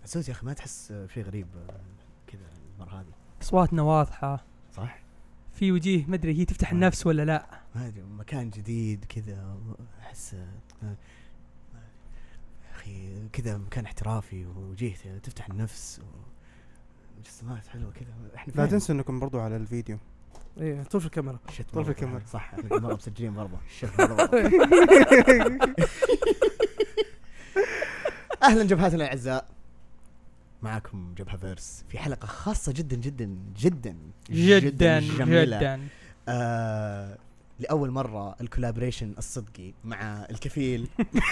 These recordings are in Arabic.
عزوز يا اخي ما تحس شيء غريب كذا المره هذه؟ اصواتنا واضحه صح، في وجيه ما ادري هي تفتح النفس ولا لا. ما ادري مكان جديد كذا احس اخي كذا مكان احترافي وجيه تفتح النفس وجسمات حلوه كذا. احنا لا تنسوا انكم برضو على الفيديو. ايه طول في الكاميرا. طول في الكاميرا صح. احنا مره مسجلين برضه الشيف برضه. اهلا جبهاتنا الاعزاء، معكم جبهة فيرس في حلقة خاصة جدا جدا جدا جدا جميلة. جدا لأول مرة الكولابريشن الصدقي مع الكفيل.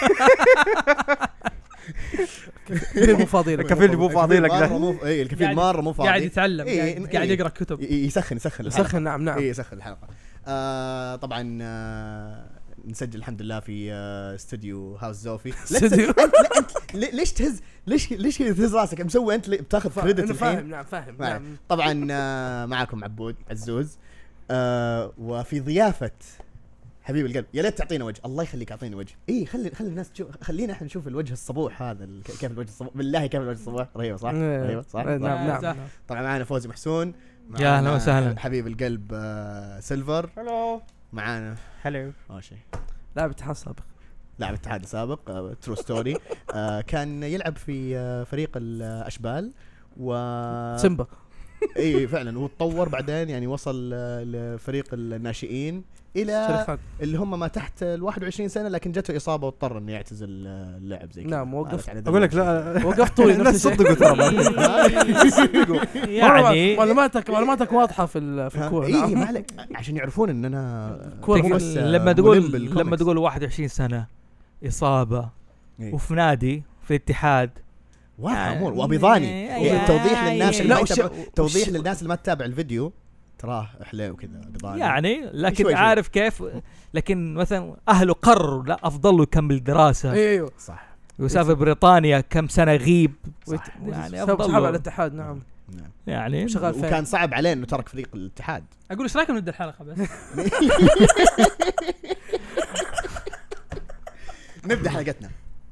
كفيل مو فاضي لك. الكفيل مو فاضي لك. اي الكفيل مرة مو فاضي، قاعد يتعلم قاعد يقرأ كتب يسخن. نعم يسخن الحلقة. طبعا نسجل الحمد لله في استوديو هاوس زوفي. ليش تهز ليش تهز راسك؟ مسوي انت بتاخذ كريدت الحين. فاهم. طبعا معكم عبود عزوز، وفي ضيافة حبيب القلب. يا ليت تعطينا وجه، الله يخليك اعطينا وجه. خلي الناس تشوف، خلينا احنا نشوف الوجه الصبوح هذا. كيف الوجه الصبوح؟ بالله كيف الوجه الصبوح؟ رهيبه صح؟ رهيبه صح؟ نعم. طبعا معنا فوزي محسون، يا اهلا وسهلا. حبيب القلب سيلفر، هلو معانا هلو ماشي لاعب اتحاد سابق، لاعب اتحاد سابق، ترو ستوري. كان يلعب في فريق الاشبال سيمبا. اي فعلا، وتطور بعدين يعني وصل لفريق الناشئين الى اللي هم ما تحت 21 سنه، لكن جته اصابه واضطر انه يعتزل اللعب زي كذا. نعم وقف. اقول لك لا وقفت طولي نفس صدقوا ترى. يعني معلوماتك واضحه في الكوره. اي ما عليك، عشان يعرفون ان انا لما تقول 21 سنه اصابه وفي نادي في الاتحاد واضح امور. وابيضاني توضيح للناس اللي ما تتابع الفيديو، تراه حلو وكذا ابيضاني يعني، لكن عارف كيف. لكن مثلا اهله قرروا لا افضل له يكمل دراسه. ايوه صح، ويسافر بريطانيا كم سنه غيب يعني افضل على الاتحاد. نعم يعني وكان صعب عليه انه ترك فريق الاتحاد. اقول ايش رايكم نبدا الحلقه بس؟ نبدا حلقتنا.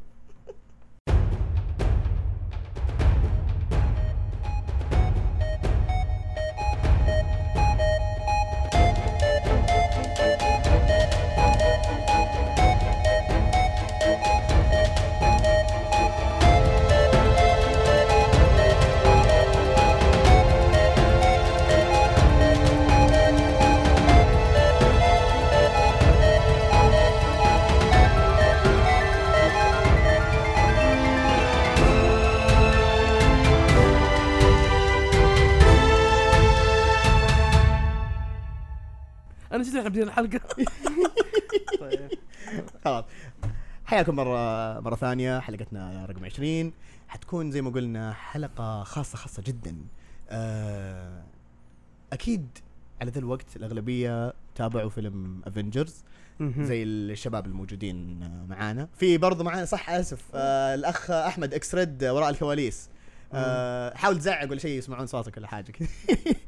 انا نسيت احنا بدينا الحلقه. طيب خلاص، حياكم مرة ثانية. حلقتنا رقم 20 حتكون زي ما قلنا حلقة خاصة جدا. أكيد على ذا الوقت الأغلبية تابعوا فيلم أفنجرز زي الشباب الموجودين معانا. في برضو معانا صح آسف الأخ أحمد إكسريد وراء الكواليس. حاول تزعق ولا شيء يسمعون صوتك ولا حاجة كذا.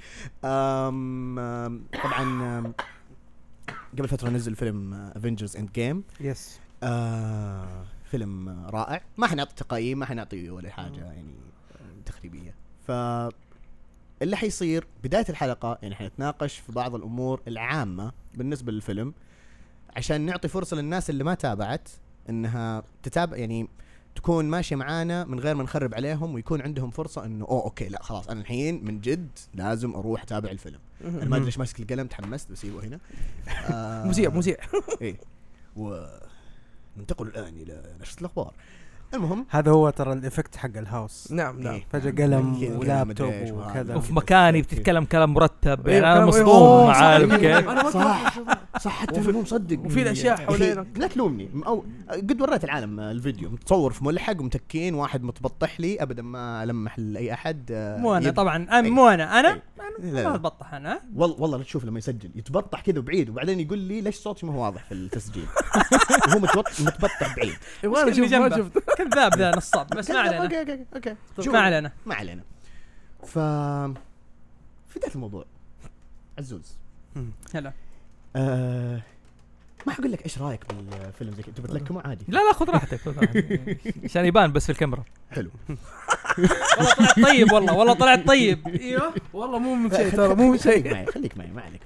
طبعا قبل فترة نزل فيلم افنجرز اند جيم. يس فيلم رائع. ما حنعطي تقييم، ما حنعطي ولا حاجة يعني تخريبية. فاللي حيصير بداية الحلقة يعني حنتناقش في بعض الأمور العامة بالنسبة للفيلم، عشان نعطي فرصة للناس اللي ما تابعت انها تتابع، يعني تكون ماشية معانا من غير ما نخرب عليهم، ويكون عندهم فرصة انه اوكي لا خلاص انا الحين من جد لازم اروح اتابع الفيلم. انا ما ادري ليش ماسك القلم، تحمست بسيبه هنا. مذيع ايه. وننتقل الان الى نشرة الاخبار. المهم هذا هو ترى الإفكت حق الهوس. نعم فجأة قلم ولابتوب وكذا، وفي مكاني بتتكلم كلام مرتب. يعني أنا مصدوم، عارف كيف؟ صح حتى مو مصدق. وفي الأشياء حوالينا لا تلومني، أو قد وريت العالم الفيديو متصور في ملحق ومتكين، واحد متبطح لي أبدا ما ألمح لأي أحد. مو أنا طبعا، مو أنا ما أتبطح أنا. والله لا تشوف لما يسجل يتبطح كذا بعيد، وبعدين يقول لي ليش صوتي ما هو واضح في التسجيل. وهو متبطح بعيد. ما شفت كذاب ذا نصاب. بس ما علينا. اوكي ما علينا. في بداية الموضوع عزوز هلا ما حقول لك ايش رايك بالفيلم زي كذا، انت بتلكمه عادي. لا خذ راحتك خذ راحتك. عشان يبان بس في الكاميرا. حلو. والله طلعت طيب، والله طلعت طيب. ايوه والله مو من شيء ترى، مو من شيء. خليك معي ما عليك.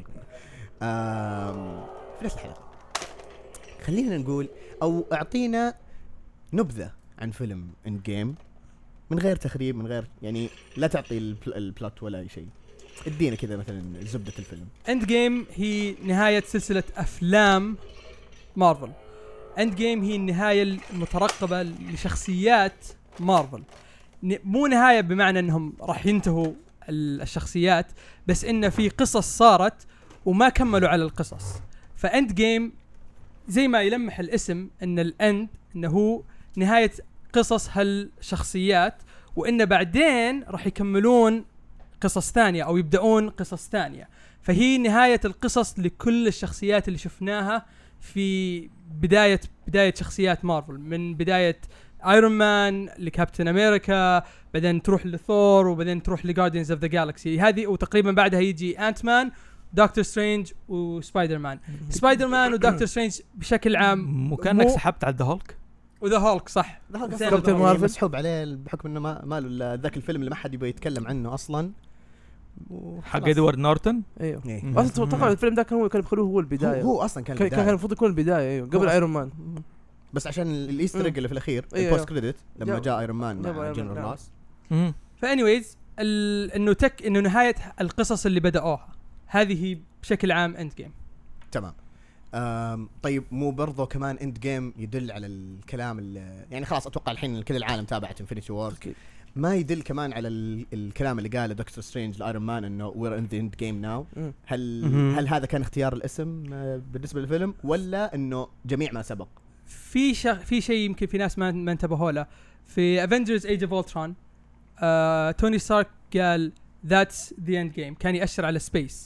في نفس الحلقه خلينا نقول او اعطينا نبذه عن فيلم اند جيم من غير تخريب، من غير يعني لا تعطي البلوت ولا اي شيء. ادينا كذا مثلا زبده الفيلم. اند جيم هي نهايه سلسله افلام مارفل. اند جيم هي النهايه المترقبه لشخصيات مارفل. مو نهايه بمعنى انهم راح ينتهوا الشخصيات، بس إن في قصص صارت وما كملوا على القصص. فاند جيم زي ما يلمح الاسم ان الاند انه هو نهايه قصص هالشخصيات، وإن بعدين راح يكملون قصص ثانية أو يبدأون قصص ثانية. فهي نهاية القصص لكل الشخصيات اللي شفناها في بداية شخصيات مارفل، من بداية ايرون مان لكابتن امريكا، بعدين تروح لثور، وبعدين تروح لجاردينز اوف ذا جالكسي هذه، وتقريبا بعدها يجي انت مان، دكتور سترينج وسبايدر مان. سبايدر مان ودكتور سترينج بشكل عام كانك سحبت على ذا هولك. وذا هولك صح، كابتن مارفل مسحوب عليه بحكم انه ما له ذاك الفيلم اللي ما حد يبغى يتكلم عنه اصلا، حق ادوارد نورتون. ايوه اصلا توقع الفيلم ده كان بيخلوه هو البدايه، هو اصلا كان المفروض يكون البدايه. ايوه قبل ايرون مان، بس عشان الايستر ايج اللي في الاخير البوست كريدت لما جاء ايرون مان مع جنرال راس. فانيويز انه نهايه القصص اللي بدأوها هذه هي بشكل عام اند جيم. تمام. طيب مو برضو كمان اند جيم يدل على الكلام اللي يعني خلاص اتوقع الحين كل العالم تابعت انفينيتي وور، ما يدل كمان على الكلام اللي قاله دكتور سترينج لايرون مان انه وير ان ذا اند جيم ناو؟ هل هذا كان اختيار الاسم بالنسبه للفيلم، ولا انه جميع ما سبق؟ في شيء يمكن في ناس ما انتبهوا له في افنجرز ايج اوف اولترون. توني ستارك قال ذاتس ذا اند جيم، كان يأشر على سبيس،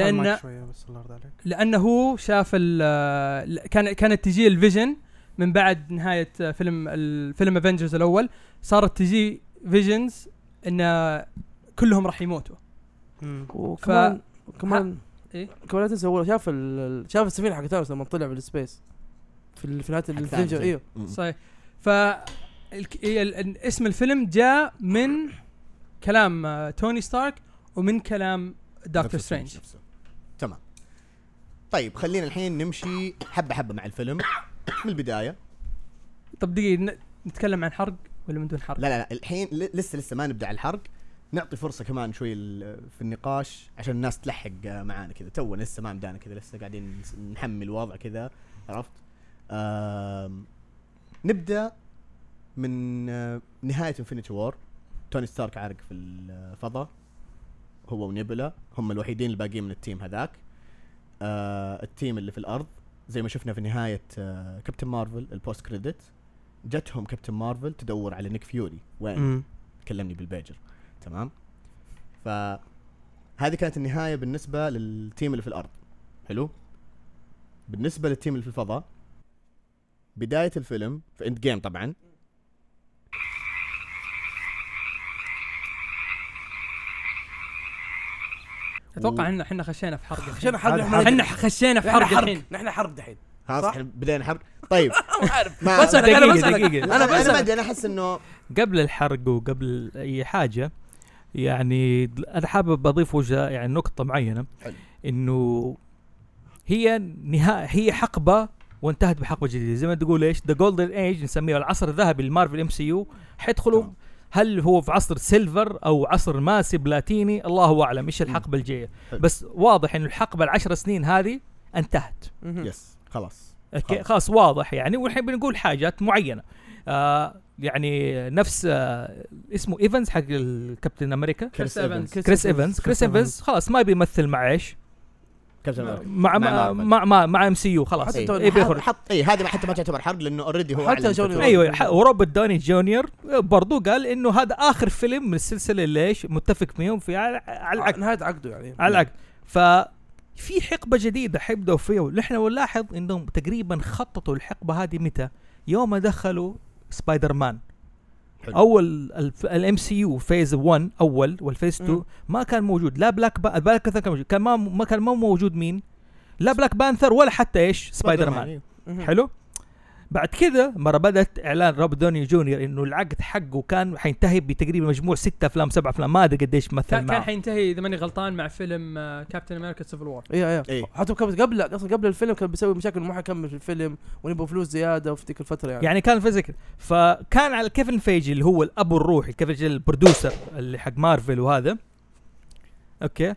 لأنه شاف كانت تجي الفيجن من بعد نهاية الفيلم افنجرز الأول، صارت تجي فيجنز إن كلهم راح يموتوا. وكمان كمان لا تنسى هو شاف السفينة حق ثانوس لما طلع بالسبيس في نهاية الفيلم. ايوه صحيح. اسم الفيلم جاء من كلام توني ستارك ومن كلام دكتور سترينج. تمام. طيب خلينا الحين نمشي حبة حبة مع الفيلم من البداية. طب دقيقة نتكلم عن حرق ولا من دون حرق؟ لا الحين لسه ما نبدأ على الحرق، نعطي فرصة كمان شوي في النقاش عشان الناس تلحق معانا كذا. تو لسه ما بدأنا كذا، لسه قاعدين نحمل الوضع كذا، عرفت؟ نبدأ من نهاية انفينيتي وور. توني ستارك عارق في الفضاء هو ونيبولا، هم الوحيدين الباقيين من التيم هذاك. التيم اللي في الأرض زي ما شفنا في نهاية كابتن مارفل البوست كريدت، جتهم كابتن مارفل تدور على نيك فيوري وين كلمني بالبيجر. تمام. فهذه كانت النهاية بالنسبة للتيم اللي في الأرض. حلو. بالنسبة للتيم اللي في الفضاء، بداية الفيلم في اند جيم طبعا اتوقع ان احنا خشينا في حرق. احنا خشينا في حرق الحين. نحن حرق دحين خلاص احنا بدينا حرق. طيب بس انا احس انه قبل الحرق وقبل اي حاجه يعني انا حابب اضيف يعني نقطه معينه، انه هي حقبه وانتهت بحقبه جديده. زي ما تقول ايش ذا جولدن ايج نسميه العصر الذهبي للمارفل ام سي يو. حيدخلوا هل هو في عصر سيلفر او عصر ماسي بلاتيني، الله اعلم ايش الحقبه الجايه، بس واضح انه الحقبه ال10 سنين هذه انتهت. يس خلاص واضح يعني. والحين بنقول حاجات معينه يعني نفس اسمه ايفنز حق الكابتن امريكا، كريس ايفنز خلاص ما بيمثل مع ايش مع ام سي يو خلاص. حط هذه حتى ما تعتبر حرق لانه اوريدي هو حتى جونيور. ايوه وروبرت دوني جونيور برضو قال انه هذا اخر فيلم من السلسله اللي ايش متفق فيهم في على نهايه عقده يعني على العقد. ففي حقبه جديده حيبداوا فيها. ونحن نلاحظ انهم تقريبا خططوا الحقبه هذه متى؟ يوم دخلوا سبايدر مان. اول الام سي يو فيز 1 اول والفيز 2 ما كان موجود، لا بلاك كان موجود، كان ما كان موجود مين لا بلاك بانثر ولا حتى ايش سبايدر مان. حلو. بعد كذا مرة بدأت إعلان روبرت دوني جونيور إنه العقد حقه كان حينتهي بتقريبا مجموع 6 أفلام 7 أفلام ما أدري قديش مثل معه. كان حينتهي إذا ماني غلطان مع فيلم كابتن أمريكا سيفل وور. إيه. حتى قبل أصلا قبل الفيلم كان بيسوي مشاكل ما حيكمل في الفيلم ونبغى فلوس زيادة وفي تلك الفترة يعني كان في ذكر. فكان على كيفن فيجي اللي هو الأب الروحي كيفن فيجي البرودوسر اللي حق مارفل وهذا أوكي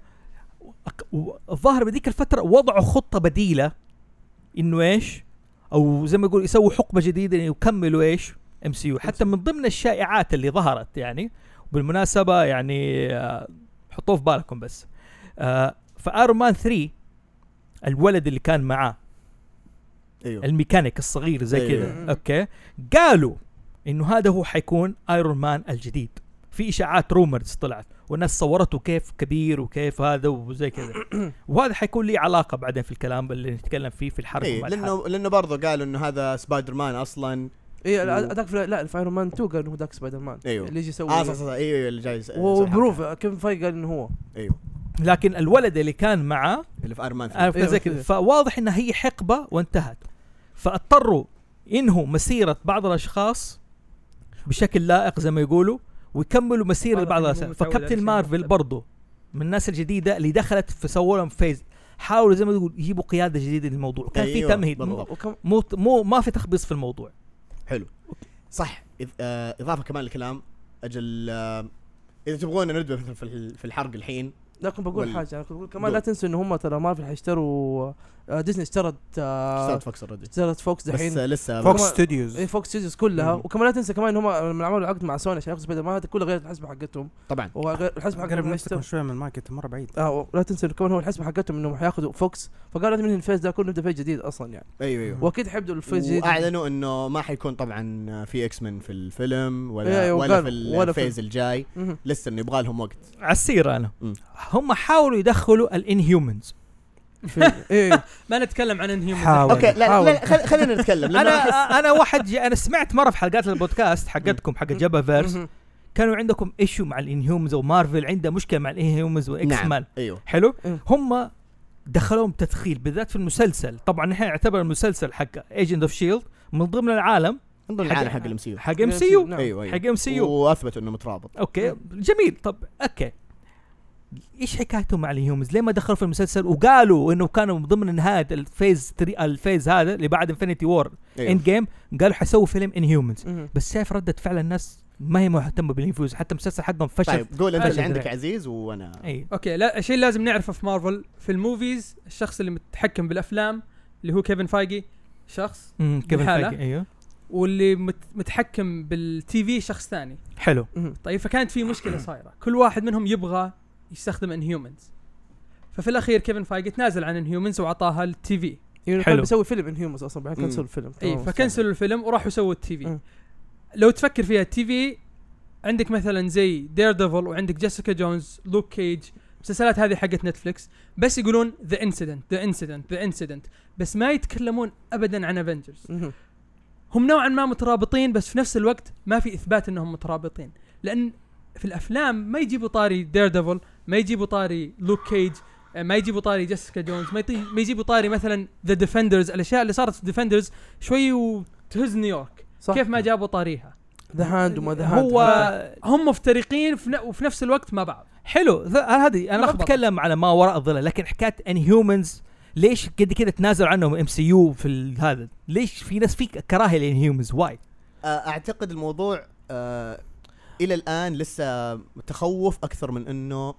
الظاهر بديك الفترة وضعوا خطة بديلة إنه إيش او زي ما يقول يسووا حقبه جديده يكملوا ايش ام سي يو. حتى من ضمن الشائعات اللي ظهرت يعني بالمناسبه يعني حطوه في بالكم بس فايرون مان 3 الولد اللي كان معاه أيوه. الميكانيك الصغير زي أيوه. كذا اوكي قالوا انه هذا هو حيكون ايرون مان الجديد. في اشاعات رومرز طلعت والناس صورته كيف كبير وكيف هذا وزي كذا وهذا حيكون لي علاقه بعدين في الكلام اللي نتكلم فيه في الحرب. لانه برضه قالوا انه هذا سبايدر مان اصلا. لا في ايرون مان 2 قال انه ذاك سبايدر مان. أيوه. اللي يجي يسوي ايوه اللي جاي وبروف كيف فاي قال انه هو. ايوه لكن الولد اللي كان معاه اللي في ايرون مان زي كذا فواضح انها هي حقبه وانتهت فاضطروا ينهوا مسيره بعض الاشخاص بشكل لائق زي ما يقولوا ويكملوا مسيره بعض الناس. فكابتن مارفل برضو من الناس الجديده اللي دخلت في سوولهم فيز حاولوا زي ما يقول يجيبوا قياده جديده للموضوع. كان في تمهيد مو ما في تخبيص في الموضوع. حلو صح. اضافه كمان الكلام اجل اذا تبغون ندبه في الحرق الحين. لكن بقول حاجه كمان لا تنسوا ان هم ترى مارفل حيشتروا ديزني اشترت فوكس دحين بس لسه فوكس ستوديوز. فوكس ستوديوز كلها. وكمان لا تنسى كمان ان هم من عملوا عقد مع سوني عشان ياخذوا سبايدر مان هذا كله غير الحسبه حقتهم طبعا. وغير الحسبه حقتهم شويه من الماركت مره بعيد. لا تنسى كمان هو الحسبه حقتهم انهم حياخذوا فوكس فقالوا لازم من الفيز ده كله نبدا فيز جديد اصلا يعني. ايوه واكيد حيبدوا الفيز جديد. واعلنوا انه ما حيكون طبعا في اكس مان في الفيلم ولا في الفيز الجاي. لسه انه يبغى لهم وقت على السيره. انا هم حاولوا يدخلوا الانهيومنز ما نتكلم عن انهيومنز. اوكي لا خلينا نتكلم. انا واحد انا سمعت مره في حلقات البودكاست حقتكم حق جابا فيرس كانوا عندكم ايشو مع الانهيومنز ومارفل عنده مشكله مع الانهيومنز واكس مان. أيوه. حلو. هم دخلوهم تدخيل بالذات في المسلسل. طبعا نحن نعتبر المسلسل حق ايجنت اوف شيلد من ضمن العالم حق الام سي حق ام سي يو. ايوه حق ام سي يو واثبت انه مترابط. اوكي جميل. طب اوكي ايش حكايتهم مع الهيومنز؟ ليه ما دخلوا في المسلسل وقالوا انه كانوا من ضمن نهايه الفيز هذا اللي بعد انفينيتي وور اند جيم قالوا حيسووا فيلم انهيومنز. بس شايف ردة فعل الناس ما هي مهتمه بالانفيوز. حتى المسلسل حقهم فشل. طيب قول انت اللي عندك عزيز وانا اوكي. لا شيء لازم نعرفه في مارفل في الموفيز الشخص اللي متحكم بالافلام اللي هو كيفن فايجي شخص كيفن فايجي ايوه واللي متحكم بالتي في شخص ثاني. حلو. طيب فكانت في مشكله صايره كل واحد منهم يبغى يستخدم انهيومنز ففي الاخير كيفن فايجي تنازل عن انهيومنز وعطاها للتي في. كان بيسوي فيلم انهيومنز اصلا بعدين كنسلوا الفيلم. اي فكنسلوا الفيلم وراحوا سووا التي في. لو تفكر فيها التي في عندك مثلا زي دير ديفل وعندك جيسيكا جونز لوك كيج المسلسلات هذه حقت نتفليكس بس يقولون ذا انسيدنت بس ما يتكلمون ابدا عن افنجرز. هم نوعا ما مترابطين بس في نفس الوقت ما في اثبات انهم مترابطين لان في الافلام ما يجيبوا طاري دير ديفل ما يجيبوا طاري لوك كيج ما يجيبوا طاري جيسيكا جونز ما يجيبوا طاري مثلا ذا ديفندرز. الاشياء اللي صارت في ديفندرز شوي وتهز نيويورك صح. كيف ما جابوا طاريها ذا هاند وما ذا هاند هو هم مفترقين وفي نفس الوقت مع بعض. حلو. هذه انا ما بتكلم على ما وراء الظلال لكن حكايه انهيومنز ليش قد كده تنازل عنهم ام سي يو في هذا؟ ليش في ناس فيك كراهيه للانهيومنز واي؟ اعتقد الموضوع الى الان لسه تخوف اكثر من انه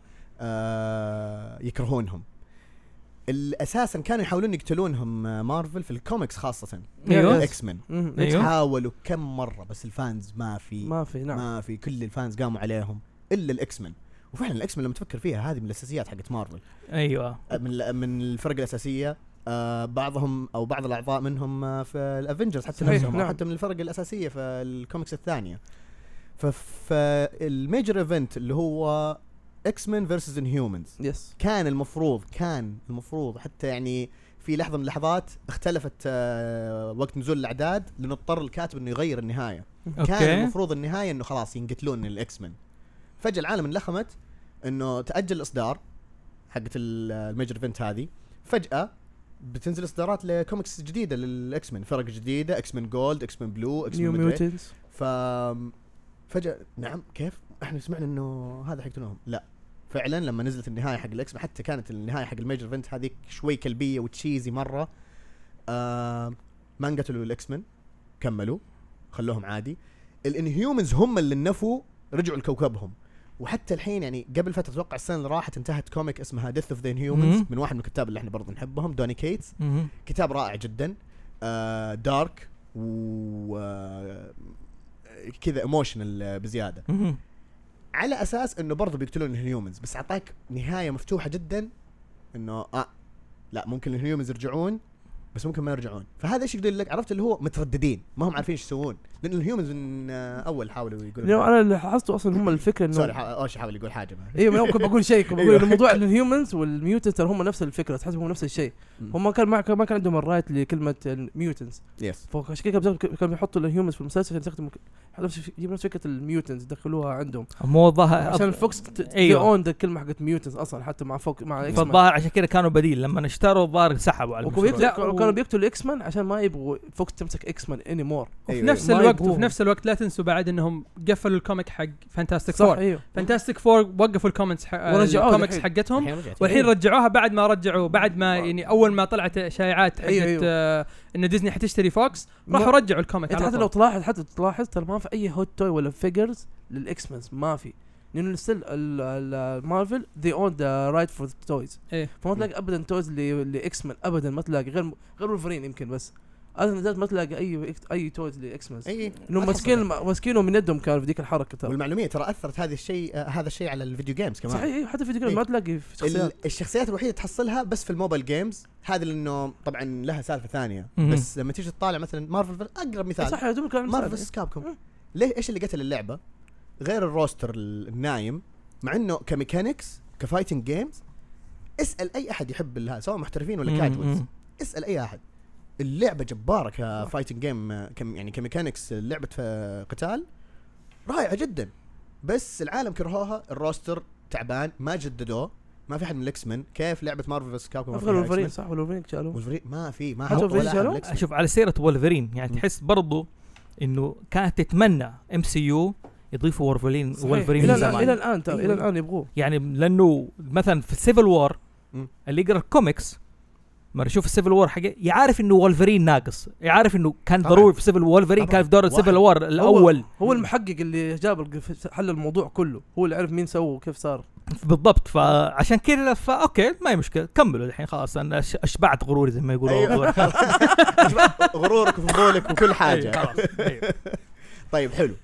يكرهونهم. الاساسا كانوا يحاولون يقتلونهم مارفل في الكوميكس خاصه. ايوه اكس مان. أيوه. حاولوا كم مره بس الفانز ما في نعم. ما في كل الفانز قاموا عليهم الا الاكس مان. وفعلا الاكس مان لما تفكر فيها هذه من الاساسيات حقت مارفل. ايوه من الفرق الاساسيه. بعضهم او بعض الاعضاء منهم في الافنجرز حتى صحيح. نفسهم نعم. حتى من الفرق الاساسيه في الكوميكس الثانيه. فالميجر ايفنت اللي هو اكس مان فيرسز انهيومنز كان المفروض حتى يعني في لحظه من اللحظات اختلفت وقت نزول الاعداد لنضطر الكاتب انه يغير النهايه. كان المفروض النهايه انه خلاص ينقتلون الاكس مان. فجاه العالم انلخمت انه تاجل الاصدار حقت الميجر ايفنت هذه. فجاه بتنزل اصدارات لكوميكس جديده للاكس مان، فرق جديده، اكس مان جولد، اكس مان بلو، اكس نيو مان ميوتنتس. فجاه نعم كيف احنا سمعنا انه هذا حيقتلوهم، لا فعلا لما نزلت النهايه حق الاكس مان، حتى كانت النهايه حق الميجر ايفنت هذيك شوي كلبيه وتشيزي مره. ما انقتلوا الاكس مان، كملوا خلوهم عادي. الانهيومنز هم اللي نفوا رجعوا لكوكبهم. وحتى الحين يعني قبل فتره اتوقع السنه اللي راحت انتهت كوميك اسمها ديث اوف ذا انهيومنز من واحد من الكتاب اللي احنا برضه نحبهم، دوني كيتس. كتاب رائع جدا، دارك و كذا ايموشنال بزياده، على اساس انه برضه بيقتلون الهيومنز، بس اعطاك نهايه مفتوحه جدا انه لا ممكن الهيومنز يرجعون بس ممكن ما يرجعون. فهذا ايش يقول لك، عرفت اللي هو مترددين، ما هم عارفين ايش يسوون، لان الهيومنز من اول حاولوا يقولوا. انا اللي لاحظته اصلا هم الفكره انه سوري اوش حاول يقول حاجه. ايوه ممكن بقول شيء، بقول انه موضوع الهيومنز والميوتنتس هم نفس الفكره، تحسبهم نفس الشيء. هم ما كان عندهم الرايت لكلمه الميوتنتس، يس، فعشان كذا كانوا يحطوا الهيومنز في المسلسل عشان يستخدموا نفس فكره الميوتنتس يدخلوها عندهم، مو ظاهر عشان الفوكس أيوة. اون الكلمه حقت ميوتنس اصلا حتى مع فوق مع اكس مان، فالظاهر عشان كذا كانوا بديل لما اشتروا الظاهر سحبوا على المشروع. كانوا بيقتلوا اكس مان عشان ما يبغوا فوكس تمسك اكس مان اني مور. وفي نفس الوقت لا تنسوا بعد انهم قفلوا الكوميك حق فانتاستيك فور. ايوه فانتاستيك فور وقفوا الكوميكس الكوميكس حقتهم، والحين رجعوها بعد ما يعني اول ما طلعت شائعات حقت ان ديزني حتشتري فوكس، راحوا رجعوا الكوميك. حتى لو تلاحظ ترى ما في اي هوت توي ولا فيجرز للاكس مان، ما في، لانه ستيل المارفل they own the right for the toys. فما تلاقي ابدا تويز لاكس مان ابدا، ما تلاقي غير وولفرين يمكن، بس هذا ما تلاقي اي تويز لاكس مان، انهم ماسكينه من يدهم كانوا في ذيك الحركه. ترى والمعلوميه ترى اثرت هذا الشيء على الفيديو جيمز كمان. صحيح، حتى في الفيديو جيمز ما تلاقي الشخصيات الوحيده تحصلها بس في الموبايل جيمز، هذا لانه طبعا لها سالفه ثانيه. بس لما تيجي تطالع مثلا مارفل اقرب مثال، صح مارفل كابكوم، ليه ايش اللي قتل اللعبه غير الروستر النايم، مع انه كميكانكس كفايتنج جيمز اسال اي احد يحب هذا سواء محترفين ولا كاجوالز، اسال اي احد، اللعبه جباره كفايتنج جيم، يعني كميكانكس لعبه قتال رائعه جدا، بس العالم كرهوها، الروستر تعبان، ما جددوه، ما في حد من الاكس مان. كيف لعبه مارفل فيرس كابكوم وولفرين؟ صح وولفرين شالوه، وولفرين ما اشوف على سيره وولفرين يعني تحس برضو انه كانت تتمنى MCU يضيفوا وولفرين الى الان يبغوه، يعني لانه مثلا في السيفل وور اللي يقرا الكوميكس ما يشوف السيفل وور حاجه يعرف انه وولفرين ناقص، يعرف انه كان ضروري في سيفل وولفرين، كان في دور السيفل وور الاول، هو المحقق اللي جاب حل الموضوع كله، هو اللي عرف مين سوى وكيف صار بالضبط. فعشان كذا اوكي ما هي مشكله، كملوا الحين خلاص انا اشبعت غروري زي ما يقولوا. غرورك وفضولك وكل حاجه. طيب حلو.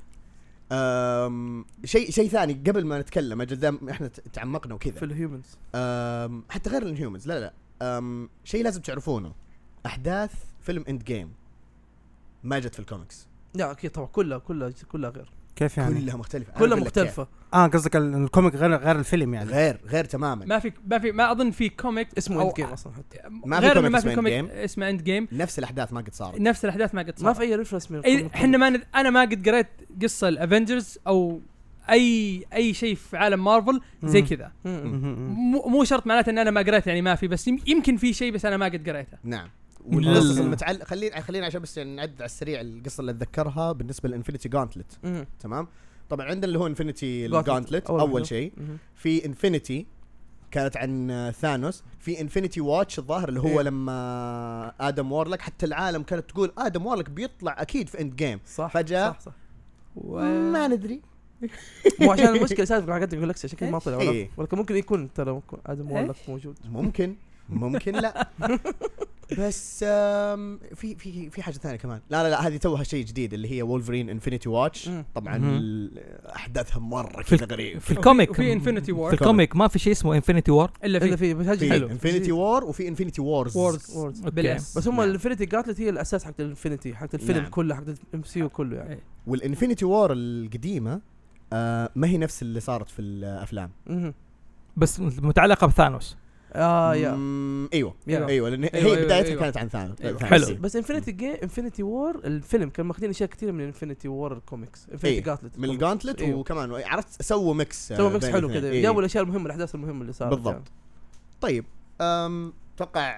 شيء ثاني قبل ما نتكلم اجل احنا تعمقنا وكذا في الهيومنز، حتى غير الهيومنز، لا شيء لازم تعرفونه، احداث فيلم اند جيم ما جت في الكوميكس. لا اكيد طبعا كلها غير. كيف يعني؟ كلها مختلفه، كلها مختلفه. قصدك الكوميك غير الفيلم يعني؟ غير تماما. ما اظن في كوميك اسمه اند جيم اصلا، حتى ما في كوميك اسمه اند جيم، نفس الاحداث ما قد صارت، ما في اي ريفرنس من احنا انا ما قد قريت قصه الافنجرز او اي شيء في عالم مارفل زي كذا. مو شرط معناته ان انا ما قريت يعني ما في، بس يمكن في شيء بس انا ما قد قريته. نعم. والقصص المتعلق خلينا عشان بس نعد على السريع القصه اللي اتذكرها بالنسبه للانفينيتي جانتلت. تمام. طبعا عندنا اللي هو انفينيتي جانتلت اول شيء، في انفينيتي كانت عن ثانوس، في انفينيتي واتش الظاهر اللي هو لما ادم وورلك، حتى العالم كانت تقول ادم وورلك بيطلع اكيد في اند جيم، فجاه صح. ما ندري وعشان المشكله سالفه قاعد يقول لك عشان ما طلع ولكن ممكن يكون ترى ادم وورلك موجود، ممكن لا بس في حاجه ثانيه كمان، لا هذه توها شيء جديد اللي هي وولفرين انفينيتي واتش. طبعا احداثها مره كذا غريب في الكوميك، في انفينيتي وور، في الكوميك ما في شيء اسمه انفينيتي وور الا في انفينيتي وور وفي انفينيتي وورز بس هم الانفينيتي جاتلت هي الاساس حق الانفينيتي حق الفيلم كله، حق الMCU كله يعني. والانفينيتي وور القديمه ما هي نفس اللي صارت في الافلام، بس متعلقه بثانوس. ايوه لان هي بدايتها كانت عن ثانوس. حلو. بس انفينيتي وور الفيلم كان ماخذين اشياء كثير من انفينيتي وور الكوميكس، انفينيتي جاتلت من الجانتلت وكمان عرفت سووا ميكس حلو كذا، جابوا الاشياء المهمه الاحداث المهمه اللي صارت بالضبط. طيب اتوقع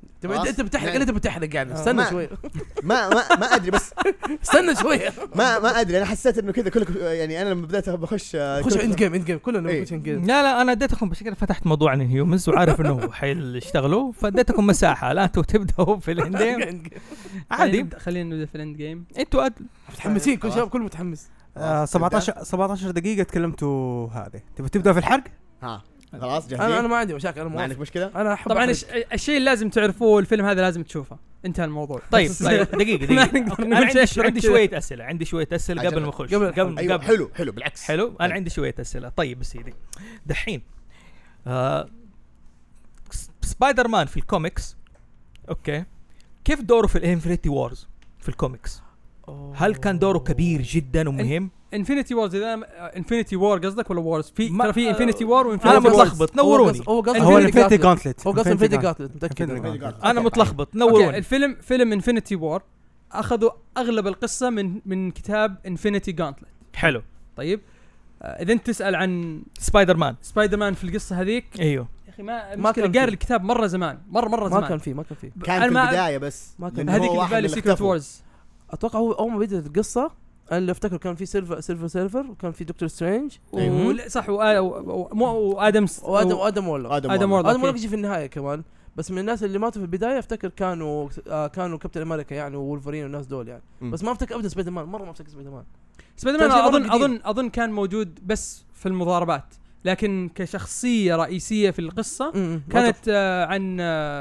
انت بتحرق انت بتحرق يعني استنى شوي. ما ادري بس استنى شويه. ما ادري انا حسيت انه كذا كلكم يعني انا لما بديت بخش اند جيم كلنا نخش اند جيم. لا انا اديتكم بشكل فتحت موضوع عن هيومنز وعارف انه حيشتغلوا فاديتكم مساحه الان انتوا تبداوا في الاند جيم عادي. خلينا نبدا في الاند جيم. انتوا متحمسين كل شباب كل متحمس. 17 دقيقه تكلمتوا هذه تبدا في الحرق. خلاص جاهزين. انا ما عندي مشاكل. انا ما عندك مشكله. انا احب طبعا الشيء اللي لازم تعرفوه الفيلم هذا لازم تشوفه. انتهى الموضوع. طيب دقيقه عندي شويه اسئله قبل ما اخش. قبل حلو بالعكس حلو. انا عندي شويه اسئله. طيب سيدي دحين سبايدر مان في الكوميكس اوكي كيف دوره في الانفينيتي وارز في الكوميكس؟ هل كان دوره كبير جدا ومهم؟ انفينيتي وارز اذا انفينيتي وار قصدك ولا وارز؟ في انفينيتي وار انا متلخبط نوروني. هو انفينيتي جانتلت. هو قصد انفينيتي جانتلت متاكد. انا متلخبط نوروني. فيلم انفينيتي وار اخذوا اغلب القصه من كتاب انفينيتي جانتلت. حلو. طيب اذا انت تسال عن سبايدر مان في القصه هذيك ايوه يا اخي ما كان قاري الكتاب مره زمان مره زمان. ما كان فيه كان في البدايه بس هذيك اللي بالي سيكريت وارز. اتوقع هو اول ما بدأت القصه اللي افتكر كان في سيلفر وكان في دكتور سترينج صح وادم وورلوك يجي في النهايه كمان. بس من الناس اللي ماتوا في البدايه افتكر كانوا كابتن امريكا يعني وولفرين والناس دول يعني. بس ما افتكر ابدا سبايدر مان مره ما افتكر سبايدر مان اظن كان موجود بس في المضاربات لكن كشخصيه رئيسيه في القصه كانت عن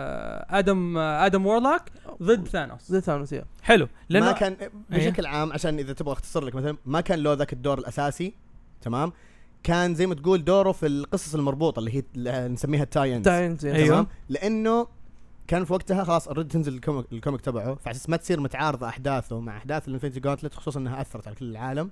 ادم وورلوك ضد ثانوس. حلو. ما كان بشكل عام عشان اذا تبغى اختصر لك مثلا ما كان له ذاك الدور الاساسي تمام. كان زي ما تقول دوره في القصص المربوطه اللي هي نسميها التاينز أيوة. لانه كان في وقتها خلاص اوريدي تنزل الكوميك تبعه فعشان ما تصير متعارضه احداثه مع احداث الانفينيتي جانتلت خصوصا انها اثرت على كل العالم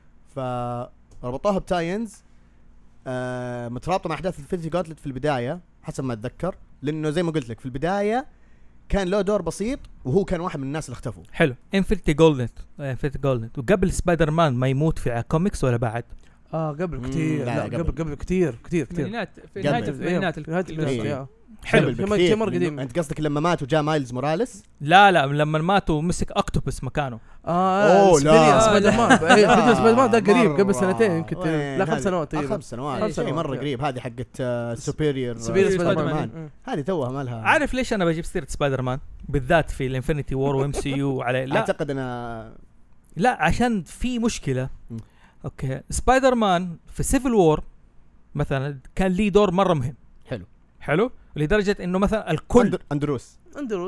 فربطوها بتاينز مترابطه مع احداث الانفينيتي جانتلت في البدايه حسب ما اتذكر لانه زي ما قلت لك في البدايه كان له دور بسيط وهو كان واحد من الناس اللي اختفوا. حلو. انفينيتي جولدنت وقبل سبايدر مان ما يموت في كوميكس ولا بعد؟ قبل كتير. لا قبل كتير في نهاية الفيلم. حلو كمان مره قديم. انت قصدك لما مات وجاء مايلز موراليس؟ لا لما ماتوا مسك اكتوبس مكانه. سبايدر مان ده قريب قبل سنتين يمكن لا 5 سنوات تقريبا. 5 سنوات مره قريب. هذه حقت سوبيريور سبايدر مان هذه توها مالها. عارف ليش انا بجيب سيره سبايدر مان بالذات في الانفينيتي وور وام سي يو على لا اعتقد انا لا عشان في مشكله. اوكي سبايدر مان في سيفل وور مثلا كان ليه دور مره مهم. حلو لدرجه انه مثلا الكل اندروس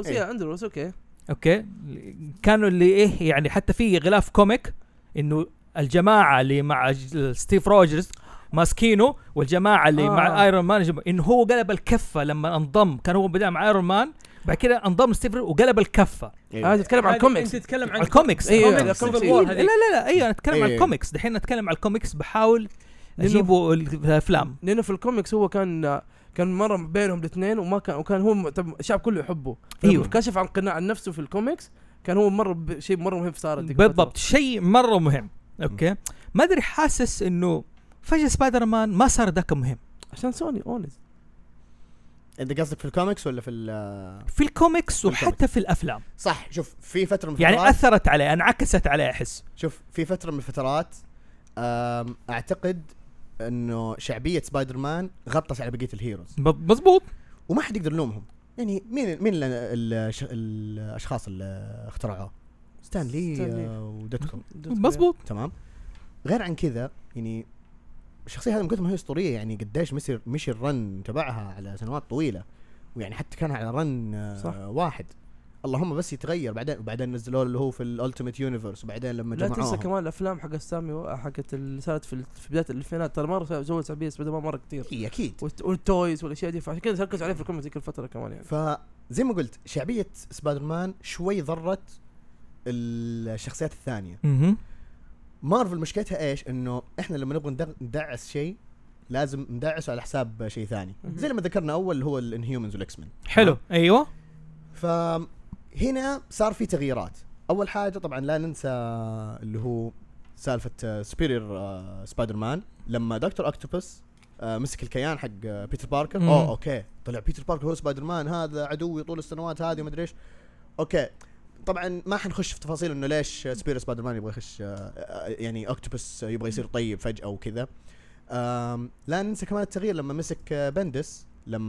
اوكي كانوا اللي ايه يعني حتى في غلاف كوميك انه الجماعه اللي مع ستيف روجرز ماسكينه والجماعه اللي مع ايرون مان انه هو قلب الكفه لما انضم. كان هو بدا مع ايرون مان بعد كده انضم ستيف وقلب الكفه. تتكلم عن الكوميكس. انت تتكلم عن الكوميكس. لا ايوه نتكلم عن الكوميكس دحين. نتكلم عن الكوميكس بحاول اجيبوا الافلام لانه في الكوميكس هو كان مره بينهم الاثنين وكان هو الشعب كله يحبه. ايوه كشف عن قناع عن نفسه في الكوميكس كان هو مره شيء مره مهم في صارت بالضبط شيء مره مهم. اوكي ما ادري حاسس انه فجاه سبايدر مان ما صار ذاك مهم عشان سوني اونز. انت قصدك في الكوميكس ولا في الكوميكس وحتى في الافلام؟ صح. شوف في فتره من الفترات يعني اثرت عليه انعكست عليه احس. شوف في فتره من الفترات اعتقد انه شعبيه سبايدر مان غطت على بقيه الهيروز. مزبوط. وما حد يقدر يلومهم. يعني مين الاشخاص اللي اخترعوه؟ ستان لي ودتكم. مزبوط تمام. غير عن كذا يعني الشخصيه هذه من كثر ما هي اسطوريه يعني قديش مشي الرن تبعها على سنوات طويله ويعني حتى كان على رن واحد. اللهم بس يتغير بعدين نزلوا اللي هو في الالتيميت يونيفرس وبعدين لما جمعوها. لا تنسى كمان الافلام حق سامي حقت اللي صارت في بدايه الالفينات ترى مره زود سعبيه سبايدر مان مره كثير. اكيد. والتويز والاشياء دي فعشان كذا ركزوا عليه في الكوميكس ذيك الفتره كمان يعني. فزي ما قلت شعبيه سبايدر مان شوي ضرت الشخصيات الثانيه. مارفل مشكلتها ايش؟ انه احنا لما نبغى ندعس شيء لازم ندعسه على حساب شيء ثاني. زي لما ذكرنا اول اللي هو الانهيومنز والاكس مان. حلو. ايوه. هنا صار في تغييرات. اول حاجه طبعا لا ننسى اللي هو سالفه سبيرير سبايدر مان لما دكتور اكتوبس مسك الكيان حق بيتر باركر. اوكي طلع بيتر باركر هو سبايدر مان، هذا عدوي طول السنوات هذه وما ادري ايش. اوكي طبعا ما حنخش في تفاصيل انه ليش سبيرو سبايدر مان يبغى يخش يعني اوكتوبس يبغى يصير طيب فجأة وكذا. لا ننسى كمان التغيير لما مسك بندس،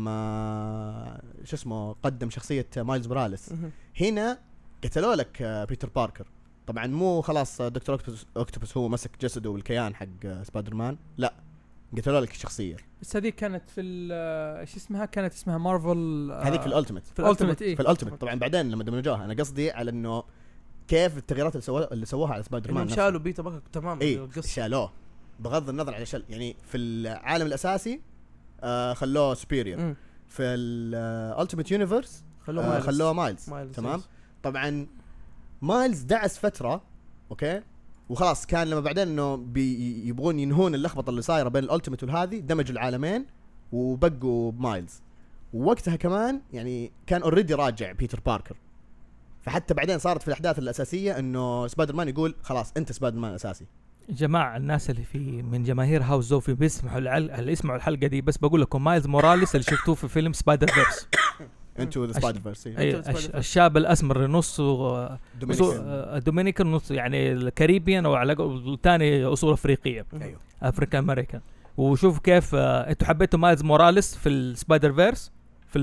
لما شو اسمه قدم شخصية مايلز موراليس. هنا قتلوا لك بيتر باركر، طبعا مو خلاص دكتور اوكتوبس هو مسك جسده والكيان حق سبايدر مان، لا قتلوا لك الشخصية. بس هذيك كانت في ايش اسمها، كانت اسمها مارفل هذيك في الالتيميت. في الالتيميت في الالتيميت طبعا بعدين لما دمجوها. انا قصدي على انه كيف التغييرات اللي سووها على سبايدر مان، شالوا بيتر باركر تماما. ايه شالوه بغض النظر على في العالم الاساسي خلوه سوبيريور. في الالتيميت يونيفرس خلوه مايلز. تمام. طبعا مايلز دعس فتره اوكي وخلاص، كان لما بعدين انه يبغون ينهون اللخبطه اللي صايره بين الالتيميت والهذه، دمجوا العالمين وبقوا بمايلز. ووقتها كمان يعني كان اوريدي راجع بيتر باركر، فحتى بعدين صارت في الاحداث الاساسيه انه سبايدر مان يقول خلاص انت سبايدر مان اساسي. جماعة الناس اللي في من جماهير هاوس زوفي بيسمحوا اللي يسمعوا الحلقة دي، بس بقول لكم مايلز موراليس اللي شفتوه في فيلم سبايدر فيرس انتو ذا سبايدر فيرس، الشاب الاسمر نص دومينيكان نص يعني الكاريبيان والثاني اصول افريقيه. ايوه افريكا امريكان. وشوف كيف انتوا حبيتوا مايلز موراليس في السبايدر فيرس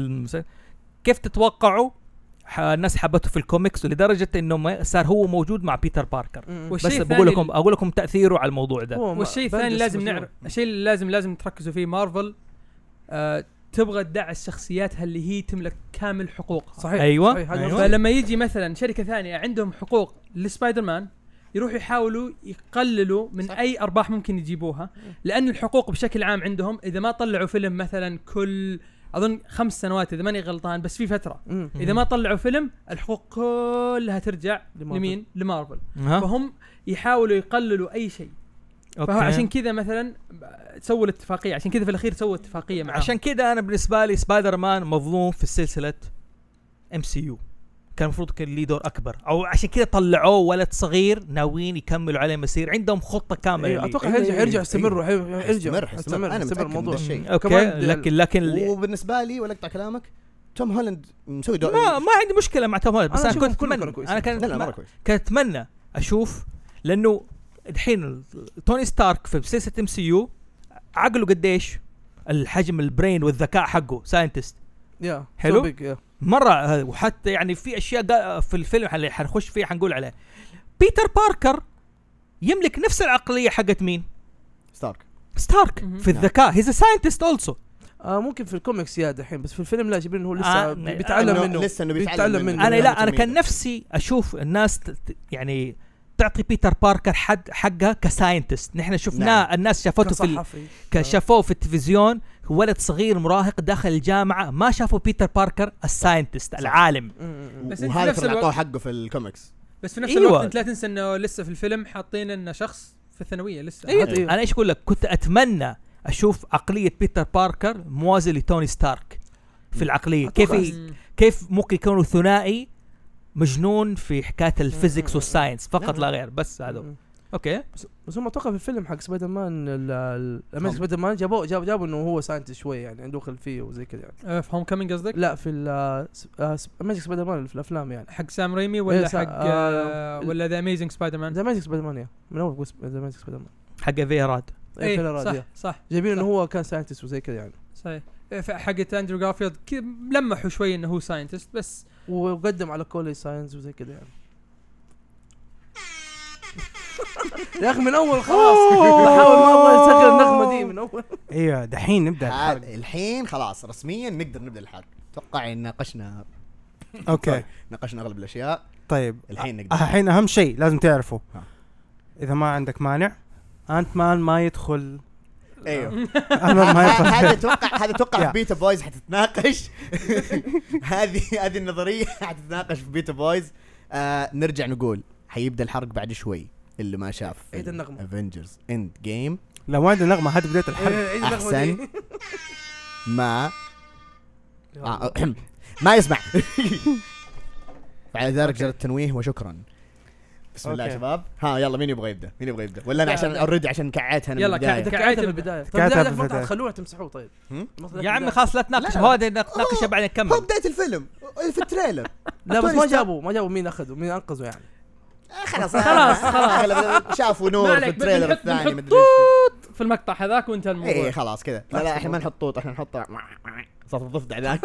كيف تتوقعوا الناس حبته في الكوميكس، ولدرجه انه صار هو موجود مع بيتر باركر. بس اقول لكم تاثيره على الموضوع ده. والشيء الثاني لازم نعرف، الشيء اللي لازم تركزوا فيه، مارفل تبغى تدعس شخصياتها اللي هي تملك كامل حقوقها. صحيح. أيوة. فلما يجي مثلا شركه ثانيه عندهم حقوق لسبايدر مان، يروحوا يحاولوا يقللوا من اي ارباح ممكن يجيبوها، لان الحقوق بشكل عام عندهم اذا ما طلعوا فيلم مثلا كل اظن 5 سنوات اذا ماني غلطان، بس في فتره اذا ما طلعوا فيلم الحقوق كلها ترجع لمين؟ لمارفل. فهم يحاولوا يقللوا اي شيء. فهو عشان كذا مثلا سووا الاتفاقيه، عشان كذا في الاخير سووا اتفاقيه معهم. عشان كذا انا بالنسبه لي سبايدر مان مظلوم في سلسله MCU، كان المفروض يكون ليه دور اكبر، او عشان كذا طلعوه ولد صغير ناويين يكملوا عليه مسير، عندهم خطه كامله. اتوقع يرجع يستمر انا متاكد من الشيء. اوكي لكن وبالنسبه لي ولا اقطع كلامك، توم هولاند مسوي دور. ما عندي مشكله مع توم هولاند، بس انا كنت اتمنى اشوف، لانه الحين توني ستارك في سلسله MCU عقله قديش الحجم البرين والذكاء حقه ساينتست حلو مرة. وحتى يعني في أشياء في الفيلم اللي حنخش فيه حنقول عليه. بيتر باركر يملك نفس العقلية حقت مين؟ ستارك في الذكاء. he's a scientist also. ممكن في الكوميكس يا دحين، بس في الفيلم لا، جايبين هو لسه بيتعلم منه. لسه انه بيتعلم منه. انا كان نفسي اشوف الناس يعني تعطي بيتر باركر حقه كساينتست. نحن شفناه الناس شافته شافوه في التلفزيون، ولد صغير مراهق داخل الجامعة، ما شافوا بيتر باركر الساينتست العالم. وهذا في العطاء حقه في الكوميكس. بس في نفس الوقت انت لا تنسى انه لسه في الفيلم حاطين انه شخص في الثانوية لسه. أيوة. انا ايش اقول لك، كنت اتمنى اشوف عقلية بيتر باركر موازي لتوني ستارك في العقلية. كيف ممكن يكونوا ثنائي مجنون في حكاية الفيزيكس والساينس فقط لا غير. بس هذا اوكي. بس هم اتوقع في الفيلم حق سبايدر مان سبايدر مان جابوا انه هو ساينتست شويه، يعني عنده خلفيه وزي كذا يعني. في هوم كامينج قصدك؟ لا في اميزنج سبايدر مان في الافلام يعني حق سام ريمي ولا حق ولا ذا اميزنج سبايدر مان؟ ذا اميزنج سبايدر مان من اول ذا اميزنج سبايدر مان حق فيراد. صح جايبين انه هو كان ساينتست وزي كذا يعني. صحيح. حقت اندرو غارفيلد لمحوا شوي انه هو ساينتست بس، وقدم على كوليج ساينس وزي كذا يعني. يا اخي من اول خلاص بحاول ما ابغى اسجل النغمه دي من اول. ايوه دحين نبدا الحلقه. الحين خلاص رسميا نقدر نبدا الحلقه. اتوقع ان ناقشنا اوكي ناقشنا اغلب الاشياء. طيب الحين نقدر. الحين اهم شيء لازم تعرفه، اذا ما عندك مانع انت مان ما يدخل. ايوه هذا اتوقع في بيتا بويز حتتناقش. هذه النظريه حتتناقش في بيتا بويز. نرجع نقول حيبدا الحرق بعد شوي. اللي ما شاف افنجرز اند جيم، لو ما عندنا نغمه هذه بدايه الحرق احسن ما يسمع. فعلى ذلك جرى التنويه وشكرا. بسم الله يا أوكي. شباب. ها يلا مين يبغى يبدا؟ ولا انا عشان اوريدي عشان كعيتها انا يلا من البداية. كعيتها في البدايه. طيب كعيتها لا في المقطع البداية. تخلوها تمسحوه. طيب هم؟ يا عمي خلاص لا تناقش، لا. هذا نتناقش بعدين هو نكمل. بداية الفيلم في التريلر. لا بس توني ما جابوا مين اخذوا مين انقذوا يعني. خلاص خلاص. شافوا ما نور في عليك، التريلر بنحط الثاني مدري طوط في المقطع هذاك وانت الموضوع. ايه خلاص كذا. لا احنا ما نحط طوط، احنا نحط صوت الضفدع ذاك.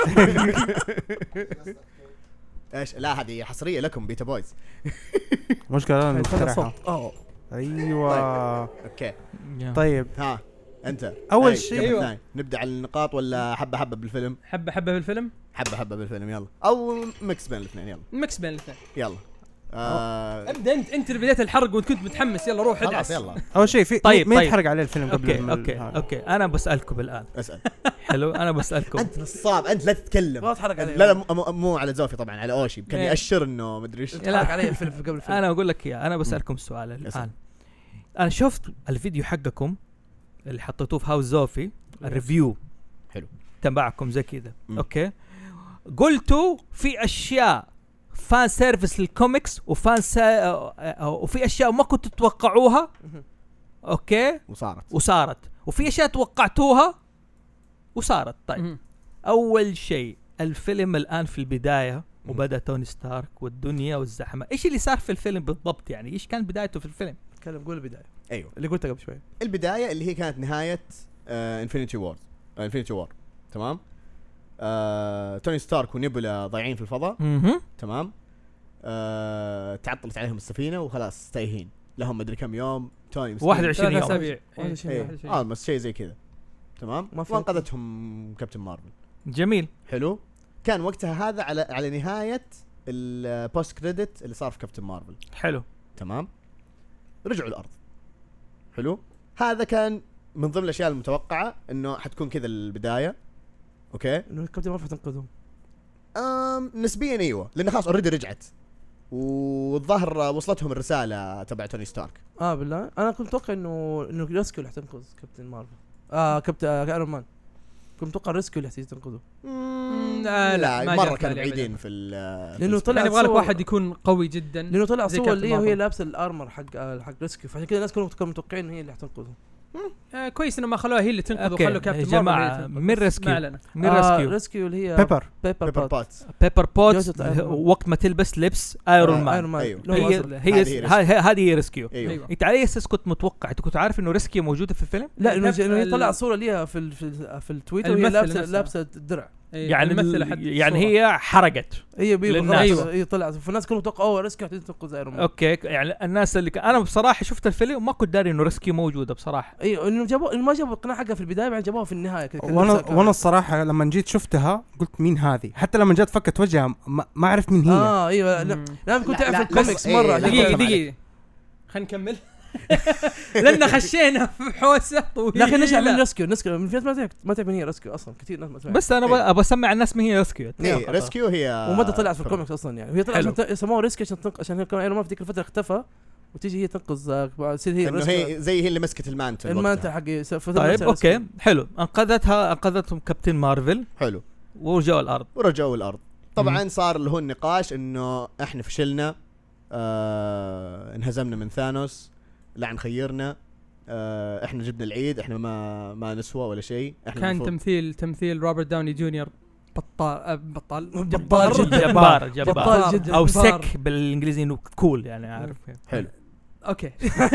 ايش؟ لا هذه حصريه لكم بيتا بويز. مشكلة أنا هيطلع مخترعها. صوت. أيوة. اوكي طيب ها انت أول أي، شيء- قبل أيوة. الثاني. نبدا على النقاط ولا حبه حبه بالفيلم؟ حبه حبه بالفيلم، حبه بالفيلم يلا، او ميكس بين الاثنين يلا. ميكس بين الاثنين. يلا ابدا انت اللي بديت الحرق وانت كنت متحمس. يلا روح خلاص ادعس. يلا أول شيء في طيب، مين طيب. يتحرق عليه الفيلم قبل اوكي انا بسالكم الان. اسال. حلو انا بسالكم. انت نصاب، انت لا تتكلم. ما تحرق عليه. لا مو على زوفي طبعا، على اوشي كان إيه. يأشر انه مدري ايش. تحرق عليه الفيلم قبل الفيلم. انا اقول لك اياه، انا بسالكم السؤال اسأل. الان. انا شفت الفيديو حقكم اللي حطيتوه في هاوس زوفي، الريفيو حلو تبعكم زي كذا. مم. اوكي، قلتوا في اشياء فان سيرفيس للكوميكس وفي اشياء ما كنتوا تتوقعوها. اوكي وصارت، وفي اشياء توقعتوها وصارت. طيب مهم. اول شيء الفيلم الان في البدايه وبدا توني ستارك والدنيا والزحمه، ايش اللي صار في الفيلم بالضبط؟ يعني ايش كان بدايته في الفيلم؟ تكلم قول البدايه ايوه اللي قلتها قبل شوي. البدايه اللي هي كانت نهايه انفينيتي وور تمام. توني ستارك ونيبولا ضايعين في الفضاء تمام. تعطلت عليهم السفينه وخلاص تايهين لهم مدري كم يوم. توني 21 يوم. اسابيع. واحد شيء. ايه بس شيء زي كذا تمام. ما في- وانقذتهم كابتن مارفل. جميل. حلو. كان وقتها هذا على نهايه البوست كريدت اللي صار في كابتن مارفل. حلو. تمام. رجعوا الارض. حلو. هذا كان من ضمن الاشياء المتوقعه انه حتكون كذا البدايه. اوكي انه كابتن مارفل تنقذهم. نسبيا ايوه، لان خلاص اوريدي رجعت والظاهر وصلتهم الرساله تبع توني ستارك. بالله انا كنت متوقع انه ريسكيو اللي حتنقذ كابتن مارفل. كابتن ايرون مان. كنت متوقع ريسكيو اللي حتنقذه. لا ما مره جاء كانوا في بعيدين في لانه طلع يعني يبغى لك صور- واحد يكون قوي جدا. لانه طلع زي صور كابتن ليه وهي مارفل. لابسه الارمر حق ريسكيو، فعشان كذا الناس كانوا متوقعين ان هي اللي حتنقذه. كويس انه ما خلوها هي اللي تنقذ أوكي، وخلوا كابتن يا مارفل جماعة، هي اللي تنقذ. من ريسكيو. ما علينا. من ريسكيو ريسكيو اللي هي بيبر بيبر بوت. بوت. بيبر بوتس جوزة أيرون مان. وقت ما تلبس لبس ايرون مان. مان أيوه. لونه هي أزرق. هذه هي ريسكيو. ايوه أيوة. انت على اي اساس كنت متوقع؟ انت كنت عارف انه ريسكيو موجوده في الفيلم؟ لا انه هي ال- طلع صوره ليها في التويتر وهي الممثلة نفسها. لابسه الدرع. يعني الممثلة حتى يعني الصورة. هي حرقت. هي للناس. أيوة. هي طلعت فالناس كانوا متوقعوا ريسكيو حتنقذ ايرون مان. اوكي، يعني الناس اللي انا بصراحه شفت الفيلم وما كنت داري انه ريسكيو موجوده بصراحه. ايوه انه ما جابوا القناع حقها في البدايه بعدين جابوها في النهايه كذا. وانا الصراحه لما جيت شفتها قلت مين هذه، حتى لما جت فكت وجهها ما عرفت مين هي. ايوه لا كنت لا، اعرف لا، الكوميكس بس- مره. إيه، لا، دقيقة عليك. دقيقة خلينا نكمل. لأن خشينا في حوسة طويلة. لا خلينا نرجع من ريسكيو من في ناس ما تعرف مين هي ريسكيو اصلا. كثير ناس ما تعرف. بس انا ابى اسمع الناس مين هي ريسكيو. ايه ريسكيو هي ومتى طلعت في الكوميكس اصلا يعني هي طلعت حلو. عشان يسموها ريسكيو عشان هي كان ايرون مان في ذيك الفتره اختفى وتيجي هي تنقذ تصير هي انه ريسكيو. هي زي هي اللي مسكت المانتل المانتل وقتها. حق طيب اوكي حلو، انقذتهم كابتن مارفل حلو. ورجعوا الارض. ورجعوا الارض. طبعا صار اللي هو النقاش انه احنا فشلنا، انهزمنا من ثانوس، لعن خيرنا، احنا جبنا العيد، احنا ما نسوى ولا شيء. احنا كان المفروض- تمثيل روبرت داوني جونيور بطال بطال جدا. جبار بطال جدا. او جبار. سك بالانجليزي انه كول يعني عارف. حلو. اوكي.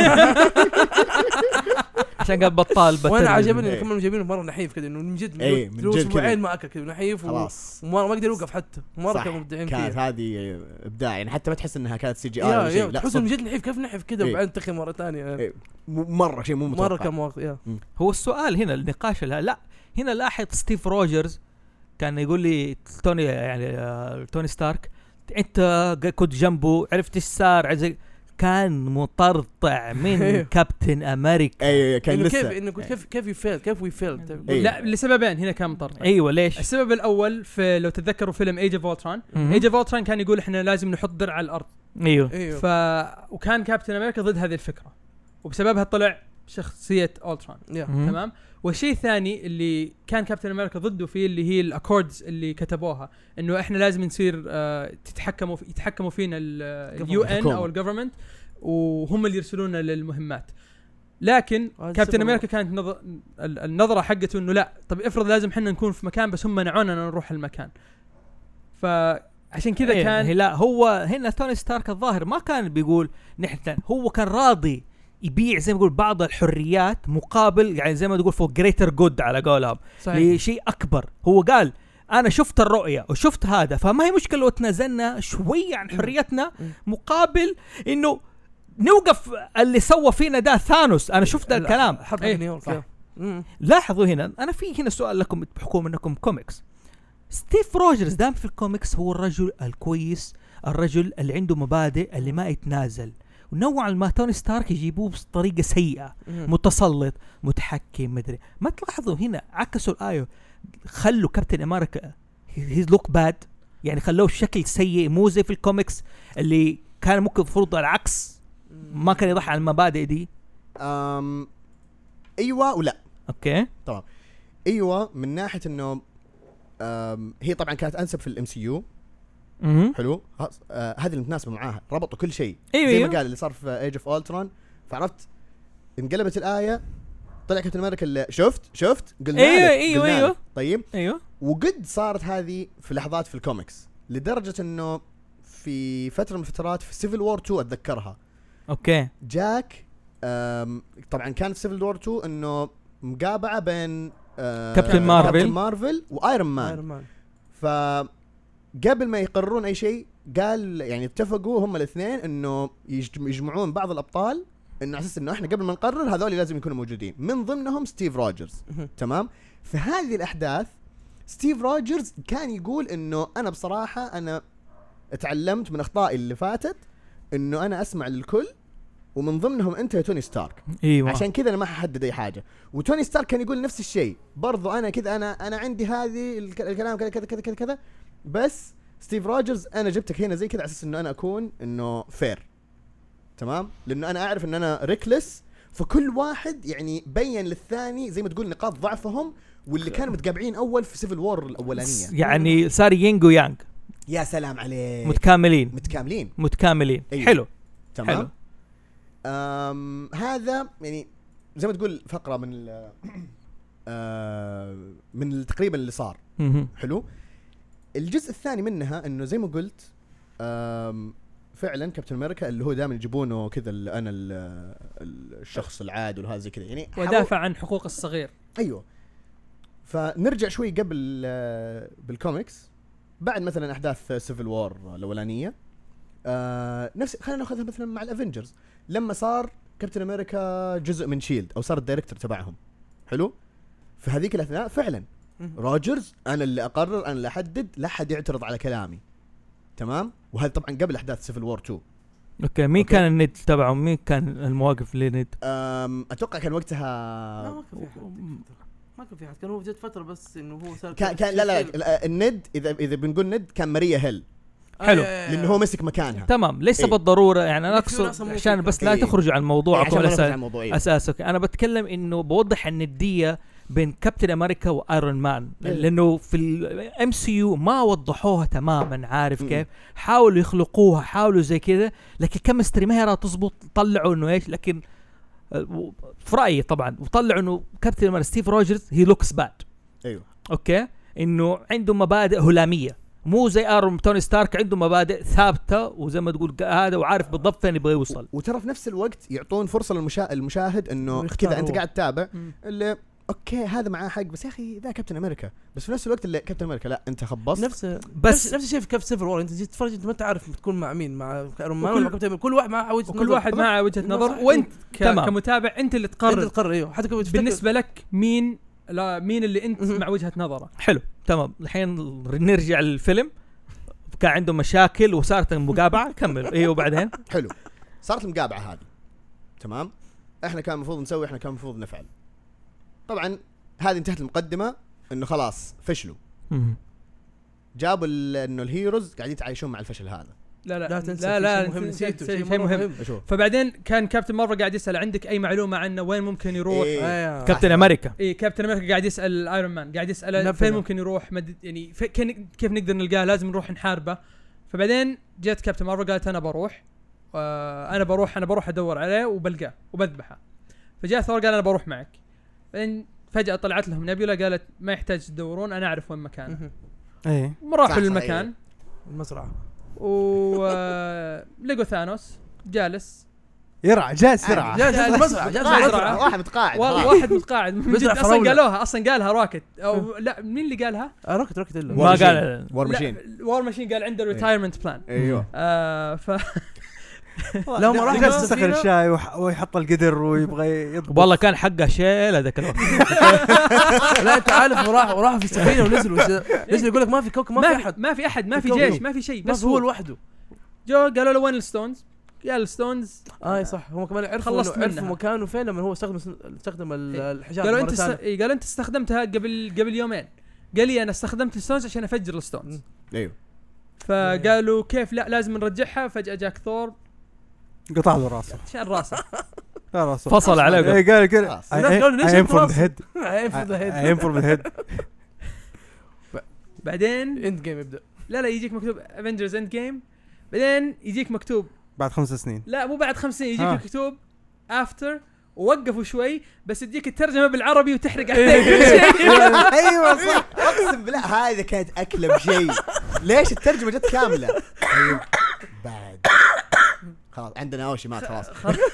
عشان قال بطال وانا عجبني إيه. كمان جايبينه مره نحيف كذا انه من جد إيه، من له جد اسبوعين كذا. ما اكل كذا نحيف خلاص وما قدر يوقف حتى مره صح. كانوا مبدعين كانت فيه. هذه ابداع يعني، حتى ما تحس انها كانت سي جي اي ولا يا شيء. لا تحس من جد نحيف كيف نحيف كذا إيه. وبعدين تخي مره ثانيه. إيه. مره شيء مو متوقع. مره كان مواقف يا هو السؤال هنا النقاش لا هنا لاحظ ستيف روجرز كان يقول لي توني يعني توني ستارك انت كنت جنبه عرفت ايش صار كان مطرطع من كابتن امريكا. ايوه كان إنه لسه كيف كيف يفيل كيف ويفيل. إيه. لا لسببين هنا كان مطرطع. ايوه ليش؟ السبب الاول في لو تتذكروا فيلم ايج اوف اولترون، ايج اوف اولترون كان يقول احنا لازم نحط درع على الارض. ايوه وكان كابتن امريكا ضد هذه الفكره وبسببها طلع شخصيه اولترون. تمام. والشيء الثاني اللي كان كابتن امريكا ضده فيه اللي هي الاكوردز اللي كتبوها انه احنا لازم نصير يتحكموا فينا اليو ان او الجفرمنت وهم اللي يرسلونا للمهمات. لكن كابتن امريكا كانت النظره حقته انه لا، طب افرض لازم احنا نكون في مكان بس هم منعونا ان نروح المكان، فعشان كذا كان لا هو هنا توني ستارك الظاهر ما كان بيقول نحن، هو كان راضي يبيع زي ما يقول بعض الحريات مقابل يعني زي ما تقول فوق جريتر جود على قولهم لشيء اكبر. هو قال انا شفت الرؤيه وشفت هذا، فما هي مشكله لو تنازلنا شويه عن حريتنا مقابل انه نوقف اللي سوى فينا ده ثانوس. انا شفت الكلام حرب نيويورك. لاحظوا هنا انا في هنا سؤال لكم بحكم انكم كوميكس. ستيف روجرز دام في الكوميكس هو الرجل الكويس، الرجل اللي عنده مبادئ، اللي ما يتنازل. ونوعا ما توني ستارك يجيبوه بطريقه سيئه، متسلط، متحكم، مدري. ما تلاحظوا هنا عكسوا الايه، خلوا كابتن امريكا هي لوك باد، يعني خلوه شكل سيء مو زي في الكوميكس اللي كان ممكن فرض العكس، ما كان يضحي على المبادئ دي. ايوه ولا اوكي طبعا ايوه من ناحيه انه هي طبعا كانت انسب في الام سي يو. حلو. هذه اللي متناسبه معاها، ربطوا كل شيء زي ما قال اللي صار في ايج اوف اولترون. فعرفت انقلبت الايه، طلع كابتن امريكا اللي شفت قلنا ايوه طيب ايوه. وقد صارت هذه في لحظات في الكوميكس، لدرجه انه في فتره من الفترات في سيفل وور 2 اتذكرها. اوكي جاك طبعا كان في سيفل وور 2 انه مقابعه بين كابتن مارفل وايرون مان. فقبل ما يقررون اي شيء قال يعني اتفقوا هم الاثنين انه يجمعون بعض الابطال، انه اساس انه احنا قبل ما نقرر هذول لازم يكونوا موجودين، من ضمنهم ستيف روجرز. تمام. في هذه الاحداث ستيف روجرز كان يقول انه انا بصراحه انا اتعلمت من اخطائي اللي فاتت انه انا اسمع للكل، ومن ضمنهم انت يا توني ستارك. ايوه. عشان كذا انا ما ححدد اي حاجه. وتوني ستارك كان يقول نفس الشيء برضو، انا كذا انا عندي هذه الكلام كذا كذا كذا كذا، بس ستيف روجرز انا جبتك هنا زي كذا على اساس انه انا اكون انه فير. تمام. لانه انا اعرف ان انا ريكلس، فكل واحد يعني بين للثاني زي ما تقول نقاط ضعفهم، واللي كانوا متقابعين اول في سيفل وور الاولانيه يعني صار يينغ ويانغ. يا سلام عليك، متكاملين. أيوه. حلو. تمام. حلو. هذا يعني زي ما تقول فقره من تقريبا اللي صار. حلو. الجزء الثاني منها انه زي ما قلت فعلا كابتن امريكا اللي هو دائما يجيبونه كذا انا الشخص العادل وهذا زي كذا، يعني ودافع عن حقوق الصغير. ايوه. فنرجع شوي قبل بالكوميكس، بعد مثلا احداث سيفل وور الاولانيه، نفس خلينا ناخذها مثلا مع الافنجرز لما صار كابتن امريكا جزء من شيلد او صار الدايركتور تبعهم. حلو. في هذيك الاثناء فعلا روجرز انا اللي اقرر، انا اللي احدد، لا حد يعترض على كلامي. تمام. وهذا طبعا قبل احداث سيفل وور 2. اوكي. مين كان الند تبعه؟ مين كان المواقف اللي ند؟ اتوقع كان وقتها ما كان في حد، كان هو جت فتره بس انه هو صار كان لا الند اذا بنقول ند كان ماريا هيل. حلو. لانه هو مسك مكانها. تمام. ليس بالضروره يعني انا اقصد عشان بس لا تخرجوا عن الموضوع اساسك. انا بتكلم انه بوضح النديه بين كابتن امريكا وايرون مان، لانه في الام سي يو ما وضحوها تماما. عارف كيف؟ حاولوا يخلقوها، حاولوا زي كذا، لكن الكيمستري ما هي راح تزبط. طلعوا انه ايش، لكن في رايي طبعا وطلعوا انه كابتن امريكا ستيف روجرز هي لوكس باد. ايوه. اوكي. انه عنده مبادئ هلاميه، مو زي ايرون توني ستارك عنده مبادئ ثابته وزي ما تقول هذا وعارف بالضبط فين يبغى يوصل. وترى في نفس الوقت يعطون فرصه للمشاهد انه كذا انت قاعد تتابع اللي اوكي هذا معاه حق، بس يا اخي ذا كابتن امريكا. بس في نفس الوقت اللي كابتن امريكا لا انت خبصت نفس الشيء في كاب سيفل وور. انت جيت تتفرج انت ما تعرف تكون مع مين، مع ايرون مان ولا كابتن، كل واحد معه وجهه نظر، كل واحد معه وجهه نظر، وانت كمتابع انت اللي تقرر. ايوه. حتى بالنسبه لك مين اللي انت مع وجهه نظره. حلو. تمام. الحين نرجع للفيلم. كان عنده مشاكل وصارت المقابعه. كمل. ايوه. وبعدين حلو. صارت المقابعه هذه. تمام. احنا كان المفروض نسوي، احنا كان المفروض نفعل. طبعا هذه انتهت المقدمه انه خلاص فشلوا. جابوا انه الهيروز قاعدين يتعايشون مع الفشل هذا. لا تنسى شيء مهم. فبعدين كان كابتن مارفل قاعد يسأل عندك اي معلومه عنه، وين ممكن يروح؟ كابتن امريكا. كابتن امريكا قاعد يسأل ايرون مان، قاعد يسأل فين ممكن يروح، يعني كيف نقدر نلقاه، لازم نروح نحاربه. فبعدين جت كابتن مارفل قالت انا بروح انا بروح ادور عليه وبلقاه وبذبحه. فجاء ثور قال انا بروح معك. بعدين فجأة طلعت لهم نبيلا قالت ما يحتاج تدورون انا اعرف وين مكانه. ايه راحوا للمكان المزرعة لقوا ثانوس جالس يرعى جالس يرعى جالس المزرعة مزرعة. واحد متقاعد واحد متقاعد من جد. مزرعة اصلا فراولة. قالوها قالها روكت او لا مين اللي قالها؟ روكت إلا ما قال وور ماشين. وور ماشين قال عنده ريتايرمنت بلان. ايوه لو ما راح جالس يسخن السفينة الشاي ويحط القدر ويبغى يطبخ. والله كان حقه شيل هذاك الوقت. لا انت عارف وراح في السفينة ونزلوا يقول لك ما في كوكب ما في احد ما في احد ما في الكوكب. جيش ما في شيء بس هو لوحده. جو قالوا له وين الستونز؟ قال الستونز صح هم كمان عرفوا خلصت عرفوا منها. مكانه فين لما هو استخدم الحجاب. قالوا انت قالوا انت استخدمتها قبل يومين. قال لي انا استخدمت الستونز عشان افجر الستونز. ايوه فقالوا كيف لا لازم نرجعها. فجأة جاك ثور قطع له راسه شال راسه راسه فصل عليه. ايه قال خلاص. الناس قالوا ليش aim from راسه؟ the head aim for the head. aim for the head. بعدين اند جيم يبدا. لا يجيك مكتوب افنجرز اند جيم. بعدين يجيك مكتوب بعد 5 سنين لا مو بعد 50 يجيك مكتوب افتر. ووقفوا شوي بس يديك الترجمه بالعربي وتحرق عليك كل شيء. ايوه صح اقسم بالله هذه كانت اكله بشيء. ليش الترجمه جت كامله؟ أيوة. بعد خلاص عندنا اوشي مات خلاص.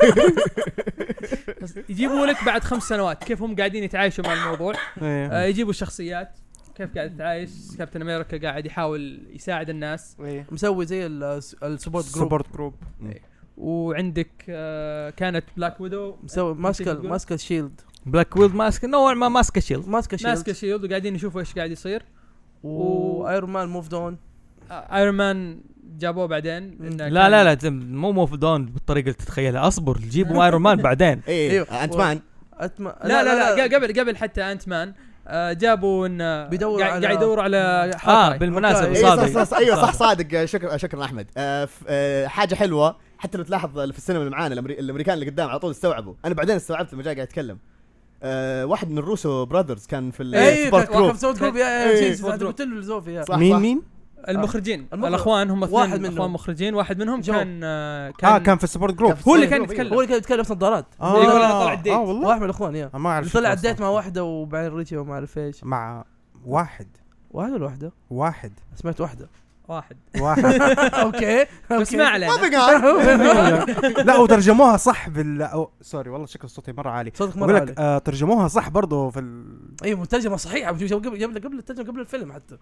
يجيبوا لك بعد 5 سنوات كيف هم قاعدين يتعايشوا مع الموضوع. يجيبوا الشخصيات كيف قاعد يتعايش. كابتن امريكا قاعد يحاول يساعد الناس مسوي زي السبورت جروب. وعندك كانت بلاك ويدو مسوي ماسك الشيلد. بلاك ويد ماسك نوع ما ماسك شيلد. ماسك شيلد وقاعدين يشوفوا ايش قاعد يصير. وايرون مان موفد اون. ايرون مان جابوه بعدين. لا مو موفدون بالطريقه اللي تتخيلها. اصبر جيبوا ايرون مان بعدين. ايوه انت مان. لا قبل حتى انت مان. جابوا ان بيدوروا قاعد يدوروا على حاطة. بالمناسبه صادق. ايوه صح صادق. شكرا احمد. حاجه حلوه حتى لو تلاحظ في السينما اللي معانا الامريكان اللي قدام على طول استوعبوا. انا بعدين استوعبت لما جاء قاعد يتكلم. واحد من الروسو براذرز كان في السبورت جروب. مين المخرجين الاخوان هم اخوان مخرجين. واحد منهم كان في السبورت جروب. هو اللي كان يتكلم في نظارات. يقول انا طلع الديت. والله واحد من الاخوان ما اعرف طلع الديت مع واحده وبعدين رجع وما اعرف ايش. مع واحد ولا واحده؟ واحد سمعت واحده. واحد اوكي اسمع علينا. لا وترجموها صح سوري والله شكل صوتي مره عالي. صوتك مره عالي. ترجموها صح برضو في ايوه مترجمه صحيحه قبل الترجمه قبل الفيلم حتى.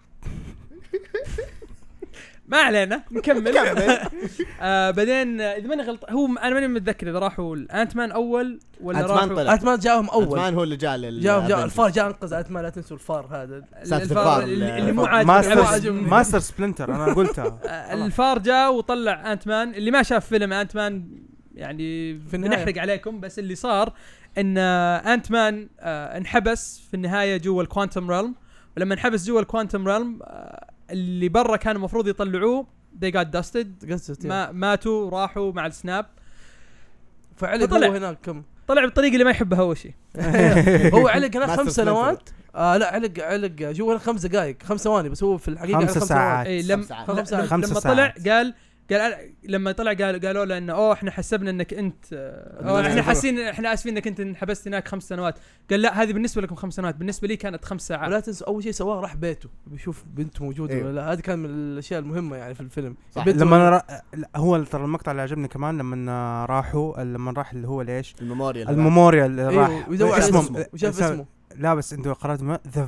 ما علينا نكمل. بعدين اذا ماني غلط هو انا ماني متذكر اذا راحوا الانت مان اول ولا راحوا انت مان جاهم اول. انت مان هو اللي جاء الفار جاء انقذ انت مان. لا تنسوا الفار هذا الفار اللي مو عاجبني. ماستر سبلنتر انا قلتها. الفار جاء وطلع انت مان. اللي ما شاف فيلم انت مان يعني بنحرق عليكم بس اللي صار ان انت مان انحبس في النهايه جوا الكوانتم ريلم. ولما انحبس جوا الكوانتم ريلم اللي برا كانوا المفروض يطلعوه they got dusted. ماتوا راحوا مع السناب. فعلق هو هناك كم طلع بالطريقه اللي ما يحبها اول شيء. هو علق هناك 5 سنوات. لا علق جوا 5 دقائق 5 ثواني بس هو في الحقيقه 5 ساعات. لما طلع قال لما طلع قالوا له انه احنا حسبنا انك انت احنا حاسين احنا اسفين انك انت انحبست هناك 5 سنوات. قال لا هذه بالنسبه لكم 5 سنوات بالنسبه لي كانت 5 ساعات. ولا تنسوا اول شيء سواه راح بيته بيشوف بنته موجوده ولا لا. هذه كان من الاشياء المهمه يعني في الفيلم. لما هو ترى المقطع اللي عجبني كمان لما راح اللي هو ليش الميموريال راح اسمه وشاف اسمه. لا بس انتوا قرأت ذا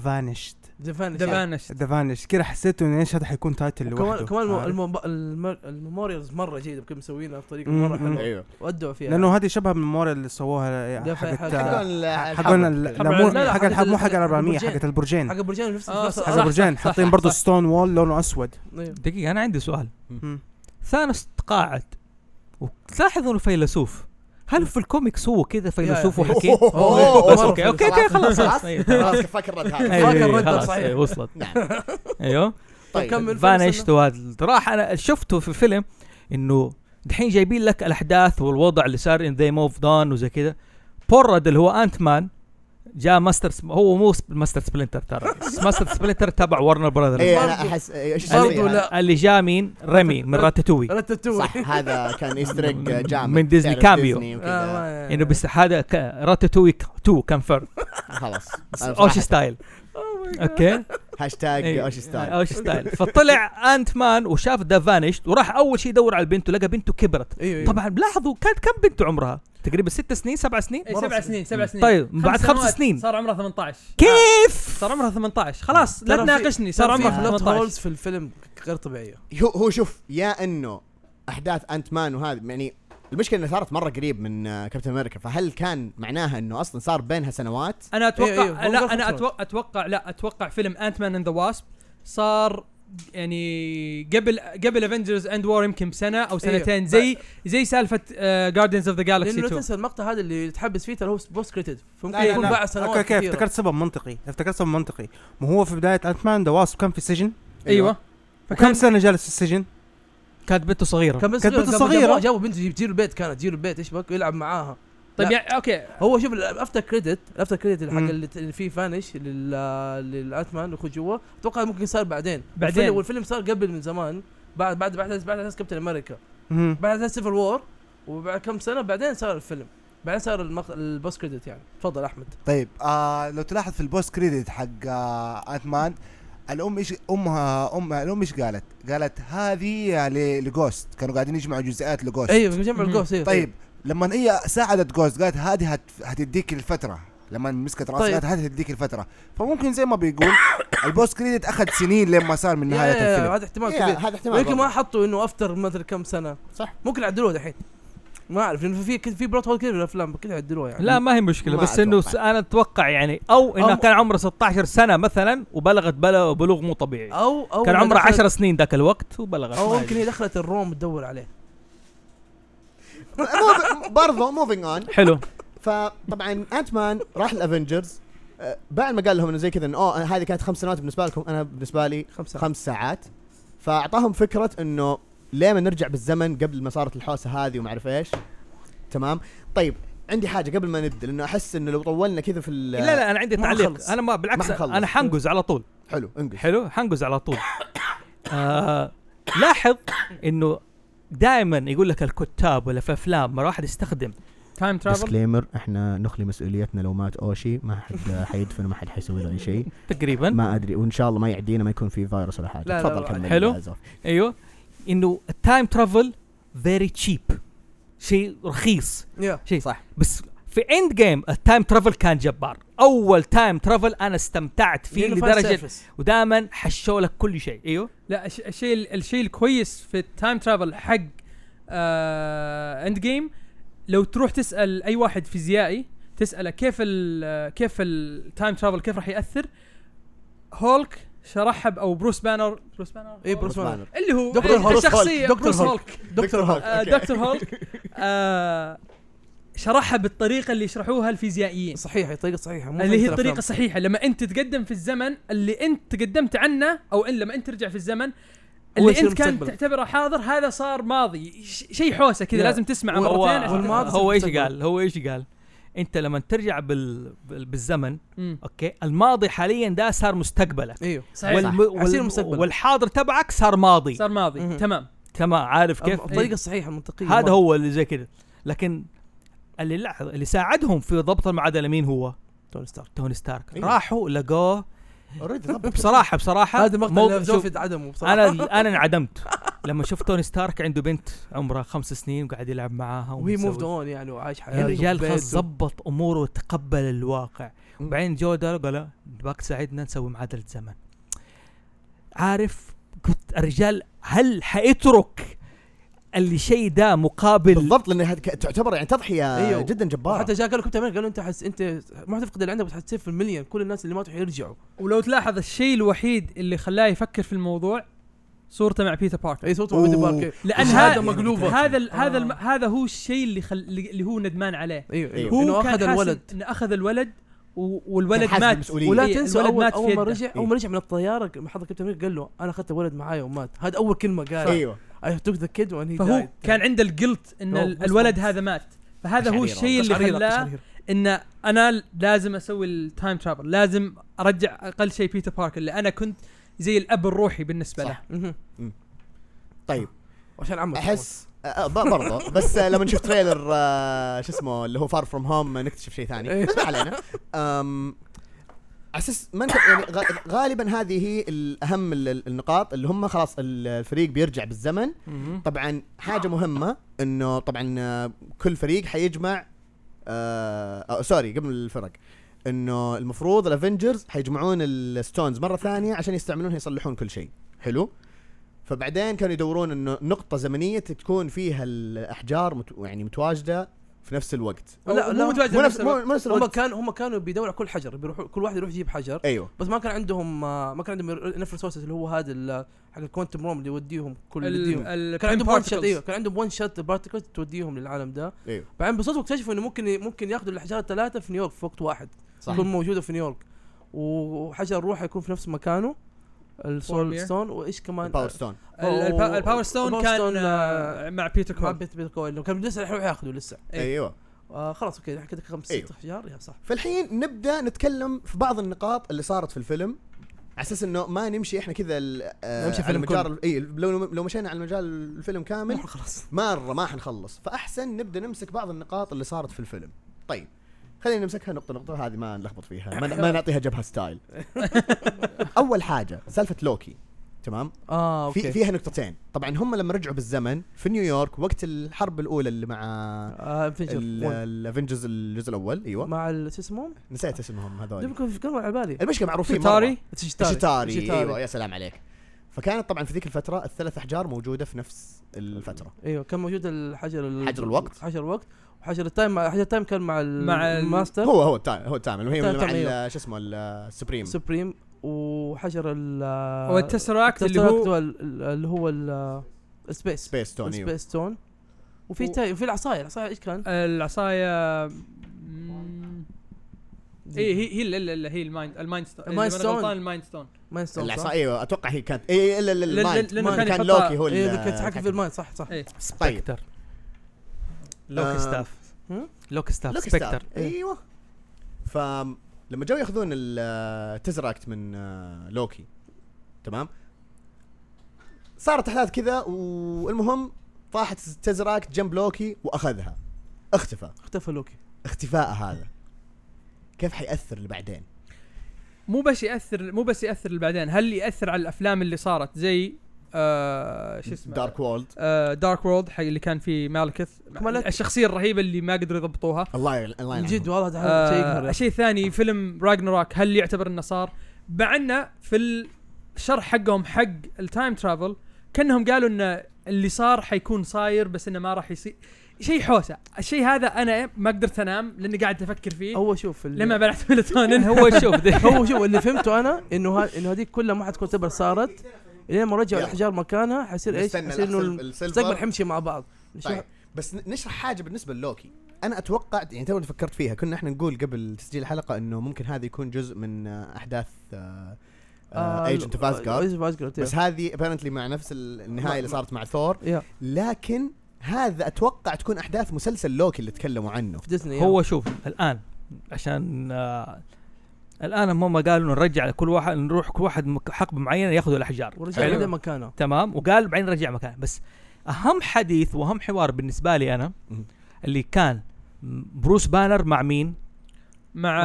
فانيش كده حسيتوا ان ايش هذا حيكون تايتل لوحده. كمان الميموريالز مره جديده بكم مسوينها بطريقه مره حلوه. ايوه ودوا فيها لانه هذه شبه الميموريال اللي سووها حق الحرب مو حق الابراميه حق البرجين حاطين برضو ستون وول لونه اسود. دقيقه انا عندي سؤال. ثانوس تقاعد وتلاحظوا انه فيلسوف. هل في الكوميكس هو كذا فيلسوف وحكيم؟ اوكي خلاص فاكر الرد صحيح وصلت. ايوه كمل. فانيشت وهذا راح انا شفته في الفيلم انه دحين جايبين لك الاحداث والوضع اللي صار ان ذي موف دون وزي كذا. بورد اللي هو انت مان جاء هو مو ماستر سبلنتر ترى ماستر سبلنتر تبع ورنر براذرز. اي انا احس اللي جاء مين رمي من راتاتوي صح هذا كان ايستريك جامد من ديزني كاميو انه بس هذا راتاتوي 2 كونفيرم خلاص اوشي ستايل اوكي هاشتاج اوشي ستايل. فطلع انت مان وشاف ذا فانيش وراح اول شيء يدور على البنت ولقى بنته كبرت. طبعا لاحظوا كانت كم بنته عمرها تقريبا 6 سنين 7 سنين 7 سنين طيب بعد 5 سنين صار عمرها 18 كيف صار عمرها 18 خلاص لا تناقشني صار عمرها 18 في الفيلم غير طبيعيه. هو شوف يا انه احداث انت مان وهذا يعني المشكله انها صارت مره قريب من كابتن امريكا فهل كان معناها انه اصلا صار بينها سنوات؟ انا اتوقع لا انا اتوقع فيلم انت مان اند ذا واسب صار يعني قبل افنجرز اند وور يمكن بسنه او سنتين زي سالفه جاردينز اوف ذا جالكسي 2. لانه تنسى المقطع هذا اللي تحبس فيه ترى هو بوست كريدت فممكن يكون بعد سنوات كثيره. افتكرت سبب منطقي ما هو في بدايه انت مان ذا واسب كان في السجن. ايوه فكم سنه جالس في السجن؟ كانت بنته صغيره جابوا بنته تجيله البيت كانت تجيله البيت ايش بك يلعب معاها. طيب يعني اوكي هو شوف الافتر كريدت الحق اللي فيه فانيش للاتمان اللي جوا اتوقع ممكن صار بعدين والفيلم صار قبل من زمان بعد اساس كابتن امريكا بعد اساس سيفل وور وبعد كم سنه بعدين صار الفيلم بعدين صار البوست كريدت يعني. تفضل احمد. طيب لو تلاحظ في البوست كريدت حق اتمان الام ايش قالت هذه لجوست كانوا قاعدين يجمعوا جزئيات لجوست. ايوه جمعوا الجوست. طيب لما هي ساعدت جوست قالت هذه هتديك الفتره لما مسكت راسها قالت هذه هتديك الفتره فممكن زي ما بيقول البوست كريدت اخذ سنين لما صار من نهايه الفيلم. هذا احتمال كبير يمكن ما حطوا انه افتر مثل كم سنه صح ممكن يعدلوه دحين ما اعرف لانه في بلوت هول كثير في الافلام كلها يعدلوها يعني. لا ما هي مشكله بس انه انا اتوقع يعني او انه كان عمره 16 سنه مثلا وبلغت بلوغ مو طبيعي او كان عمره 10 سنين ذاك الوقت وبلغت او ممكن هي دخلت الروم تدور عليه برضو موفينج اون حلو. فطبعا انت مان راح الافنجرز بعد ما قال لهم انه زي كذا انه هذه كانت 5 سنوات بالنسبه لكم انا بالنسبه لي 5 ساعات فاعطاهم فكره انه ليه ما نرجع بالزمن قبل ما صارت الحوسه هذه وما اعرف ايش. تمام. طيب عندي حاجه قبل ما نبدا لانه احس انه لو طولنا كذا في لا انا عندي تعليق. انا ما بالعكس انا حنقز على طول. حلو حنقز على طول. لاحظ انه دائما يقول لك الكتاب ولا في افلام ما واحد يستخدم تايم ترافل. ديسكليمر احنا نخلي مسؤوليتنا لو مات اوشي ما حد حيدفن ما حد حيسوي له اي شيء تقريبا ما ادري وان شاء الله ما يعدينا ما يكون في فيروس ولا حاجه. تفضل كمل. حلو ايوه انه التايم ترافل فيري تشيب شيء رخيص شيء صح. بس في اند جيم التايم ترافل كان جبار. اول تايم ترافل انا استمتعت فيه لدرجه ودائما حشوا لك كل شيء. ايوه لا الشيء الكويس في التايم ترافل حق اند جيم لو تروح تسال اي واحد فيزيائي تساله كيف التايم ترافل كيف راح ياثر. هولك شرحها او بروس بانر اللي هو الشخصيه دكتور هولك شرحها بالطريقه اللي يشرحوها الفيزيائيين صحيحه طريقه صحيحه اللي هي الطريقه الصحيحه لما انت تتقدم في الزمن اللي انت تقدمت عنه او ان لما انت ترجع في الزمن اللي انت كان تعتبره حاضر هذا صار ماضي شيء حوسه كذا لازم تسمع مرتين. هو ايش قال انت لما ترجع بالزمن اوكي الماضي حاليا ده صار مستقبلك. ايوه صحيح والحاضر تبعك صار ماضي تمام عارف كيف الطريقه الصحيحه المنطقيه هذا هو اللي زي كده. لكن اللي ساعدهم في ضبط المعادله مين هو توني ستارك. راحوا لقوه بصراحه هذا مقطع زوفت عدمه بصراحه. انا انعدمت لما شفت توني ستارك عنده بنت عمرها 5 سنين وقاعد يلعب معاها وهي موفد اون يعني وعايش حياته. الرجال خلاص ضبط اموره وتقبل الواقع. وبعدين جودر قال باك تساعدنا نسوي معادله زمن. عارف قلت الرجال هل حيترك اللي شيء ده مقابل بالضبط لانه تعتبر يعني تضحيه جدا جباره. حتى جاء قال لكم تمام قالوا انت ما تفقد اللي عندك بس حتصير في المليون كل الناس اللي ماتوا حيرجعوا. ولو تلاحظ الشيء الوحيد اللي خلاه يفكر في الموضوع صورته مع بيتر باركر. صورته مع بيتر باركر لان هذا مقلوبه. هذا هو الشيء اللي هو ندمان عليه. هو انه اخذ الولد والولد مات. ولا تنسوا اول ما رجع من الطياره محضر كابتن امريكا قال له انا اخذت الولد معايا ومات. هذا اول كلمه قال I took the kid when he died. فهو كان عنده الجلط ان الولد هذا مات. فهذا هو الشيء اللي خلاه ان انا لازم اسوي التايم ترافل، لازم ارجع اقل شيء بيتر باركر اللي انا كنت زي الاب الروحي بالنسبه له. طيب عشان عمك احس برضه بس لما نشوف تريلر شو اسمه اللي هو فار فروم هوم نكتشف شيء ثاني بس ما علينا. اساس ما يعني غالبا هذه هي الاهم النقاط اللي هم خلاص الفريق بيرجع بالزمن. طبعا حاجه مهمه انه طبعا كل فريق حيجمع سوري قبل الفرق انه المفروض الافنجرز حيجمعون الستونز مره ثانيه عشان يستعملونها يصلحون كل شيء حلو. فبعدين كانوا يدورون انه نقطه زمنيه تكون فيها الاحجار يعني متواجده في نفس الوقت. لا مو متواجده نفس الوقت. هم كانوا بيدوروا على كل حجر، بيروحوا كل واحد يروح يجيب حجر. ايوه بس ما كان عندهم انف ريسورسز اللي هو هذا حق الكوانتم روم اللي يوديهم كل اللي يديهم. كان عندهم وان شوت. ايوه كان عندهم وان شوت بارتيكلز توديهم للعالم ده. ايوه بعدين بالصدفه اكتشفوا انه ممكن ياخذوا الاحجار الثلاثه في نيويورك في وقت واحد تكون موجوده في نيويورك، وحجر الروح يكون في نفس مكانه السول ستون. وايش كمان الباور ستون. الباور ستون كان مع بيتر كويل انه كان لسه يروح ياخذوا لسه. ايوه خلاص اوكي كده 5-6 احجار. يا صح. فالحين نبدا نتكلم في بعض النقاط اللي صارت في الفيلم على اساس انه ما نمشي احنا كذا نمشي في المجال. لو مشينا على المجال الفيلم كامل خلاص مره ما حنخلص. فاحسن نبدا نمسك بعض النقاط اللي صارت في الفيلم. طيب خلينا نمسكها نقطه هذه ما نلخبط فيها، ما نعطيها جبهه ستايل. اول حاجه سالفه لوكي تمام. أوكي. فيها نقطتين. طبعا هم لما رجعوا بالزمن في نيويورك وقت الحرب الاولى اللي مع الافنجرز الجزء الاول. ايوه مع شو اسمهم نسيت اسمهم هذول يمكن في على بالي. المشكله معروفين شتاري. ايوه يا سلام عليك. فكانت طبعا في ذيك الفتره الثلاث احجار موجوده في نفس الفتره. ايوه كان موجود الحجر حجر الوقت وحجر التايم كان مع الماستر. هو التايم اللي مع شو اسمه السبريم وحجر والتسراكت اللي هو سبيس ستون. وفي العصايه ايش كان العصايه هي المايند ستون العصايه. ايوه اتوقع هي كانت المايند كان لوكي هو اللي يتحكم في المايند. صح سبكتر لوك ستاف سبكتر. ايوه فلما جاوا ياخذون التزراكت من لوكي تمام صارت احداث كذا. والمهم طاحت التزراكت جنب لوكي واخذها. اختفى لوكي. اختفاء هذا كيف حيأثر اللي بعدين؟ مو بس يأثر اللي بعدين، هل يأثر على الافلام اللي صارت زي شو اسمه دارك وورلد حق اللي كان فيه مالكث الشخصيه الرهيبه اللي ما قدروا يضبطوها. الله جد والله شيء يقهر. شيء ثاني فيلم راجناروك هل يعتبر انه صار؟ بعنا في الشرح حقهم حق التايم ترافل كانهم قالوا ان اللي صار حيكون صاير بس انه ما راح يصير شيء حوسه. الشيء هذا انا ما قدرت انام لاني قاعد افكر فيه. هو شوف لما بلعت ميلاتونين هو شوف اللي فهمته انا انه هذيك كلها ما حتكون تبر صارت لين ما رجعوا الاحجار مكانها حيصير ايش؟ حيصير انه المستقبل حيمشي مع بعض. طيب بس نشرح حاجه بالنسبه للوكي. انا اتوقع يعني تو فكرت فيها كنا احنا نقول قبل تسجيل الحلقه انه ممكن هذا يكون جزء من احداث ايجنت اوف اسغارد. بس هذه ابيرنتلي مع نفس النهايه اللي صارت مع ثور. لكن هذا اتوقع تكون احداث مسلسل لوكي اللي تكلموا عنه في ديزني. هو شوف الان عشان الان هم قالوا نرجع كل واحد حقبه معينه ياخذوا الاحجار ورجع مكانه تمام. وقال بعدين رجع مكانه. بس اهم حديث واهم حوار بالنسبه لي انا اللي كان بروس بانر مع مين؟ مع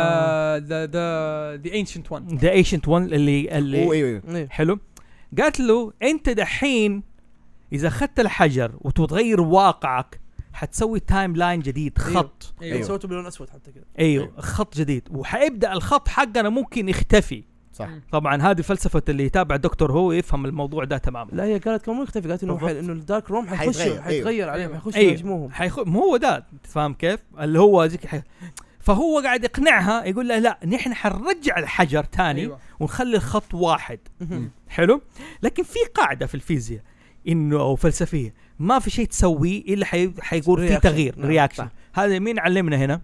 ذا ancient one اللي حلو. قالت له انت دحين اذا اخذت الحجر وتغير واقعك حتسوي تايم لاين جديد. خط سويته بلون اسود حتى كده. ايوه خط جديد وحيبدا الخط حقنا ممكن يختفي. صح. طبعا هذه فلسفه اللي يتابع دكتور هو يفهم الموضوع ده تماما. لا هي قالت كم يختفي. قالت انه الدارك روم حيتغير عليهم حيخشوا يهاجموهم. مو هو ده تفهم كيف اللي هو ذيك فهو قاعد يقنعها يقول لها لا نحن حنرجع الحجر تاني ونخلي الخط واحد. حلو. لكن في قاعده في الفيزياء انه او فلسفيه ما في شيء تسويه الا حيقول في تغيير رياكشن. هذا مين علمنا هنا؟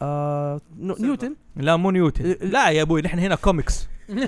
نيوتن. لا مو نيوتن. لا يا ابوي نحن هنا كوميكس.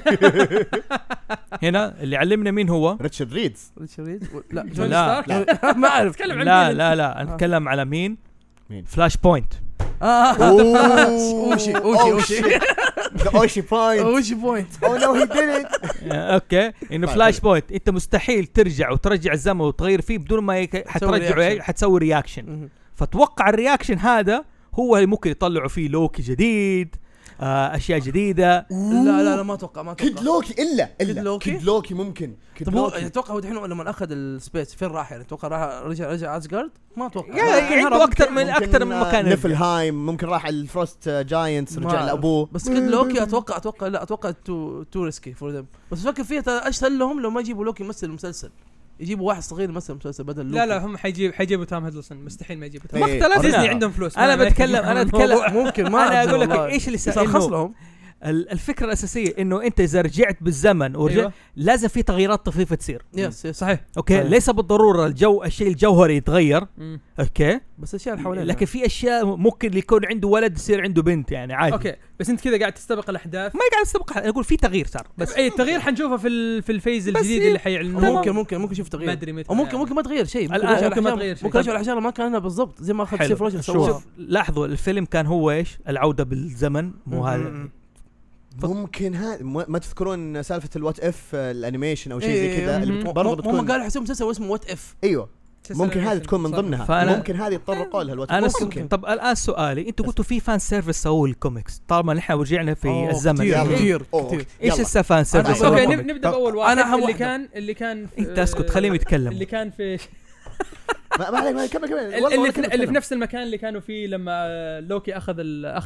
هنا اللي علمنا مين هو؟ ريتشارد ريدز. لا ما اعرف. لا نتكلم على مين؟ فلاش بوينت. اوشي بوينت او نو هي ديد اوكي انه فلاش بوينت انت مستحيل ترجع وترجع الزمن وتغير فيه بدون ما حترجعه حتسوي رياكشن. فتوقع الرياكشن هذا هو اللي ممكن يطلعوا فيه لوكي جديد، اشياء جديده. لا ما اتوقع كيد لوكي الا كيد لوكي ممكن. طب هو اتوقع هو الحين لما اخذ السبيس فين راح؟ يعني اتوقع راح رجع اسغارد؟ ما اتوقع يعني عنده اكثر من مكان. نيفلهايم ممكن راح الفروست جاينتس رجع لابوه. بس كيد لوكي اتوقع تو ريسكي فور ذم. بس فكر فيها اشتغل لهم لو ما يجيبوا لوكي يمثل المسلسل، يجيبوا واحد صغير يمثل المسلسل بدل لوكي. لا هم حيجيبوا تام هيدلسون، مستحيل ما يجيبوا تام. ما اختلفنا، ديزني عندهم فلوس. انا بتكلم ممكن ما انا اقول لك ايش اللي صار لهم. الفكره الاساسيه انه انت اذا رجعت بالزمن ورجع لازم في تغييرات طفيفه تصير. يس صحيح. اوكي ليس بالضروره الشيء الجوهري يتغير. اوكي بس الاشياء اللي حواليه، لكن في اشياء ممكن يكون عنده ولد يصير عنده بنت يعني عادي. اوكي بس انت كذا قاعد تستبق الاحداث. ما قاعد استبق، اقول في تغيير صار. بس اي التغيير حنشوفه في الفيز الجديد اللي حيعلنوه. ممكن نشوف تغيير. ما ادري متى. ممكن ما تغير شيء. ممكن ما تغير شيء. ممكن الاشياء ما كانها بالضبط زي ما اخذ سيف روجن سواه. لاحظوا الفيلم كان هو ايش؟ العوده بالزمن. مو هذا ممكن هذا ما تذكرون سالفه الوات اف الانيميشن او شيء زي كذا اللي برضه بتكون هم قالوا حسوا مسلسل اسمه وات اف. ايوه ممكن هذه تكون من ضمنها. ممكن هذه يتطرقوا لها الوات اف. ممكن. طب الان سؤالي، انتوا قلتوا في فان سيرفيس سووا الكوميكس طالما نحن رجعنا في الزمن كثير. ايش الفان سيرفيس؟ اوكي نبدا باول واحد. اللي كان انت اسكت خليهم يتكلموا. اللي كان في ما عليك كمل اللي في نفس المكان اللي كانوا فيه لما لوكي اخذ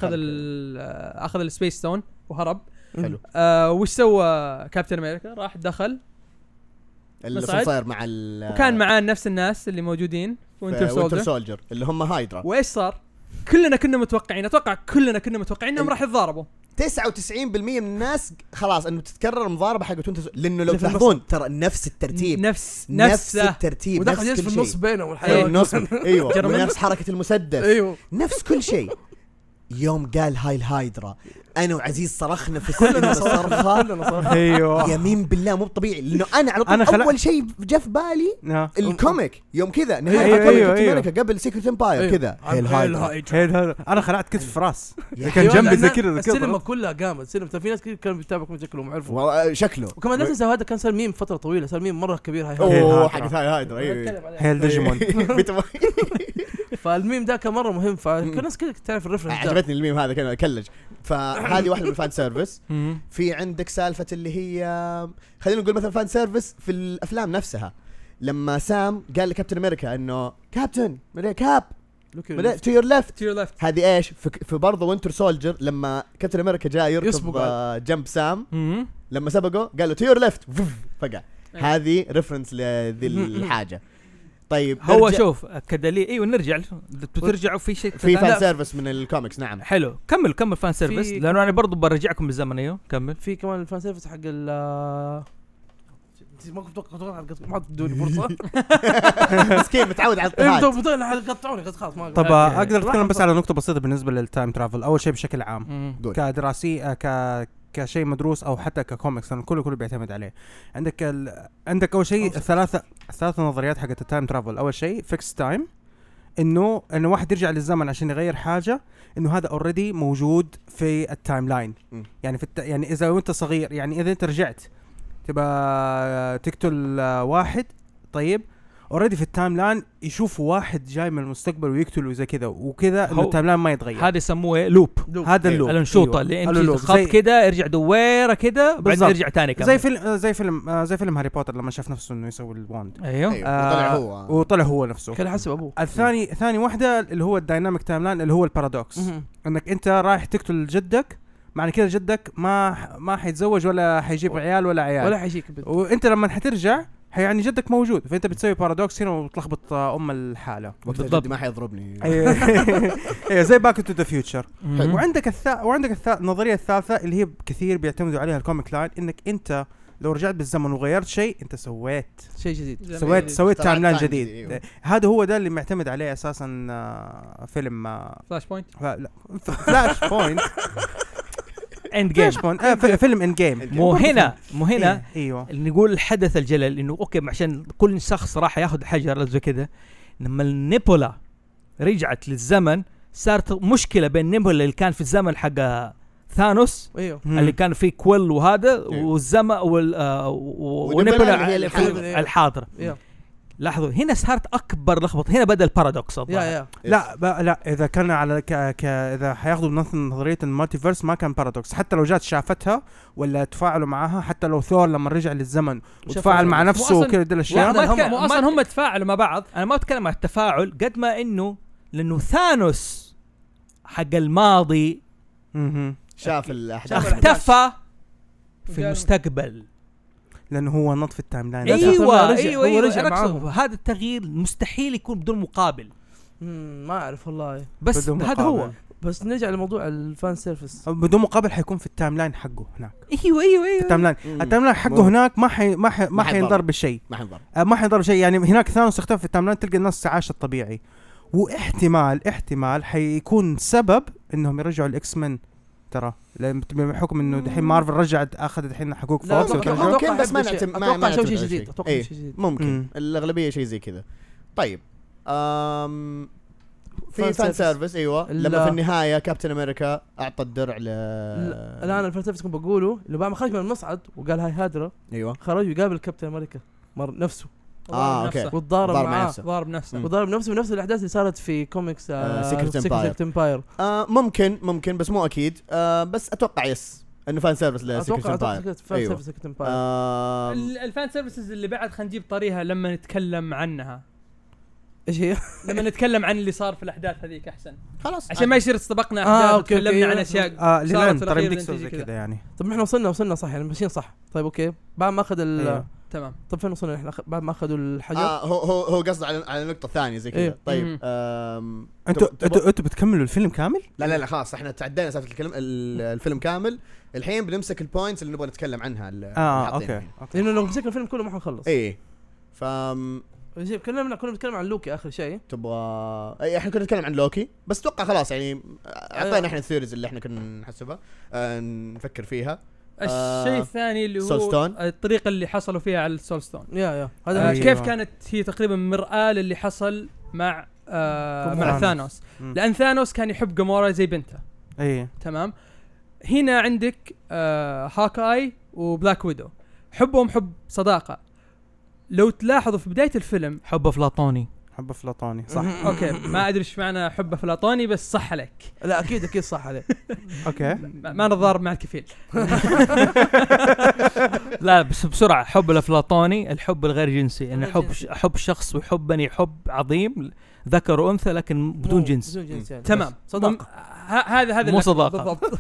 السبيس ستون وهرب. حلو. وش سوى كابتن امريكا؟ راح دخل اللي صار مع وكان معاه نفس الناس اللي موجودين وينتر سولجر اللي هم هايدرا. وايش صار؟ كلنا كنا متوقعين انهم راح يتضاربوا. 99% من الناس خلاص انه تتكرر المضاربه حقت لانه لو تلاحظون ترى نفس الترتيب نفس الترتيب ودخل في النص بينهم الحيوان. ايوه نفس حركه المسدس. ايوه نفس كل شيء. يوم قال هاي الهايدرا انا وعزيز صرخنا في السينما صرخه. ايوه يمين بالله مو طبيعي لانه انا على طول اول شيء جاء في بالي الكوميك يوم كذا نهايه كوميك امريكا قبل سيكريت امباير كذا هيل انا خلعت كتف في راس كان جنبي زي كذا. السينما كلها قامت السينما. في ناس كثير كانوا بيتابعوا شكلهم عرفوا شكله. وكمان لا تنسى هذا كان صار ميم فتره طويله، صار ميم مره كبير. هاي حق هاي هايدرا هيل ديجيمون. فالميم ده كان مره مهم. فالناس كده تعرف الريفرنس. عجبتني الميم هذا كان كلج. فهذه واحده من الفان سيرفيس. في عندك سالفه اللي هي خلينا نقول مثلا فان سيرفيس في الافلام نفسها لما سام قال لكابتن امريكا انه كابتن كاب تو يور ليفت. هذه ايش في برضه وينتر سولجر لما كابتن امريكا جاء يركض جنب سام لما سبقه قال له تو يور ليفت فقع. هذه ريفرنس لذي الحاجه. طيب هو شوف كدليل. ايوه نرجع ترجعوا في شيء في فان سيرفيس من الكوميكس. نعم حلو. كمل فان سيرفيس لانه انا برضو برجعكم بالزمن. ايوه كمل. في كمان الفان سيرفيس حق ما كنت اتوقع ما تدوني فرصه. مسكين متعود على الطهاد. قطعوني خلاص ما. طب اقدر اتكلم بس على نقطه بسيطه بالنسبه للتايم ترافل. اول شيء بشكل عام كدراسي كشيء مدروس او حتى ككوميكس كله بيعتمد عليه. عندك اول شيء الثلاث نظريات حقت التايم ترافل. اول شيء فيكس تايم، انه واحد يرجع للزمن عشان يغير حاجه، انه هذا اوريدي موجود في التايم لاين. يعني يعني اذا انت صغير، يعني اذا انت رجعت تبقى تقتل واحد، طيب اوريدي في التايم لاين يشوفوا واحد جاي من المستقبل ويقتله زي كذا وكذا، انه التايم لاين ما يتغير. هذا يسموه لوب. هذا اللوب الانشوطه اللي انت خط كذا يرجع دويره كذا بعدين يرجع ثاني كمان. زي فيلم هاري بوتر لما شاف نفسه انه يسوي الواند. ايوه وطلع هو نفسه. كان حسب ابوه. ثاني واحده اللي هو الدايناميك تايم لاين اللي هو البارادوكس. انك انت رايح تقتل جدك، معنى كده جدك ما حيتزوج ولا حيجيب عيال ولا حيجيك بنت. وانت لما حترجع يعني جدك موجود، فانت بتسوي بارادوكس هنا وتلخبط الحاله. بالضبط ما حيضربني. ايوه زي باك تو ذا فيوتشر. وعندك النظريه الثالثه اللي هي كثير بيعتمدوا عليها الكوميك لاين، انك انت لو رجعت بالزمن وغيرت شيء انت سويت شيء جديد، سويت تايم لاين جديد. هذا هو ده اللي معتمد عليه اساسا فيلم فلاش بوينت. لا فلاش بوينت اند جيم. فيلم اند جيم. مو هنا ايوه نقول الحدث الجلل انه اوكي عشان كل شخص راح ياخذ حجر زي كده. لما النيبولا رجعت للزمن صارت مشكله بين نيبولا اللي كان في الزمن حق ثانوس ايوه اللي كان فيه كويل وهذا والزمن ونيبولا الحاضر. لاحظوا هنا صارت اكبر لخبطه، هنا بدا البارادوكس لا اذا كان على اذا حياخذوا من نظريه المالتيفيرس ما كان بارادوكس، حتى لو جات شافتها ولا تفاعلوا معاها، حتى لو ثور لما رجع للزمن وتفاعل مع نفسه وكذا دي الاشياء اصلا هم تفاعلوا مع بعض. انا ما بتكلم عن التفاعل قد ما انه لانه ثانوس حق الماضي شاف الاحداث اختفى في المستقبل لانه هو نط في التايم لاين. ايوه رجع. هذا التغيير مستحيل يكون بدون مقابل. ما اعرف والله، بس هذا هو. بس نرجع لموضوع الفان سيرفيس، بدون مقابل حيكون في التايم لاين حقه هناك. ايوه التايم لاين حقه هناك ما حينضر بشيء، ما حينضر بشيء. يعني هناك ثانوس اختفى في التايم لاين، تلقى الناس عايشه الطبيعي، واحتمال حيكون سبب انهم يرجعوا الاكس مان ترى، بحكم انه دحين مارفل رجعت اخذت الحين حقوق فوكس ممكن، بس ما اتوقع شيء جديد. ممكن الاغلبيه شيء زي كذا. طيب في فان سيرفيس ايوه، لما في النهايه كابتن امريكا اعطى الدرع الان الفان سيرفيس كنت بقوله اللي بعد ما خرج من المصعد وقال هاي هادرا، ايوه خرج ويقابل كابتن امريكا نفسه اوكي، وتضارب معاه، ضارب نفسه ونفس الاحداث اللي صارت في كوميكس سيكريت امباير. ممكن بس مو اكيد. بس اتوقع انه فان سيرفيس لسيكريت امباير. الفان سيرفيسز اللي بعد خلينا نجيب طريقها لما نتكلم عنها. ايش هي؟ لما نتكلم عن اللي صار في الاحداث هذيك احسن، خلاص عشان ما يصير استبقنا احداث وتكلمنا عن اشياء صارت ترى بيكسل زي كذا يعني. طب احنا وصلنا صح يعني، ماشيين صح. طيب اوكي بعد ما اخذ تمام. طب فين وصلنا احنا بعد ما اخذوا الحجر؟ هو قصده على النقطه الثانيه زي كذا. طيب انتوا بتكملوا الفيلم كامل؟ لا خلاص احنا تعدينا سالفه الفيلم كامل. الحين بنمسك البوينتس اللي نبغى نتكلم عنها. اوكي لانه لو مسكنا الفيلم كله ما حنخلص. ايه كنا بنتكلم عن لوكي اخر شيء. تبغى احنا كنا نتكلم عن لوكي بس اتوقع خلاص يعني اعطينا احنا الثيوريز اللي احنا كنا نحسبها نفكر فيها. الشيء الثاني اللي هو الطريقه اللي حصلوا فيها على السولستون. هذا كيف كانت هي تقريبا مرآة اللي حصل مع ثانوس. لان ثانوس كان يحب جامورا زي بنته. تمام. هنا عندك هاكاي وبلاك ويدو، حبهم حب صداقه. لو تلاحظوا في بداية الفيلم حب أفلاطوني صح. أوكي ما أدري إيش معنى حب أفلاطوني بس صح عليك. لا أكيد صح عليك. أوكي ما نضارب مع الكفيل. لا بس بسرعة، حب الأفلاطوني الحب الغير جنسي، إن حب شخص ويحبني حب عظيم ذكر وأنثى لكن بدون جنس. يعني. تمام صداقة. هذا مو صداقة بالضبط.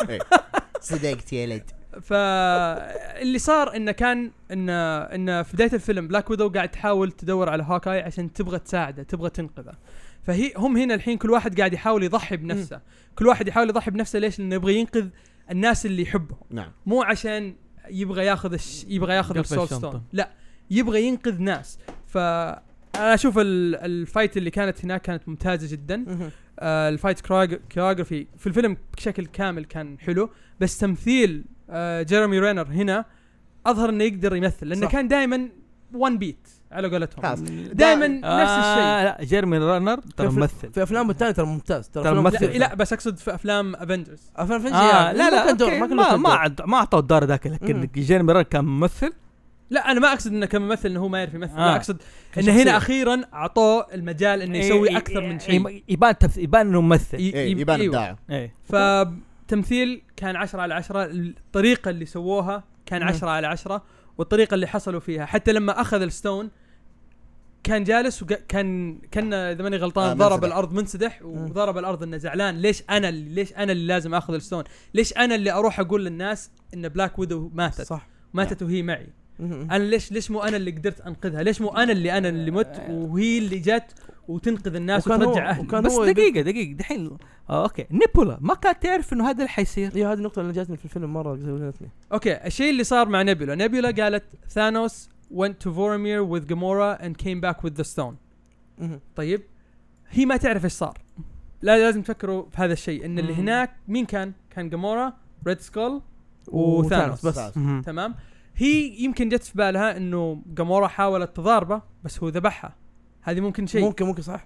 صدقت يا ولد. فاللي صار انه كان ان في بدايه الفيلم بلاك ويدو قاعد تحاول تدور على هوكاي عشان تبغى تساعده، تبغى تنقذه. هم هنا الحين كل واحد قاعد يحاول يضحي بنفسه. كل واحد يحاول يضحي بنفسه ليش؟ لانه يبغى ينقذ الناس اللي يحبهم. نعم. مو عشان يبغى ياخذ السولستون، لا يبغى ينقذ ناس. فانا اشوف الفايت اللي كانت هناك كانت ممتازه جدا. الفايت كوreography في الفيلم بشكل كامل كان حلو، بس تمثيل جيرمي رينر هنا اظهر انه يقدر يمثل، لانه كان دائما وان بيت على قولتهم، دائما نفس الشيء. لا جيرمي رينر ترى ممثل في افلام الثانيه ترى ممتاز ترى ممثل. لا بس اقصد في افلام افنجرز. لا ما اعطوا الدور ذاك، لكن جيرمي رينر كان ممثل. لا انا ما اقصد انه كان ممثل انه هو ما يعرف يمثل. لا اقصد انه هنا اخيرا اعطوه المجال انه يسوي اكثر من شيء. يبان انه ممثل، يبان ابداع. فتمثيل كان 10/10. الطريقه اللي سووها كان 10/10، والطريقه اللي حصلوا فيها حتى لما اخذ الستون كان جالس كان اذا ماني غلطان ضرب الارض منسدح وضرب الارض انه زعلان. ليش انا اللي لازم اخذ الستون؟ ليش انا اللي اروح اقول للناس ان بلاك ويدو ماتت؟ صح. ماتت وهي معي. انا ليش مو انا اللي قدرت انقذها؟ ليش مو انا اللي مت وهي اللي جت وتنقذ الناس وترجع اهلي؟ بس دقيقه دحين اوكي نيبولا ما كانت تعرف انه هذا اللي حيصير. هذه النقطه اللي جاتني في الفيلم مره زودتني. اوكي الشيء اللي صار مع نيبولا قالت ثانوس went to Vormir with Gamora and came back with the stone. طيب هي ما تعرف ايش صار. لازم تفكروا في هذا الشيء، ان اللي هناك مين كان جامورا، ريد سكول وثانوس بس. تمام. هي يمكن جت في بالها انه جامورا حاولت تضاربه بس هو ذبحها. هذه ممكن شيء، ممكن صح. نعم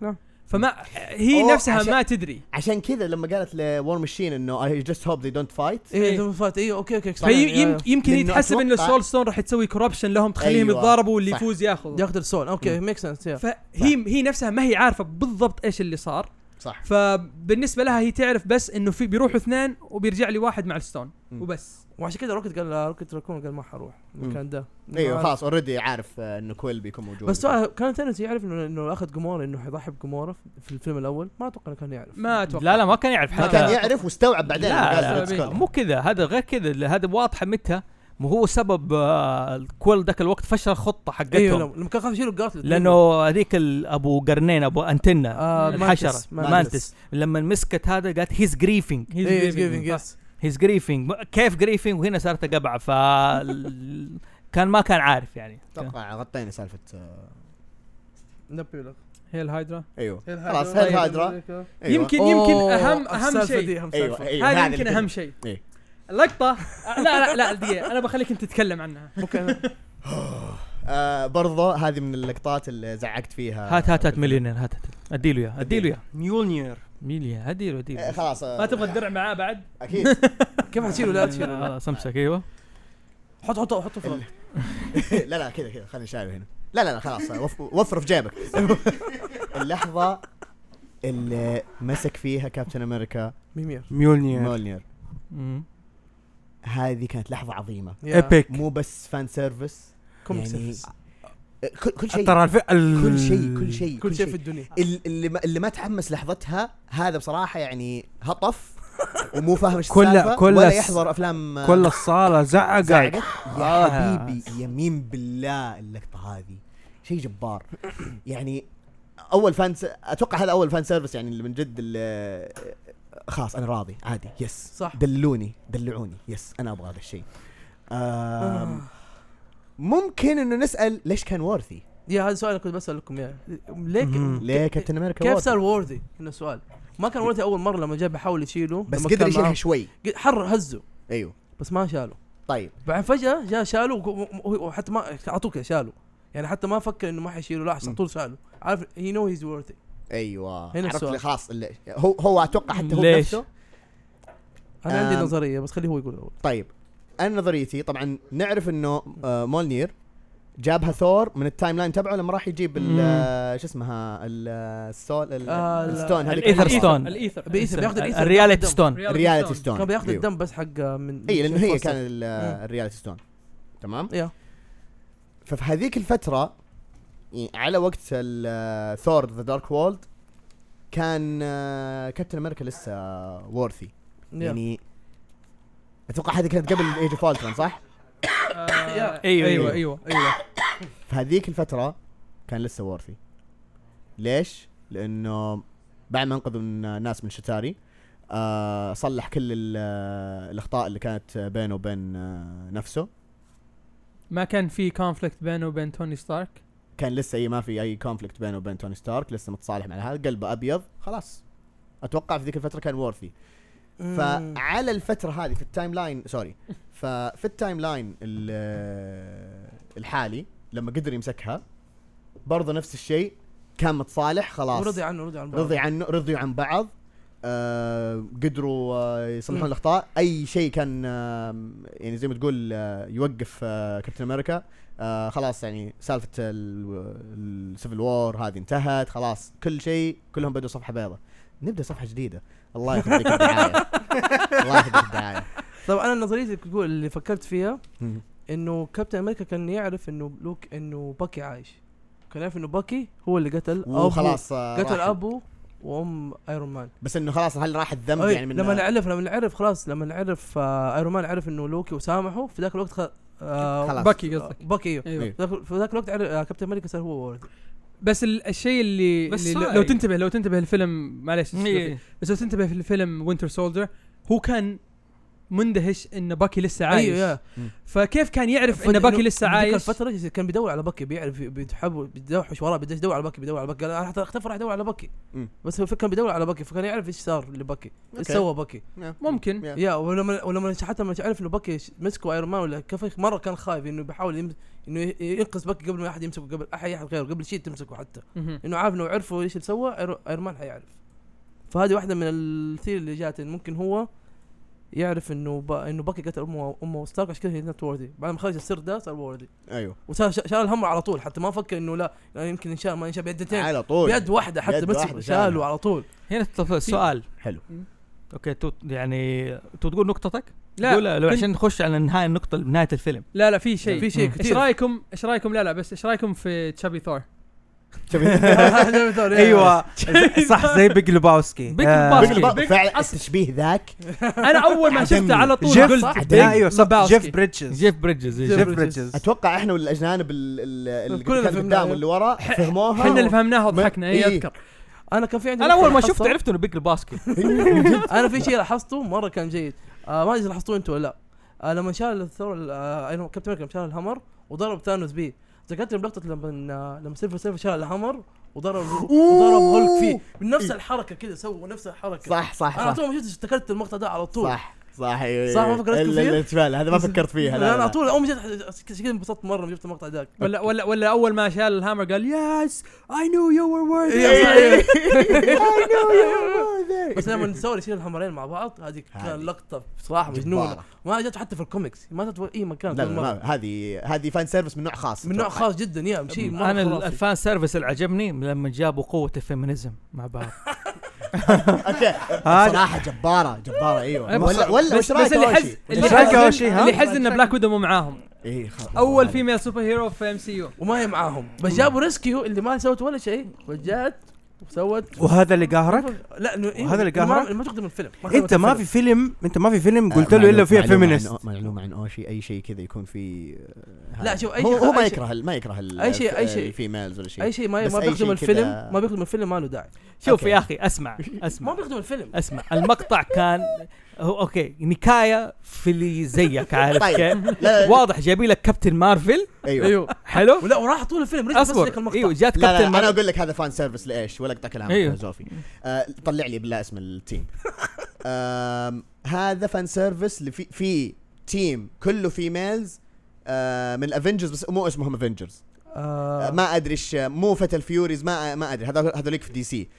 فما هي نفسها ما تدري. عشان كذا لما قالت لوار ماشين انه I just hope they don't fight. اوكي يمكن يتحسب انه السول ستون راح تسوي كوربشن لهم تخليهم يتضاربوا واللي يفوز ياخذ السول. اوكي ميك سنس. فهي نفسها ما هي عارفه بالضبط ايش اللي صار. صح. فبالنسبه لها هي تعرف بس انه في بيروحوا 2 وبيرجع لي واحد مع الستون وبس. وعشان كذا روكت راكون قال ما حروح المكان ده. ايوه خلاص اوريدي عارف انه كويل بيكون موجود. بس كان ثاني يعرف انه اخذ جمورة انه حيضحي بجمورة في الفيلم الاول. ما اتوقع انه كان يعرف. ما اتوقع. لا ما كان يعرف. ما كان يعرف واستوعب بعدين. لا مو كذا. هذا غير كذا. هذا واضحه متى مو هو سبب كويل ذاك الوقت فشل الخطه حقتهم. ايوه لما كان خاف يشيلوا القاتل لانه هذيك ابو قرنين ابو انتنا الحشره مانتس لما مسكت هذا قالت هيز جريفينج هيز جريفينج كيف جريفينج وهنا صارت قبعه كان ما كان عارف يعني. اتوقع غطينا سالفه نبي لك هي الهايدرا. ايوه خلاص هي الهايدرا. يمكن اهم شيء. هذا يمكن اهم شيء. اللقطة لا دقيقة أنا بخليك أنت تتكلم عنها. برضه هذه من اللقطات اللي زعقت فيها. هات مليونير هات أديله إياه ميولنير أديله خلاص ما تبغى الدرع معاه بعد أكيد. كيف هتشيله؟ لا تشيله خلاص امسك. أيوه حطه فوق. لا كذا خلينا نشاله هنا. لا خلاص وفر في جيبك. اللحظة اللي مسك فيها كابتن أمريكا ميولنير هذه كانت لحظة عظيمة. إيبك. مو بس فان سيرفيس يعني كل شيء. ترى كل شيء في الدنيا. اللي ما تحمس لحظتها هذا بصراحة يعني هطف ومو فاهم ايش السالفة ولا يحضر افلام. كل الصالة زعق. يا حبيبي يمين بالله اللقطة هذه شيء جبار. يعني اتوقع هذا اول فان سيرفيس يعني اللي من جد اللي خلاص انا راضي عادي. يس صح. دلعوني يس انا ابغى هذا الشيء. ممكن انه نسال ليش كان وورثي. هذا سؤال كنت بسألكم اياه. ليه كابتن امريكا كيف صار وورثي؟ انه سؤال ما كان وورثي اول مره لما جاء بحاول يشيله بس قدر يشيلها شوي. هزه ايوه بس ما شاله. طيب بعد فجاه جاء شاله وحتى ما اعطوك شاله يعني حتى ما فكر انه ما حيشيله. لا على طول شاله. عارف هي نو هيز وورثي. ايوه عرفت لي خلاص هو اتوقع حتى هو نفسه. انا عندي نظريه بس خليه هو يقول اول. طيب انا نظريتي طبعا نعرف انه مولنير جابها ثور من التايم لاين تبعه لما راح يجيب شو اسمها الستون الايثر ستون بياخذ الايثر الرياليتي ستون كان بياخذ الدم بس حق من لانه هي كان الرياليتي ستون. تمام. ففي هذيك الفتره على وقت ثور ذا دارك وولد كان كابتن امريكا لسه وورثي يعني. اتوقع هذه كانت قبل ايج اوف ألترون صح؟ ايوه في هذيك الفتره كان لسه وورثي. ليش؟ لانه بعد ما انقذوا الناس من شتاري صلح كل الاخطاء اللي كانت بينه وبين نفسه. ما كان في كونفليكت بينه وبين توني ستارك. كان لسه ما في اي كونفليكت بينه وبين توني ستارك. لسه متصالح مع هذا قلبه ابيض خلاص. اتوقع في ذيك الفتره كان وورثي. فعلى الفتره هذه في التايم لاين ففي التايم لاين الحالي لما قدر يمسكها برضه نفس الشيء كان متصالح خلاص. رضيوا عن بعض. قدروا يصلحون الاخطاء. اي شيء كان يعني زي ما تقول يوقف كابتن امريكا خلاص يعني سالفه السيفل وور هذه انتهت خلاص. كل شيء كلهم بدوا صفحه بيضاء. نبدا صفحه جديده. الله يخليك الدعايه. الله يخليك الدعايه. طبعا انا نظريتي تقول اللي فكرت فيها انه كابتن امريكا كان يعرف انه باكي عايش. كان يعرف انه باكي هو اللي قتل وخلاص قتل ابو وام ايرون مان. بس انه خلاص هل راح الذنب يعني من لما نعرف خلاص لما نعرف ايرون مان عرف انه لوكي وسامحه في ذاك الوقت باكي قصدك باكي ايوه في ذاك الوقت كابتن امريكا صار هو وورثي. بس الشيء اللي لو تنتبه الفيلم معليش بس لو تنتبه في الفيلم وينتر سولجر هو كان مندهش ان باكي لسه عايش. ايوه فكيف كان يعرف ان باكي لسه عايش؟ الفتره كان بيدور على باكي، بيعرف بيحب بيدوحش وراه، بدش يدور على باكي، بيدور على باكي، قال حتى اختفى راح يدور على باكي. بس هو كان بيدور على باكي، فكان يعرف ايش صار لباكي، ايش سوى باكي. ممكن يا ولما حتى ما تعرف انه باكي مسكوا ايرون مان ولا كيف، مره كان خايف انه بيحاول انه ينقذ باكي قبل ما احد يمسكه، قبل احد غيره، قبل شيء تمسكه حتى، انه عارف انه عرفوا ايش اللي سوى ايرون مان حيعرف. فهذه واحدة من الثير اللي جات، ممكن هو يعرف انه باكي قتل امه ستارك، عشان كذا هي نوت ووردي. بعد ما خرج السر ده صار ووردي. ايوه وصار شال الهم على طول، حتى ما فكر انه لا يعني يمكن ان شاء ما ينشا بيدتين على طول، بيد واحده حتى، بس شاله على طول. هنا السؤال حلو. اوكي يعني تقول نقطتك؟ لا لو عشان نخش على نهايه النقطه نهايه الفيلم. لا في شيء كثير. ايش رايكم لا بس ايش رايكم في تشابي ثور؟ ايوه صح، زي بيج لوباوسكي. فعلا التشبيه ذاك. انا اول ما شفته على طول قلت ايوه صح، جيف بريدجز. اتوقع احنا والاجانب اللي كان قدام واللي ورا فهموها، احنا اللي فهمناها وضحكنا. اذكر انا كان في عندي، انا اول ما شفته عرفت انه بيج لوباوسكي. انا في شيء لاحظته مره كان جيد، ما ادري لاحظتوه انتوا ولا لا. لما شال الثور كابتن امريكا شال الهامر وضرب ثانوس بيه، ذكرت بلقطة لما سيلفر شال الهامر وضرب هولك فيه بنفس الحركة كذا، سووا نفس الحركة. صح على طول ما شفت افتكرت المقطع ده على طول. صح ما فكرت فيه هذا ما فكرت فيها. لا انا على طول اول ما جيت كذا انبسطت مره شفت المقطع ذاك. ولا اول ما شال الهامر قال يس اي نو يو ور worthy. بس لما نسوي يشيل الهامرين مع بعض هذه كان لقطة بصراحة مجنونة، ما جت حتى في الكوميكس، ما جت في اي مكان. لا هذه فان سيرفيس من نوع خاص، من نوع خاص جدا. يا شيء انا الفان سيرفيس اللي عجبني لما جابوا قوة الفيمينيزم مع بعض. اوكي صراحة جبارة ايوه. ولا بس اللي حز ان بلاك ويدو مو معاهم. اول فيميل سوبر هيرو في ام سي يو وما هي معاهم، بس جابوا ريسكيو اللي ما سوت ولا شيء وجات وسوت. وهذا اللي قاهرك؟ لا وهذا اللي قاهرك ما تقدم الفيلم. انت ما في فيلم قلت له الا فيها فيمينست. معلومة عن اوشي اي شيء كذا يكون في. لا شوف هو ما يكره اي شيء فيميلز ولا شيء، اي شيء ما بيخدم الفيلم، ما بيخدم الفيلم، ما له داعي. شوف يا اخي اسمع ما بيخدم الفيلم. اسمع المقطع كان هو اوكي نكايه في اللي زيك عارف كيف. واضح جايبين لك كابتن مارفل. ايوه حلو. ولا وراح طول الفيلم رجع بس ذاك المقطع. ايوه جات كابتن مارفل. انا اقول لك هذا فان سيرفيس لايش ولا اقطع كلامك يا زوفي. طلع لي بالله اسم التيم. هذا فان سيرفيس اللي في تيم كله فيميلز من الافنجرز، بس مو اسمهم افنجرز. ما ادري ايش، مو فتل فيوريز، ما ادري هذوليك في دي سي.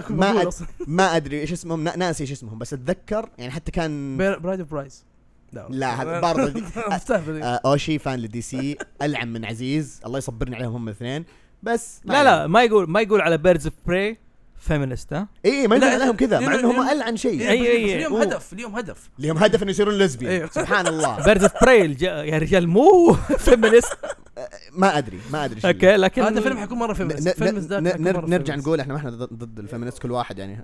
ما ادري ايش اسمهم، ناسي ايش اسمهم، بس اتذكر يعني حتى كان برايد اوف برايز. لا هذا برضه اوشي فان للدي سي العن من عزيز، الله يصبرني عليهم هم الاثنين. بس لا ما يقول على بيردز اوف براي فيمينست. ها اي ما يقول عليهم كذا، مع انهم العن شيء. ليهم هدف انه يصيرون لزبي. سبحان الله. بيردز اوف براي يا رجال مو فيمينست. ما ادري اوكي، لكن هذا فيلم حيكون مره فيمينست. نرجع نقول احنا ما احنا ضد الفيمينست، كل واحد يعني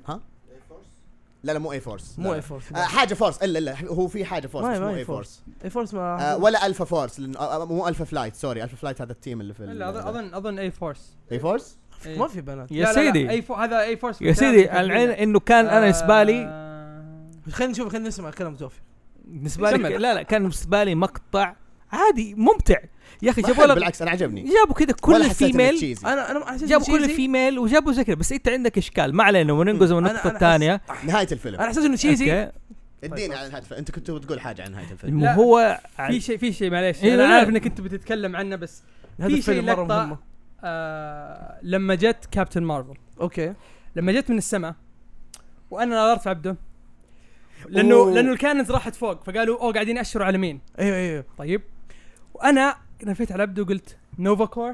لا مو اي فورس، حاجه فورس الا هو في حاجه فورس اسمه اي فورس. اي فورس ما ولا الفا فورس، مو الفا فلايت، سوري الفا فلايت هذا التيم اللي في. لا اظن اي فورس. ما في بنات يا سيدي. هذا اي فورس يا سيدي. العين انه كان انا بالنسبه لي خلينا نسمع كلام زوفي. بالنسبه لي لا كان بالنسبه لي مقطع عادي ممتع يا اخي. جابوا بالعكس انا عجبني، جابوا كذا كل فيميل. انا جابوا كل فيميل وجابوا زي كده، بس انت عندك اشكال. ما علينا وننقز من النقطه الثانيه نهايه الفيلم. انا احس انه تشيزي. اديني عن نهايه الفيلم. انت كنت بتقول حاجه عن نهايه الفيلم. هو في شيء معليش انا عارف انك انت بتتكلم عنه، بس في شيء لقطه لما جت كابتن مارفل. اوكي لما جت من السماء وانا نظرت عبده، لانه الكانز راحت فوق، فقالوا قاعدين يأشروا على مين. ايوه طيب وانا نفيت على عبده وقلت نوفا كور.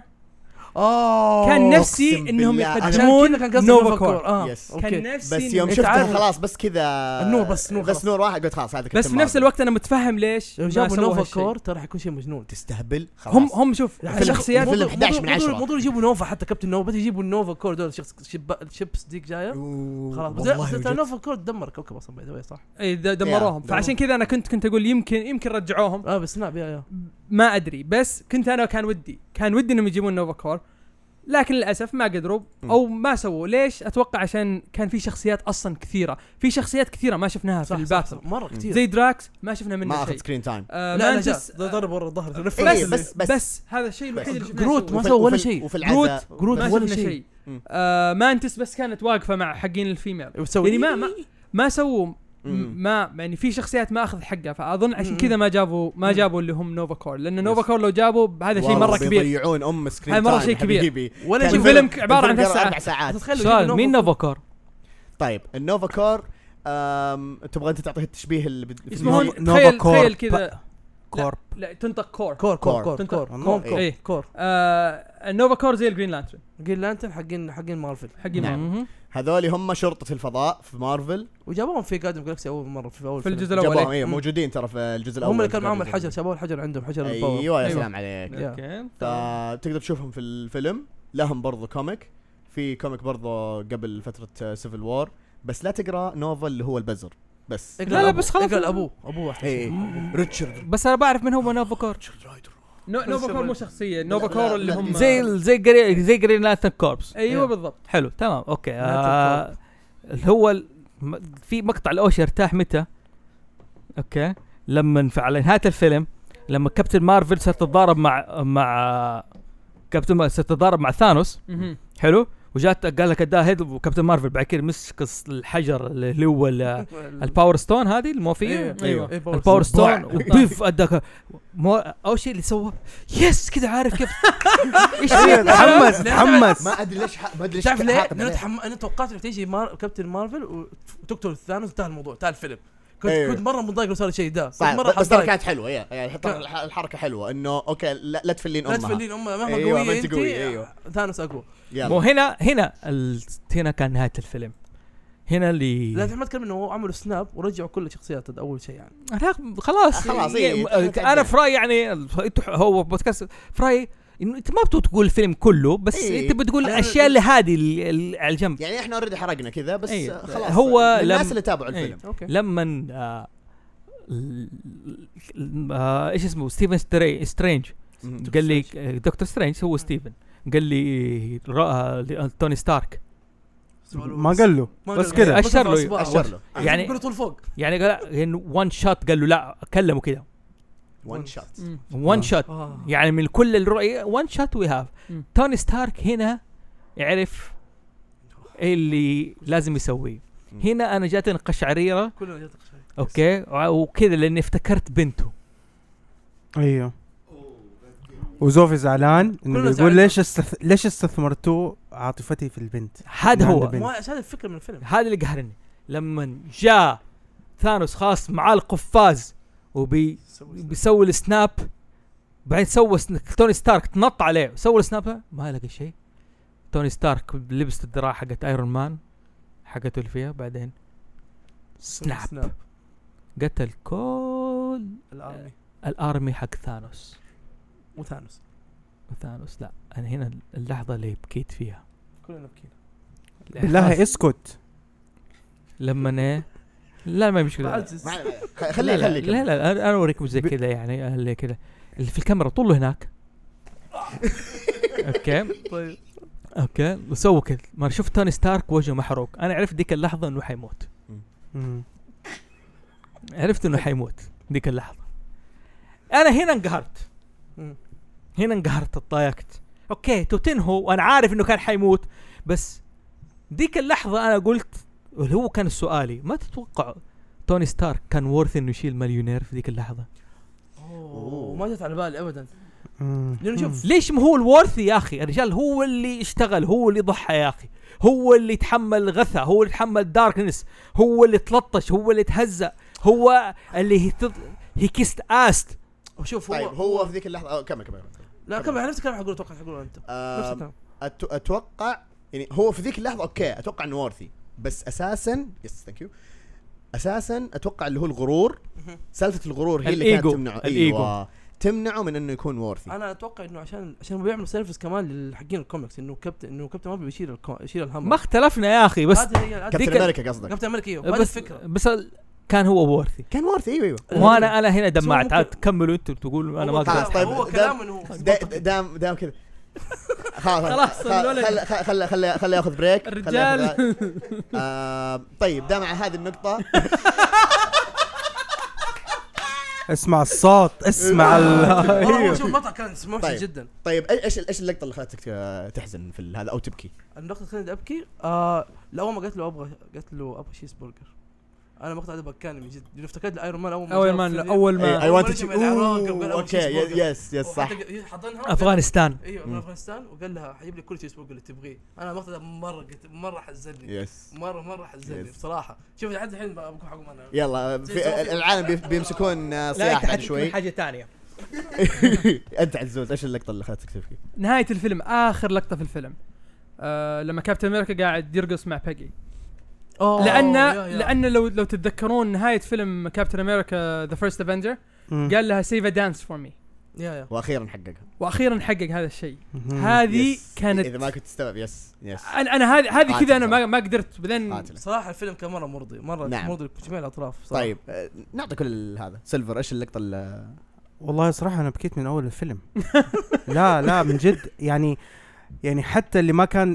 كان نفسي انهم يقدمون نوفا كور. كان نفسي، بس يوم شفتها خلاص بس كذا نور واحد قلت خلاص هذا. بس في نفس الوقت انا متفهم ليش جابوا نوفا كور. ترى حيكون شيء مجنون. تستهبل خلاص. هم شوف الشخصيات فيلم 11 من 10. موضوع يجيبوا نوفا، حتى كابتن نوفا بس يجيبوا النوفا كور دول شيبس ديك جايه خلاص. بس نوفا كور دمر كوكب اصلا باي صح. اي دمروهم. فعشان كذا انا كنت اقول يمكن رجعوهم. بس نعم ما ادري، بس كنت انا كان ودي انهم يجيبون نوفا كور. لكن للاسف ما قدروا او ما سووا. ليش؟ اتوقع عشان كان في شخصيات اصلا كثيره، في شخصيات كثيره ما شفناها في الباتل مره كثير، زي دراكس ما شفنا منه شيء، ما اخذ سكرين تايم. مانتس ضرب ورا الظهر بس هذا الشيء الوحيد اللي شفناه. جروت ما سوى ولا شيء، وفي العزاء جروت ما ولا شفنا شيء. مانتس بس كانت واقفه مع حقين الفيميل، يعني ما سووا ما يعني في شخصيات ما اخذ حقها. فاظن عشان كذا ما جابوا اللي هم نوفا كور، لان نوفا كور لو جابوا هذا شيء مره كبير، يضيعون سكرين هذا تايم. مره شيء كبير. ولا شوف فيلم عباره عن 4 ساعات. تخيل مين نوفا كور؟ طيب النوفا كور تبغى انت تعطيه التشبيه اللي اسمه تخيل كذا كورب. لا تنطق كور كور. النوفا كور زي الجرين لانترن. جرين لانترن حقين مارفل، حقين هذول هم شرطة الفضاء في مارفل، وجابوهم في جاردن جالاكسي اول مرة في الجزء الاول. ايه موجودين ترى في الجزء الاول. هم اللي كان معهم الحجر، شابوا الحجر عندهم حجر الباور. ايوه يا سلام عليك. اوكي فتقدر تشوفهم في الفيلم. لهم برضو كوميك، في كوميك برضو قبل فترة سيفل وور، بس لا تقرا نوفل اللي هو البزر بس. لا بس خلاص اقرا ابوه ريتشارد. بس انا بعرف من هو نوفا كور. نوفا كور مو شخصية، نوفا كور اللي هم زي جرين لانترن كوربس. ايوه بالضبط. حلو تمام اوكي. اللي هو في مقطع الاوشي ارتاح متى؟ اوكي لما على نهاية الفيلم لما كابتن مارفل ستتضارب مع ستتضارب مع ثانوس. حلو، وجات قال لك اداه هيد وكابتن مارفل بعد كده مسك الحجر اللي هو الباور ستون هذه الموفيه. ايوه الباور ستون وبيف اداك او شيء اللي سوى يس كذا. عارف كيف ايش تحمس ما ادري ليش تعرف ليه؟ انا توقعت انه تيجي كابتن مارفل وتقتل ثانوس انتهى الموضوع، انتهى الفيلم. كنت مره متضايق لو صار الشيء ده مرة، بس ترى كانت حلوه. يعني الحركه حلوه انه اوكي لا تفلين امها مهما قويه انت. ايوه ثانوس اقوى. مو هنا هنا كان نهايه الفيلم. هنا اللي لا تحمد كلمه انه عملوا سناب ورجعوا كل الشخصيات اول شيء يعني. خلاص انا في رايي يعني هو بودكاست في رايي انه انت ما بتقول الفيلم كله، بس انت بتقول الاشياء اللي هذه على الجنب. يعني احنا اوريدي حرقنا كذا بس خلاص. هو الناس اللي تابعوا الفيلم لما ايش اسمه ستيفن سترينج قال لي دكتور سترينج هو ستيفن قال لي توني ستارك ما قال له بس كذا اشر له يعني يقولوا طول فوق يعني قال وان شوت قال له لا كلمه كذا وان شوت يعني من كل الرؤية وان شوت وي هاف. توني ستارك هنا يعرف ايه اللي لازم يسويه. هنا انا جاتني قشعريره اوكي وكذا لاني افتكرت بنته. ايوه وزوفي زعلان انه يقول ليش استثمرتوا عاطفتي في البنت. هذا هو هذا الفكره من الفيلم. هذا اللي قهرني لما جاء ثانوس خاص مع القفاز وبيسوي السناب بعدين سوى توني ستارك تنط عليه سوى السناب ما لقى شيء. توني ستارك لبس الدراع حقت ايرون مان حقته اللي فيها بعدين سناب قتل كل الارمي حق ثانوس. وثانوس لا انا هنا اللحظه اللي بكيت فيها كلنا بكينا بالله اسكت لما لا ما مشكله خلي لا انا اوريكم زي كذا يعني اللي كذا اللي في الكاميرا طوله هناك اوكي طيب اوكي وسووا كذا ما شفت توني ستارك وجهه محروق. انا عرفت ديك اللحظه انه حيموت. عرفت انه حيموت ديك اللحظه. انا هنا انقهرت اتضايقت. اوكي تنهو وانا عارف انه كان حيموت بس ديك اللحظه انا قلت اللي هو كان سؤالي ما تتوقع توني ستارك كان وورث انه يشيل مليونير في ديك اللحظه؟ ما جت على بالي ابدا. شوف ليش ما هو الورثي يا اخي؟ الرجال هو اللي اشتغل هو اللي ضحى يا اخي هو اللي يتحمل غثى هو اللي يتحمل داركنس هو اللي تلطش هو اللي تهزأ هو اللي هي كيست آست. وشوف طيب هو في ذيك اللحظه كمل لا كمل نفس الكلام حقول حقول انت نفس الكلام. اتوقع يعني هو في ذيك اللحظه اوكي اتوقع انه وورثي بس اساسا يس ثانك يو اساسا اتوقع اللي هو الغرور سالفه الغرور هي اللي كانت تمنعه تمنعه من انه يكون وورثي. انا اتوقع انه عشان بيعملوا سيرفيس كمان للحقين الكوميكس انه كابتن ما بيشيل الهم. ما اختلفنا يا اخي بس كابتن امريكا قصدك كابتن امريكا ايوه هذه الفكره بس كان هو وورثي ايوه وانا هنا دمعت. تكملوا انتوا تقولوا انا ما اقدر. هو كلام انه دام كذا خلاص الولد خلي ياخذ بريك الرجال. طيب ده مع هذه النقطة. اسمع الصوت، اسمع شوف المقطع كان محزن جدا. طيب ايش اللقطة اللي خلتك تحزن في هذا او تبكي؟ النقطة اللي خلتني ابكي لأول ما قلت له ابغى شيز برجر، انا المقطع ده بكاني من جد. افتكرت الايرون مان اول ما اي وانت اوكي يس صح. حضنها افغانستان. ايوه من افغانستان، وقال لها حجيب لي كل شيء اللي تبغيه. انا المقطع ده مره حزنني. يس مره حزنني بصراحه. شوف لحد الحين بكون حقهم انا. يلا العالم بيمسكون سياح شوي. حاجه ثانيه. انت عزوز ايش اللقطه اللي خلتك تبكي؟ نهايه الفيلم، اخر لقطه في الفيلم لما كابتن امريكا قاعد يرقص مع بيجي. لأن لو تتذكرون نهاية فيلم كابتن أمريكا The First Avenger قال لها save a dance for me. وأخيرا حقق هذا الشيء. هذه كانت إذا ما كنت تستوعب. يس أنا هذه كذا أنا ما قدرت. بعدين صراحة الفيلم كان مرة مرضي مرضي جميع الأطراف صراحة. طيب نعطي كل هذا سيلفر إيش اللقطة والله صراحة أنا بكيت من أول الفيلم. لا من جد يعني حتى اللي ما كان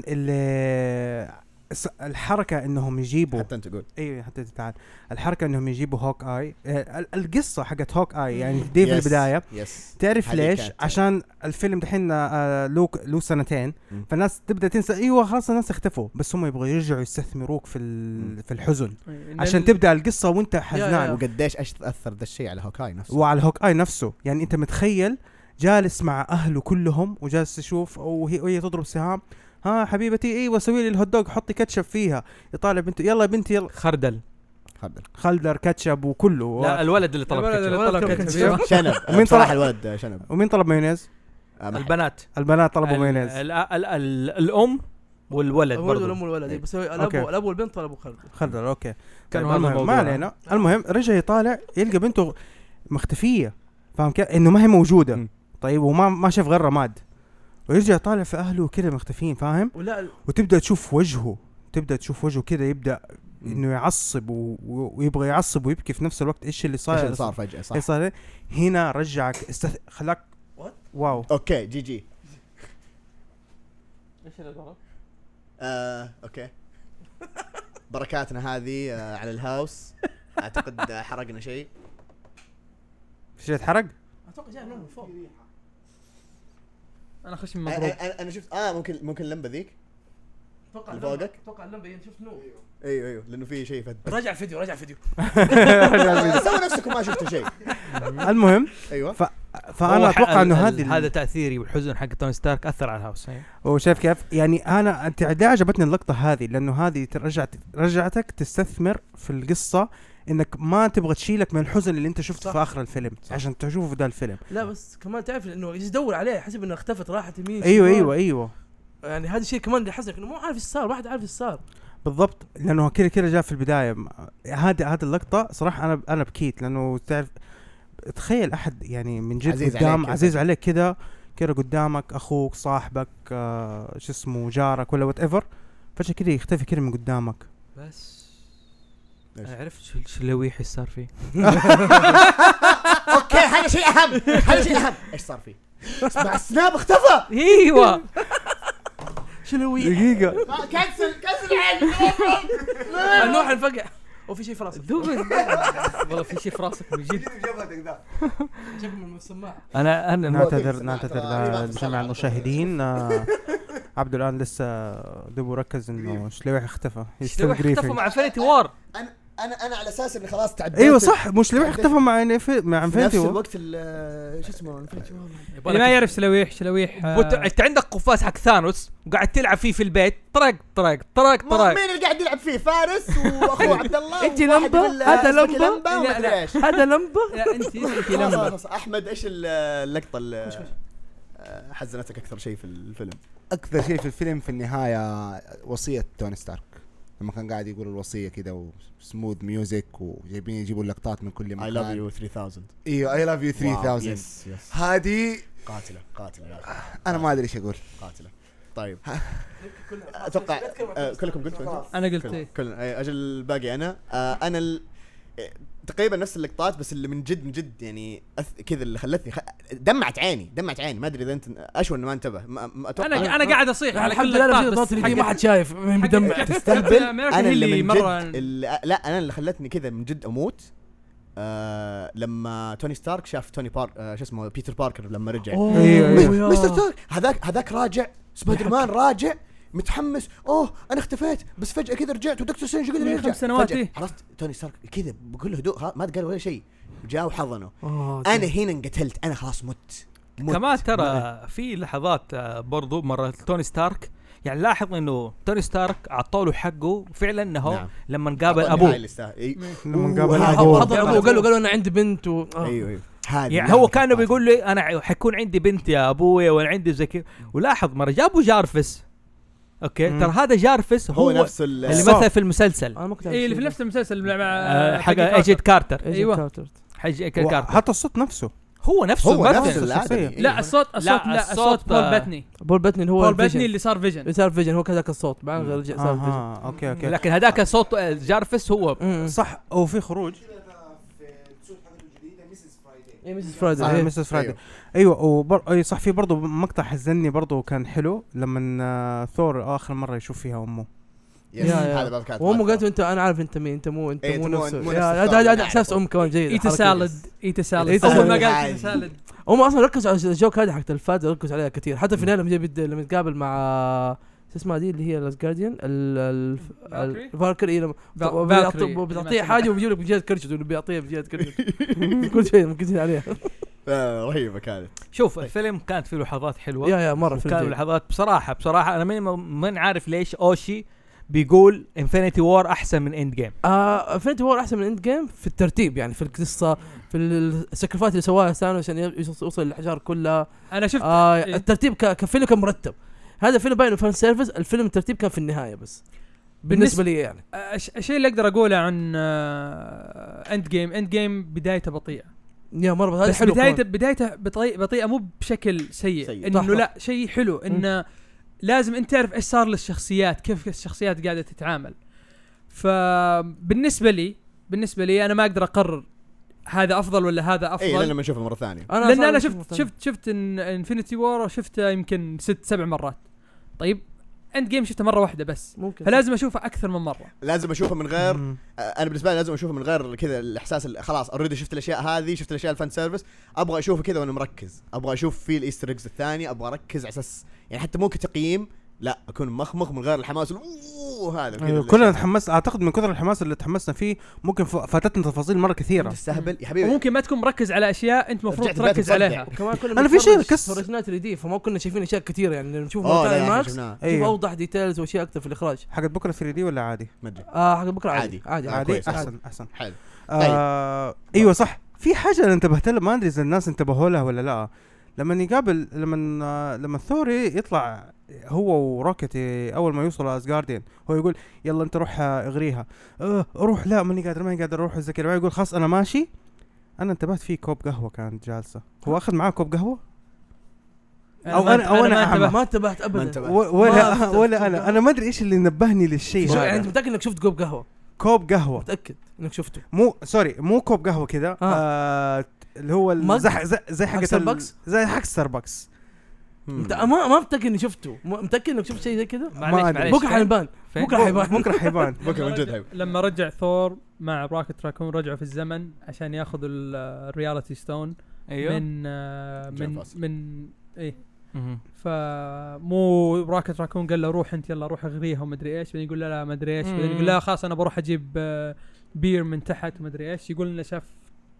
الحركة انهم يجيبوا حتى انت تقول ايوه حتى تعال الحركة انهم يجيبوا هوك اي القصة حقت هوك اي يعني دي في البداية تعرف ليش؟ عشان الفيلم دحين له سنتين فالناس تبدأ تنسى ايوه خلاص الناس اختفوا، بس هم يبغوا يرجعوا يستثمروك في الحزن عشان تبدأ القصة وانت حزنان. وقديش ايش تأثر ذا الشيء على هوك اي نفسه وعلى هوك اي نفسه. يعني انت متخيل جالس مع اهله كلهم وجالس تشوف وهي تضرب سهام، ها حبيبتي ايوه سوي لي الهوت دوغ حطي كاتشب فيها، يطالع بنته يلا بنتي يلا خردل كاتشب وكله. لا الولد اللي طلب كاتشب شنب. ومين طلب الولد شنب؟ ومين طلب مايونيز؟ البنات طلبوا مايونيز. الام والولد برضه. الام والولد بس الاب والبنت طلبوا خردل. اوكي كانوا ما علينا. المهم رجع يطالع يلقى بنته مختفيه، فاهم كيف؟ انه ما هي موجوده. طيب وما شاف غير رماد، ويرجع طالع في اهله كده مختفين، فاهم؟ وتبدا تشوف وجهه كده يبدا انه يعصب ويبغى يعصب ويبكي في نفس الوقت. ايش اللي صار فجاه صح هنا رجعك خلاك واو. اوكي جي ايش اللي ضرب؟ اوكي بركاتنا هذه على الهاوس. اعتقد حرقنا شيء اتحرق. اتوقع جاي من فوق. انا خش من مضروب. انا شفت ممكن اللمبه ذيك اتوقع اللمبه شفت نور. ايوه لانه في شيء فد. راجع الفيديو سووا نفسكم ما شفتوا شيء. المهم ايوه فانا اتوقع انه هذا تاثيري والحزن حق توني ستارك اثر على الهاوس. وشايف كيف يعني انت عجبتني اللقطه هذه لانه هذه رجعتك تستثمر في القصه، انك ما تبغى تشيلك من الحزن اللي انت شفته في اخر الفيلم عشان تشوفه في ده الفيلم. لا بس كمان تعرف انه يدور عليه حسب انه اختفت راحت يمين. ايوه يعني هذا الشيء كمان اللي حسك انه مو عارف ايش صار. واحد عارف ايش صار بالضبط، لانه كده جاء في البدايه. هذه اللقطه صراحه انا بكيت، لانه تعرف تخيل احد يعني من جد عزيز عليك كده قدامك، اخوك صاحبك شو اسمه جارك ولا وات ايفر، فجاه كده يختفي كده من قدامك. بس انا عرفت شو اللويح صار فيه. اوكي هذا شيء اهم ايش صار فيه؟ اسمع السناب اختفى. ايوه شو اللويح؟ دقيقه كنسل نروح نفقع. وفي شيء في راسك والله في شيء في راسك من جد. جاب من السماعه. انا نعتذر لجميع المشاهدين. عبد الآن لسه دبو ركز انه شلويح اختفى. اختفى مع انفينيتي وار. انا على اساس اني خلاص تعديت. ايوه صح، مش لويح اختفى مع انفينيتي وار نفس الوقت شو اسمه انفينيتي وار. اللي ما يعرف شلويح انت عندك قفاز حق ثانوس وقاعد تلعب فيه في البيت. طرق مين اللي قاعد يلعب فيه؟ فارس واخوه عبد الله. انت لمبه. هذا لمبه. هذا لمبه. لا انت لمبه. احمد ايش اللقطه اللي حزنتك اكثر شيء في الفيلم؟ اكثر شيء في الفيلم في النهايه وصيه توني ستارك، لما كان قاعد يقول الوصيه كده وسموث ميوزك وجايبين يجيبوا اللقطات من كل مكان. I love you 3000. ايوه I love you 3000. هذه قاتله يا اخي. انا ما ادري ايش اقول. قاتله. طيب اتوقع كلكم قلتوا. انا قلت كل اجل باقي انا تقريبا نفس اللقطات، بس اللي من جد يعني كذا اللي خلتني دمعت عيني ما ادري اذا انت اشوى انه ما انتبه. انا قاعد اصيح على كل اللقطات اللي ما حد شايف مدمع تستهبل. انا اللي من جد لا انا اللي خلتني كذا من جد اموت لما توني ستارك شاف توني شو اسمه بيتر باركر لما رجع. مستر ستارك هذاك راجع سبايدر مان راجع متحمس. انا اختفيت بس فجأة كذا رجعت ودكتور سترينج قدر يرجع 5 سنوات. خلاص توني ستارك كذا بكل هدوء ما قال ولا شيء، جاء وحضنه. انا هنا انقتلت، انا خلاص مت. كمان ترى في لحظات برضو مرة توني ستارك يعني لاحظ انه توني ستارك عطوله حقه فعلا انه نعم. لما قابل ابوه لما قابل حضر ابوه قال له انا عندي بنت ايوه يعني هو كانوا بيقول لي انا حيكون عندي بنت يا ابويا وانا عندي زي كذا. ولاحظ مره جابوا جارفس اوكي ترى هذا جارفس هو نفس اللي مثل في المسلسل اللي في نفس المسلسل مع حق ايجيد كارتر. ايوه حق كارتر حتى الصوت نفسه هو نفس لا الصوت بول باتني اللي هو بول باتني اللي صار فيجن هو كذاك الصوت بعد رجع صار فيجن. اوكي لكن هذاك صوت جارفس هو صح. او في خروج ميسيس فرايدي ايوه اي صح. في برضه مقطع حزني برضه كان حلو لما ثور اخر مره يشوف فيها امه. وامه قالت انت انا عارف انت مين انت مو نفسه. هذا احساس ام كمان جيد. ايتا سالد اول ما قالت ايتا سالد هم اصلا ركزوا على الجوك هذا حق الفاز ركزوا عليها كثير. حتى في النهايه لما يتقابل مع اسمها دي اللي هي الاسجارديان الفالكري بيعطيه حاجه وبيجيب لك بجهه كرشه بيعطيها بجهه كرشه كل شيء ممكن عليها. رهيبه كانت. شوف الفيلم كانت فيه لحظات حلوه يا مره كانت لحظات بصراحه انا من عارف ليش اوشي بيقول انفينيتي وور احسن من اند جيم. انفينيتي وور احسن من اند جيم في الترتيب يعني في القصه في السكرفات اللي سواها ثانوس عشان يوصل للحجار كلها. انا شفت الترتيب كفيلم كان مرتب. هذا فيلم باين فان سيرفيس. الفيلم الترتيب كان في النهايه بس بالنسبه لي يعني الشيء اللي اقدر اقوله عن اند جيم بدايته بطيئه يا مره. هذا حلو بدايته بطيئه مو بشكل سيء انه لا شيء حلو انه لازم انت تعرف ايش صار للشخصيات كيف الشخصيات قاعده تتعامل. فبالنسبه لي انا ما اقدر اقرر هذا افضل ولا هذا افضل اي لما اشوفه مره ثانيه. لان انا شفت انفينيتي وور شفته يمكن 6-7 مرات. طيب اند جيم شفته مره واحده بس ممكن. فلازم اشوفه اكثر من مره. لازم اشوفه من غير انا بالنسبه لي لازم اشوفه من غير كذا الاحساس خلاص اوريدي شفت الاشياء هذه شفت الاشياء الفان سيرفيس. ابغى اشوفه كذا وانا مركز. ابغى اشوف فيه الايستر ايجز الثانيه. ابغى اركز على اساس يعني حتى مو كتقييم لا اكون مخمخ من غير الحماس هذا كلنا تحمس. اعتقد من كثر الحماس اللي تحمسنا فيه ممكن فاتتنا تفاصيل مره كثيره. تستهبل يا حبيبي. وممكن ما تكون مركز على اشياء انت مفروض تركز عليها. انا في شيء فرجنات 3 دي فما كنا شايفين اشياء كثيره يعني نشوف ماكس نشوف اوضح ديتيلز واشياء اكثر في الاخراج. حق بكره 3 دي ولا عادي؟ حق بكره عادي احسن حلو. ايوه صح. في حاجه انا انتبهت لها ما ادري اذا الناس انتبهوا لها ولا لا. لما ثوري يطلع هو وروكيتي اول ما يوصل اسغاردين هو يقول يلا انت روح اغريها. روح لا ماني قادر اروح زي كذا. يقول خلاص انا ماشي. انا انتبهت في كوب قهوه كانت جالسه. هو اخذ معاه كوب قهوه او انا ما انتبهت ابدا ولا انا ما ادري ايش اللي نبهني للشيء هذا. انت متاكد انك شفت كوب قهوه متاكد انك شفته؟ مو كوب قهوه كذا اللي هو زي حق ستاربكس زي حق ستاربكس. ما متاكد اني شفته. متاكد انك شفت شيء زي كذا؟ بكره حيبان بكره من جد. لما رجع ثور مع راكت راكون رجعوا في الزمن عشان ياخذوا الرياليتي ستون. ايوه من ايه فمو راكت راكون قال له روح انت يلا روح اغريها وما ادري ايش. بعدين يقول لا ما ادري ايش. بعدين يقول لا خلاص انا بروح اجيب بير من تحت وما ادري ايش. يقول لنا شاف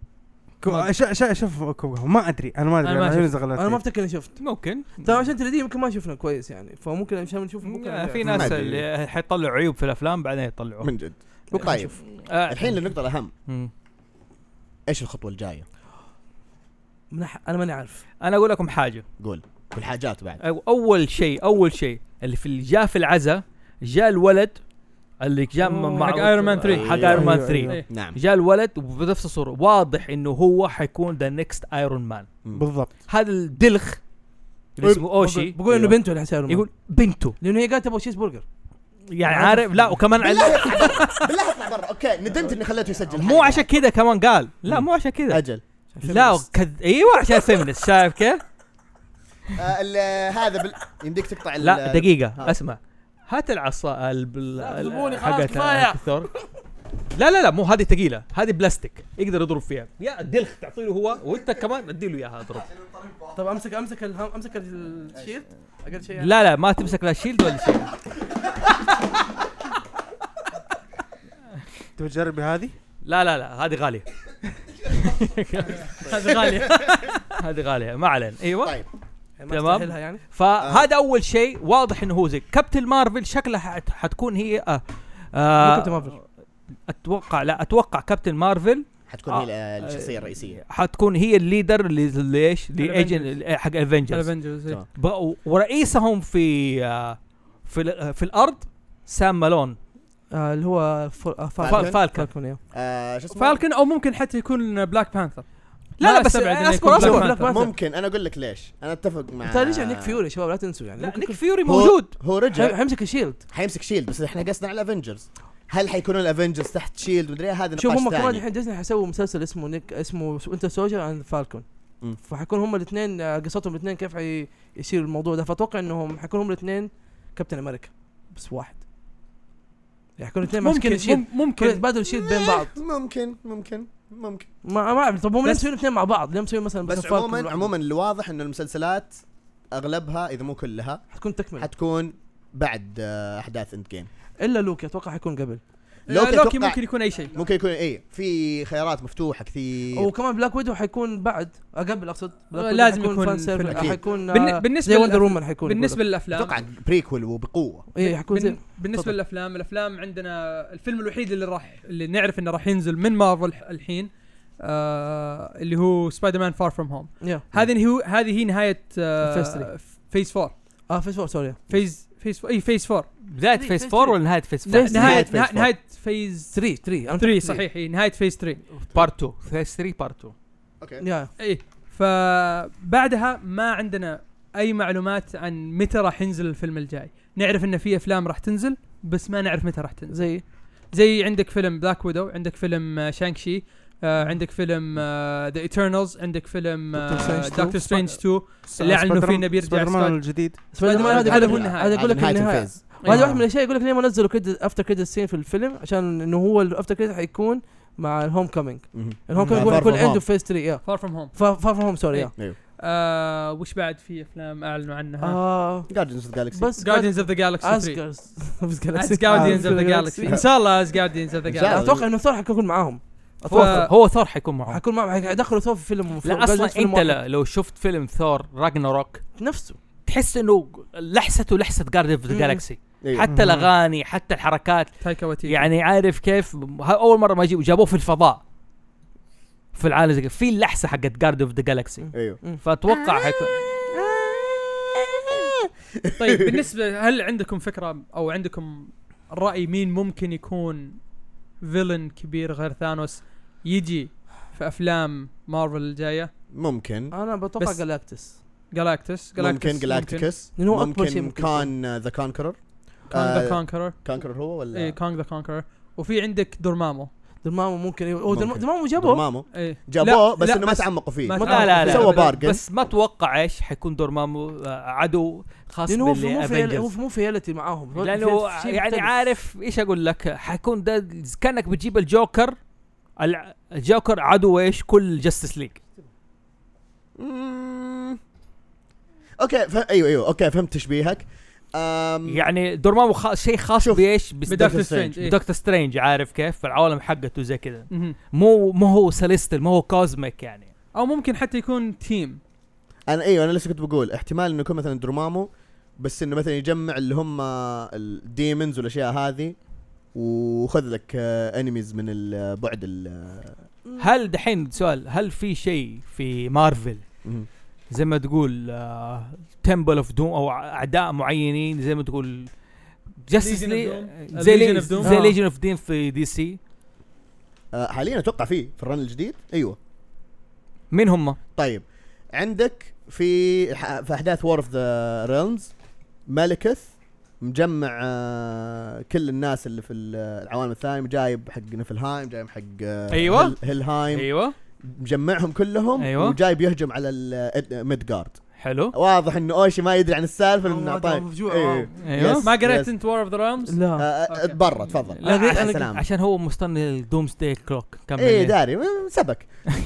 شوف ما ادري انا ما افتكر اني شفت. ممكن طبعا عشان تريدي يمكن ما شفنا كويس يعني فممكن عشان نشوف في ناس اللي حيطلعوا عيوب في الافلام بعدين يطلعوها من جد. طيب الحين للنقطه الاهم ايش الخطوه الجايه؟ انا ماني عارف. انا اقول لكم حاجه. قول والحاجات بعد. اول شيء اللي جاء في العزا جاء الولد اللي جاء مع حق ايرون مان 3 حق ايرون مان 3 نعم. جاء الولد وبنفس الصوره واضح انه هو حيكون ذا نيكست ايرون مان بالضبط. هذا الدلخ اللي اسمه اوشي بقول انه بنته اللي حسيرون يقول بنته لانه هي قالت ابغى تشيز برجر. يعني عارف لا وكمان بالله اطلع برا. اوكي ندمت اني خليته يسجل. مو عشان كذا كمان قال لا مو عشان كذا اجل لا ايوه عشان فيمنست شايف كيف هذا يمديك تقطع لا دقيقة اسمع هات العصا حقت ثور لا مو هذه ثقيلة هذه بلاستيك يقدر يضرب فيها يا الدلخ تعطيله هو وانت كمان اديله اياها اضرب. طب امسك الشيلد اقل شيء يعني. لا ما تمسك لا شيلد ولا شيء. تبي تجرب هذه؟ لا هذه غالية. هذه غالية ما علينا. ايوه طيب تمام يعني. فهذا اول شيء واضح انه هو زي كابتن مارفل شكلها حتكون هي كابتن مارفل اتوقع كابتن مارفل حتكون هي الشخصيه الرئيسيه حتكون هي الليدر اللي ايش لايجنت حق الافنجرز ورئيسهم في الارض سام مالون اللي هو فالكون او ممكن حتى يكون بلاك بانثر. لا بس اصبر ممكن انا اقول لك ليش انا اتفق مع ليش نيك فيوري شباب لا تنسوا يعني نيك فيوري موجود هو رجع حيمسك شيلد بس احنا قصدنا على الافنجرز. هل حيكونوا الافنجرز تحت شيلد مدري هذا نقاش شوف هم ثاني. كمان الحين ديزني حيسووا مسلسل اسمه انت سوجر اند فالكون فحيكون هم الاثنين قصتهم الاثنين كيف يصير الموضوع ده فاتوقع انهم حيكونوا هم الاثنين كابتن امريكا بس واحد يعني حيكونوا الاثنين ماسكين الشيلد ممكن يتبادلوا الشيلد بين بعض ممكن ما اعرف. طب هم ليه مسوين الاثنين مع بعض ليه مسوين مثلا بس عموما الواضح انه المسلسلات اغلبها اذا مو كلها حتكون بعد احداث اند جيم الا لوكي اتوقع حيكون قبل. لوكي ممكن يكون اي شيء ممكن يكون في خيارات مفتوحه كثير وكمان بلاك ويدو حيكون بعد قبل اقصد لازم يكون حيكون بالنسبه لوندر وومن حيكون بالنسبه للافلام اتوقع بريكول وبقوه حيكون بالنسبه للافلام عندنا الفيلم الوحيد اللي نعرف انه راح ينزل من مارفل الحين اللي هو سبايدر مان فار فروم هوم. هذه هي نهايه فيز 4 فيز 4 سوري فيز 4 بداية فيز 4 ولا نهاية فيز 4 نهاية فيز 3 صحيح نهاية فيز 3 بارت 2 فيز 3 بارت 2 اوكي فبعدها ما عندنا اي معلومات عن متى راح ينزل الفيلم الجاي. نعرف ان في افلام راح تنزل بس ما نعرف متى راح تنزل زي عندك فيلم بلاك ويدو عندك فيلم شانكشي عندك فيلم ذا ايترنالز عندك فيلم دكتور سترينج 2 اللي اعلنوا فيه انه بيرجع سبايدر مان الجديد. سبايدر مان هذا هو النهايه هذا يقول لك النهايه وهذا واحد من الاشياء يقول لك ليه ما نزلوا كده افتر كده سين في الفيلم عشان انه هو الافتر كده حيكون مع الهوم كومينج. الهوم كومينج يكون عنده فيز 3 فار فروم هوم سوري وش بعد في افلام اعلنوا عنها جاردينز اوف ذا جالكسي بس جاردينز اوف ذا جالكسي 3 جاردينز اوف ذا جالكسي ان شاء الله جاردينز اوف ذا جالكسي اتوقع انه ثور حيكون معاهم هو ثور حيكون معهم حيدخلوا ثور في فيلم لا اصلا انت لو شفت فيلم ثور راجناروك نفسه تحس انه لحسته لحسه جاردينز اوف ذا جالكسي حتى الاغاني حتى الحركات يعني عارف كيف اول مره ما جابوه في الفضاء في العالم زي في اللحسه حقت جارد اوف ذا جالكسي فاتوقع حيكون طيب بالنسبه هل عندكم فكره او عندكم راي مين ممكن يكون فيلن كبير غير ثانوس يجي في افلام مارفل الجايه؟ ممكن انا بتوقع جالاكتس ممكن جالاكتيكس ممكن كان ذا كونكرر كونكرر هو ولا ايه كونغ ذا كونكرر. وفي عندك دورمامو ممكن دورمامو جابوه جابوه بس انه ما تعمقوا فيه لا سوى بارجن بس ما توقع ايش حيكون دورمامو عدو خاص بالافنجرز مو فيالتي معاهم لانه يعني عارف ايش اقول لك حيكون ده كانك بتجيب الجوكر عدو ايش كل جاستس ليج اوكي ايوه اوكي فهمت تشبيهك يعني دورمامو شيء خاص بايش بدكتور سترينج عارف كيف في العالم حقته زي كده مو هو سيليستل مو هو كوزميك يعني او ممكن حتى يكون تيم. انا لسه كنت بقول احتمال انه يكون مثلا دورمامو بس انه مثلا يجمع اللي هم الديمونز والاشياء هذه وخذ لك انيميز من البعد هل دحين سؤال هل في شيء في مارفل زي ما تقول تمبل اوف دوم او اعداء معينين زي ما تقول جاستس زي ليجن اوف دوم في دي سي حاليا اتوقع في الرن الجديد ايوه مين هم؟ طيب عندك في احداث وور اوف ذا ريلمز مالكث مجمع كل الناس اللي في العوالم الثانية، جايب حق نفلهايم، جايب حق أيوة. هيلهايم، ايوه مجمعهم كلهم. أيوة. وجايب يهجم على ميدغارد. حلو. واضح انه اوشي ما يدري عن السالفه لانه اعطاه. ايوه ما قريت انت وور اوف ذا رامز؟ لا برا تفضل. عشان هو مستني الدومز داي كلوك. ايه داري سبك.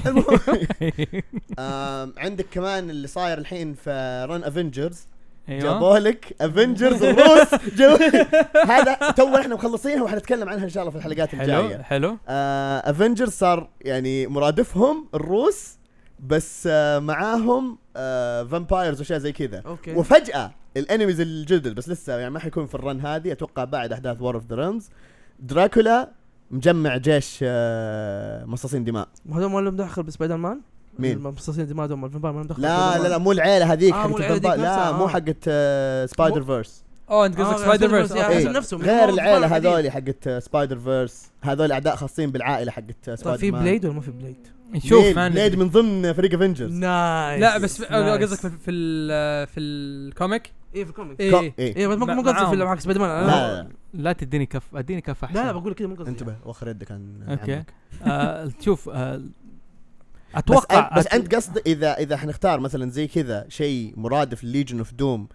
عندك كمان اللي صاير الحين في رن افنجرز. جابوا لك افنجرز الروس. هذا تو احنا مخلصينها وحنتكلم عنها ان شاء الله في الحلقات الجايه. حلو. افنجرز صار يعني مرادفهم الروس، بس معاهم فامبايرز وشيء زي كذا. وفجأة الانميز الجدد بس لسه يعني ما حيكون في الرن هذه، اتوقع بعد احداث وور اوف ذا رامز. دراكولا مجمع جيش مصاصين دماء. وهذا ما لهم دخل بسبايدر مان؟ مين؟ مصاصين دماء دوم الفامباير ما لهم دخل. لا مو العيله هذيك حقت الفامباير. لا مو حقت سبايدر فيرس. انت قصدك سبايدر فيرس. غير العيله هذول حقت سبايدر فيرس، هذول اعداء خاصين بالعائله حقت سبايدر مان. في بليد ولا ما في بليد؟ نشوف بليد من ضمن فريق افنجرز. نايس. لا بس قصدك في الكوميك. ايه في الكوميك. ايه مو قصدي في حق سبايدر مان. لا تديني كف، اديني كف احسن. لا بقول كذا مو قصدي. انتبه وخر يدك عن اوكي. شوف اتوقع بس انت قصد اذا حنختار مثلا زي كذا شيء مرادف لليجن اوف دوم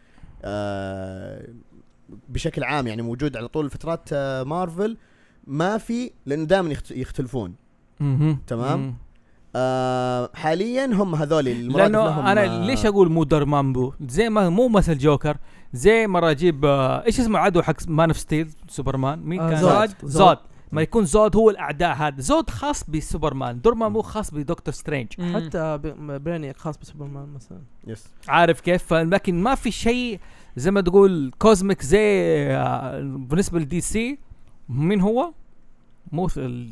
بشكل عام، يعني موجود على طول فترات مارفل، ما في، لانه دائما يختلفون. تمام. حاليا هم هذول المرادف لهم. انا ليش اقول مو دورمامبو؟ زي ما مو مثل جوكر، زي مرة اجيب ايش اسمه عدو حق مان اوف ستيل سوبرمان، مين كان؟ زود. ما يكون زود هو الاعداء، هذا زود خاص بسوبرمان، دورمامبو خاص بدكتور سترينج، حتى برينيك خاص بسوبرمان مثلا. يس عارف كيف؟ لكن ما في شيء زي ما تقول كوزميك زي بالنسبه للدي سي. مين هو؟ مو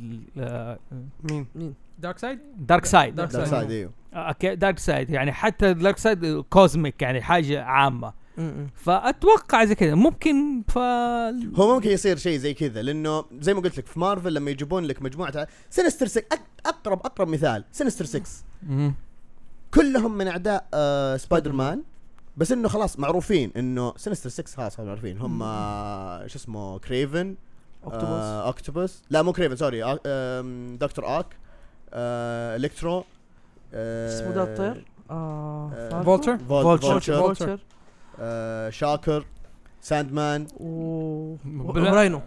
مين؟ دارك سايد ايوه. اوكي دارك سايد، يعني حتى دارك سايد كوزميك، يعني حاجه عامه. فاتوقع زي كذا ممكن هو ممكن يصير شيء زي كذا، لانه زي ما قلت لك في مارفل لما يجيبون لك مجموعه سينستر 6 اقرب مثال سينستر 6 كلهم من اعداء سبايدر مان، بس انه خلاص معروفين انه سينستر 6 خلاص معروفين هم شو اسمه كريفن اوكتوبوس. لا مو كريفن سوري، دكتور اوك، الكترو اسمه ده الطير فولتشر شاكر ساندمان راينو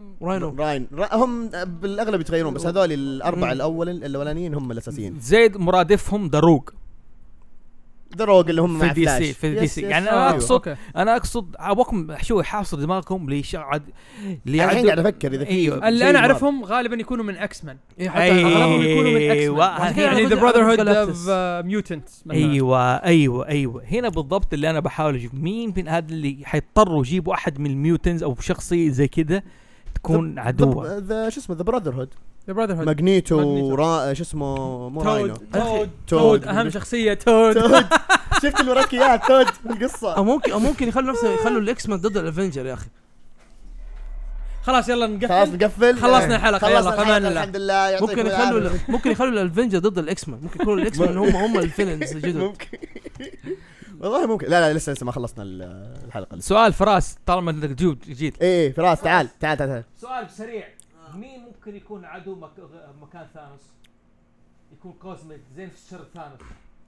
هم بالاغلب يتغيرون، بس هذول الاربعه الاولانيين هم الاساسيين. زيد مرادفهم دروق اللي هم مع فلاش في دي سي. يعني انا اقصد ابغاكم شو حاصر دماغكم اللي قاعد افكر اذا في اللي انا اعرفهم غالبا يكونوا من اكس مان. اغلبهم يكونوا من اكس مان، يعني ذا براذر هود اوف ميوتنتس. ايوه هنا بالضبط اللي انا بحاول اجيب مين من هذا اللي حيضطروا يجيبوا احد من الميوتنز او شخصيه زي كذا تكون عدوه. شو اسمه ذا براذر هود ماغنيتو شو اسمه مو راينو تود اهم شخصيه تود. شفت اللي وراك اياه تود القصه. او ممكن يخلوا الاكس مان ضد الافنجر يا اخي. خلاص يلا نقفل. خلصنا الحلقه يلا كمان الحمد لله. ممكن يخلوا الافنجر ضد الاكس مان. ممكن يكونوا الاكس مان هم الفيلنز الجدد. ممكن والله ممكن. لا لسه ما خلصنا الحلقه. سؤال فراس طالما انك جيت. ايه فراس تعال. سؤال سريع. مين ممكن يكون عدو مكان ثانوس؟ يكون كوزميك زين في الشر ثانوس.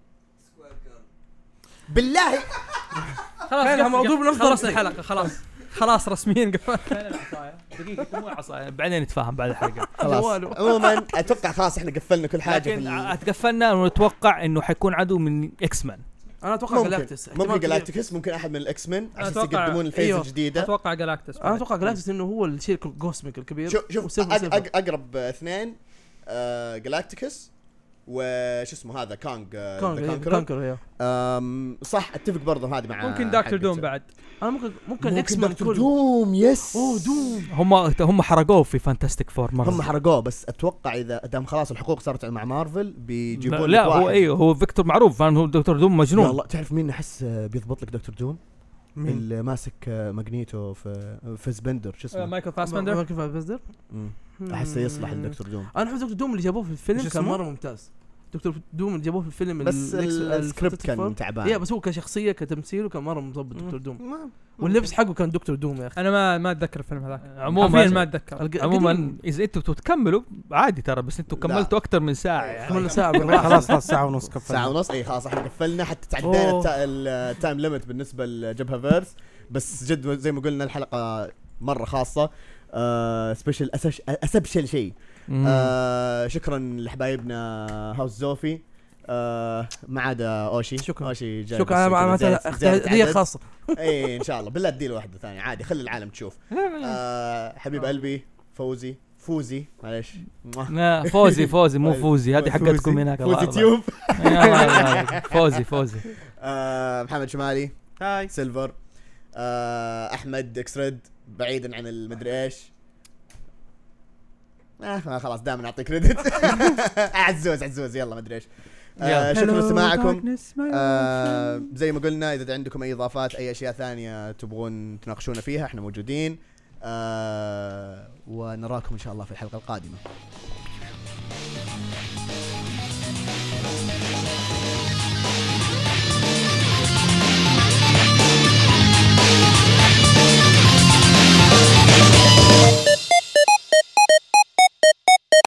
بالله خلصنا الحلقه خلاص رسميا قفلنا العصايه. دقيقه مو عصايه بعدين نتفاهم بعد الحلقه. عموما اتوقع خلاص احنا قفلنا كل حاجه. لكن اتقفلنا ونتوقع انه حيكون عدو من اكس مان. انا اتوقع جالاكتس. ممكن جالاكتس، ممكن احد من الاكس مان عشان يقدمون الفيز الجديده. اتوقع جالاكتس. انا اتوقع جالاكتس انه هو الشيء الكوسميك الكبير. شوف اقرب اثنين جالاكتيكس وش اسمه هذا كانكر. صح اتفق برضه هذه مع ممكن دكتور دوم بعد. انا ممكن اكس مان دكتور دوم. يس دوم هم حرقوه في فانتاستيك فور مرة. هم حرقوه، بس اتوقع اذا دام خلاص الحقوق صارت مع مارفل بيجيبون لا هو فيكتور معروف هو دكتور دوم مجنون. والله تعرف مين احس بيضبط لك دكتور دوم؟ اللي ماسك ماغنيتو في سبندر شو اسمه مايكل فاسبندر. احس يصلح لدكتور دوم. انا احس دكتور دوم اللي جابوه في الفيلم كان مره ممتاز. دكتور دوم اللي جابوه في الفيلم بس السكريبت كان تعبان. بس هو كشخصيه كتمثيله كان مره مضبط دكتور دوم، واللبس حقه كان دكتور دوم يا اخي. انا ما اتذكر الفيلم هذاك عموما، ما اتذكر. عموما اذا انتوا تكملوا عادي ترى، بس انتوا كملتوا اكثر من ساعه يعني. كملنا ساعه بالراحه. خلاص ساعه ونص كفلنا. ساعه ونص اي خلاص احنا قفلنا حتى تعدينا التايم ليميت بالنسبه لجبهه فيرس. بس جد زي ما قلنا الحلقه مره خاصه، سبيشل اسبشل شيء. شكرا لحبايبنا هاوس زوفي، ما عدا اوشي. شكرا اوشي جاي. شكرا على هديه خاصه. اي ان شاء الله بالله اديله واحده ثانيه عادي، خلي العالم تشوف. حبيب قلبي فوزي معلش. فوزي مو فوزي، هذه حقتكم هناك. فوزي تيوب. فوزي محمد شمالي، هاي سيلفر، احمد اكسريد بعيدا عن المدري ايش. خلاص دائما نعطي كريدت. عزوز يلا مدري ايش. شكرا لسماعكم. زي ما قلنا اذا عندكم اي اضافات اي اشياء ثانيه تبغون تناقشونا فيها احنا موجودين. ونراكم ان شاء الله في الحلقه القادمه.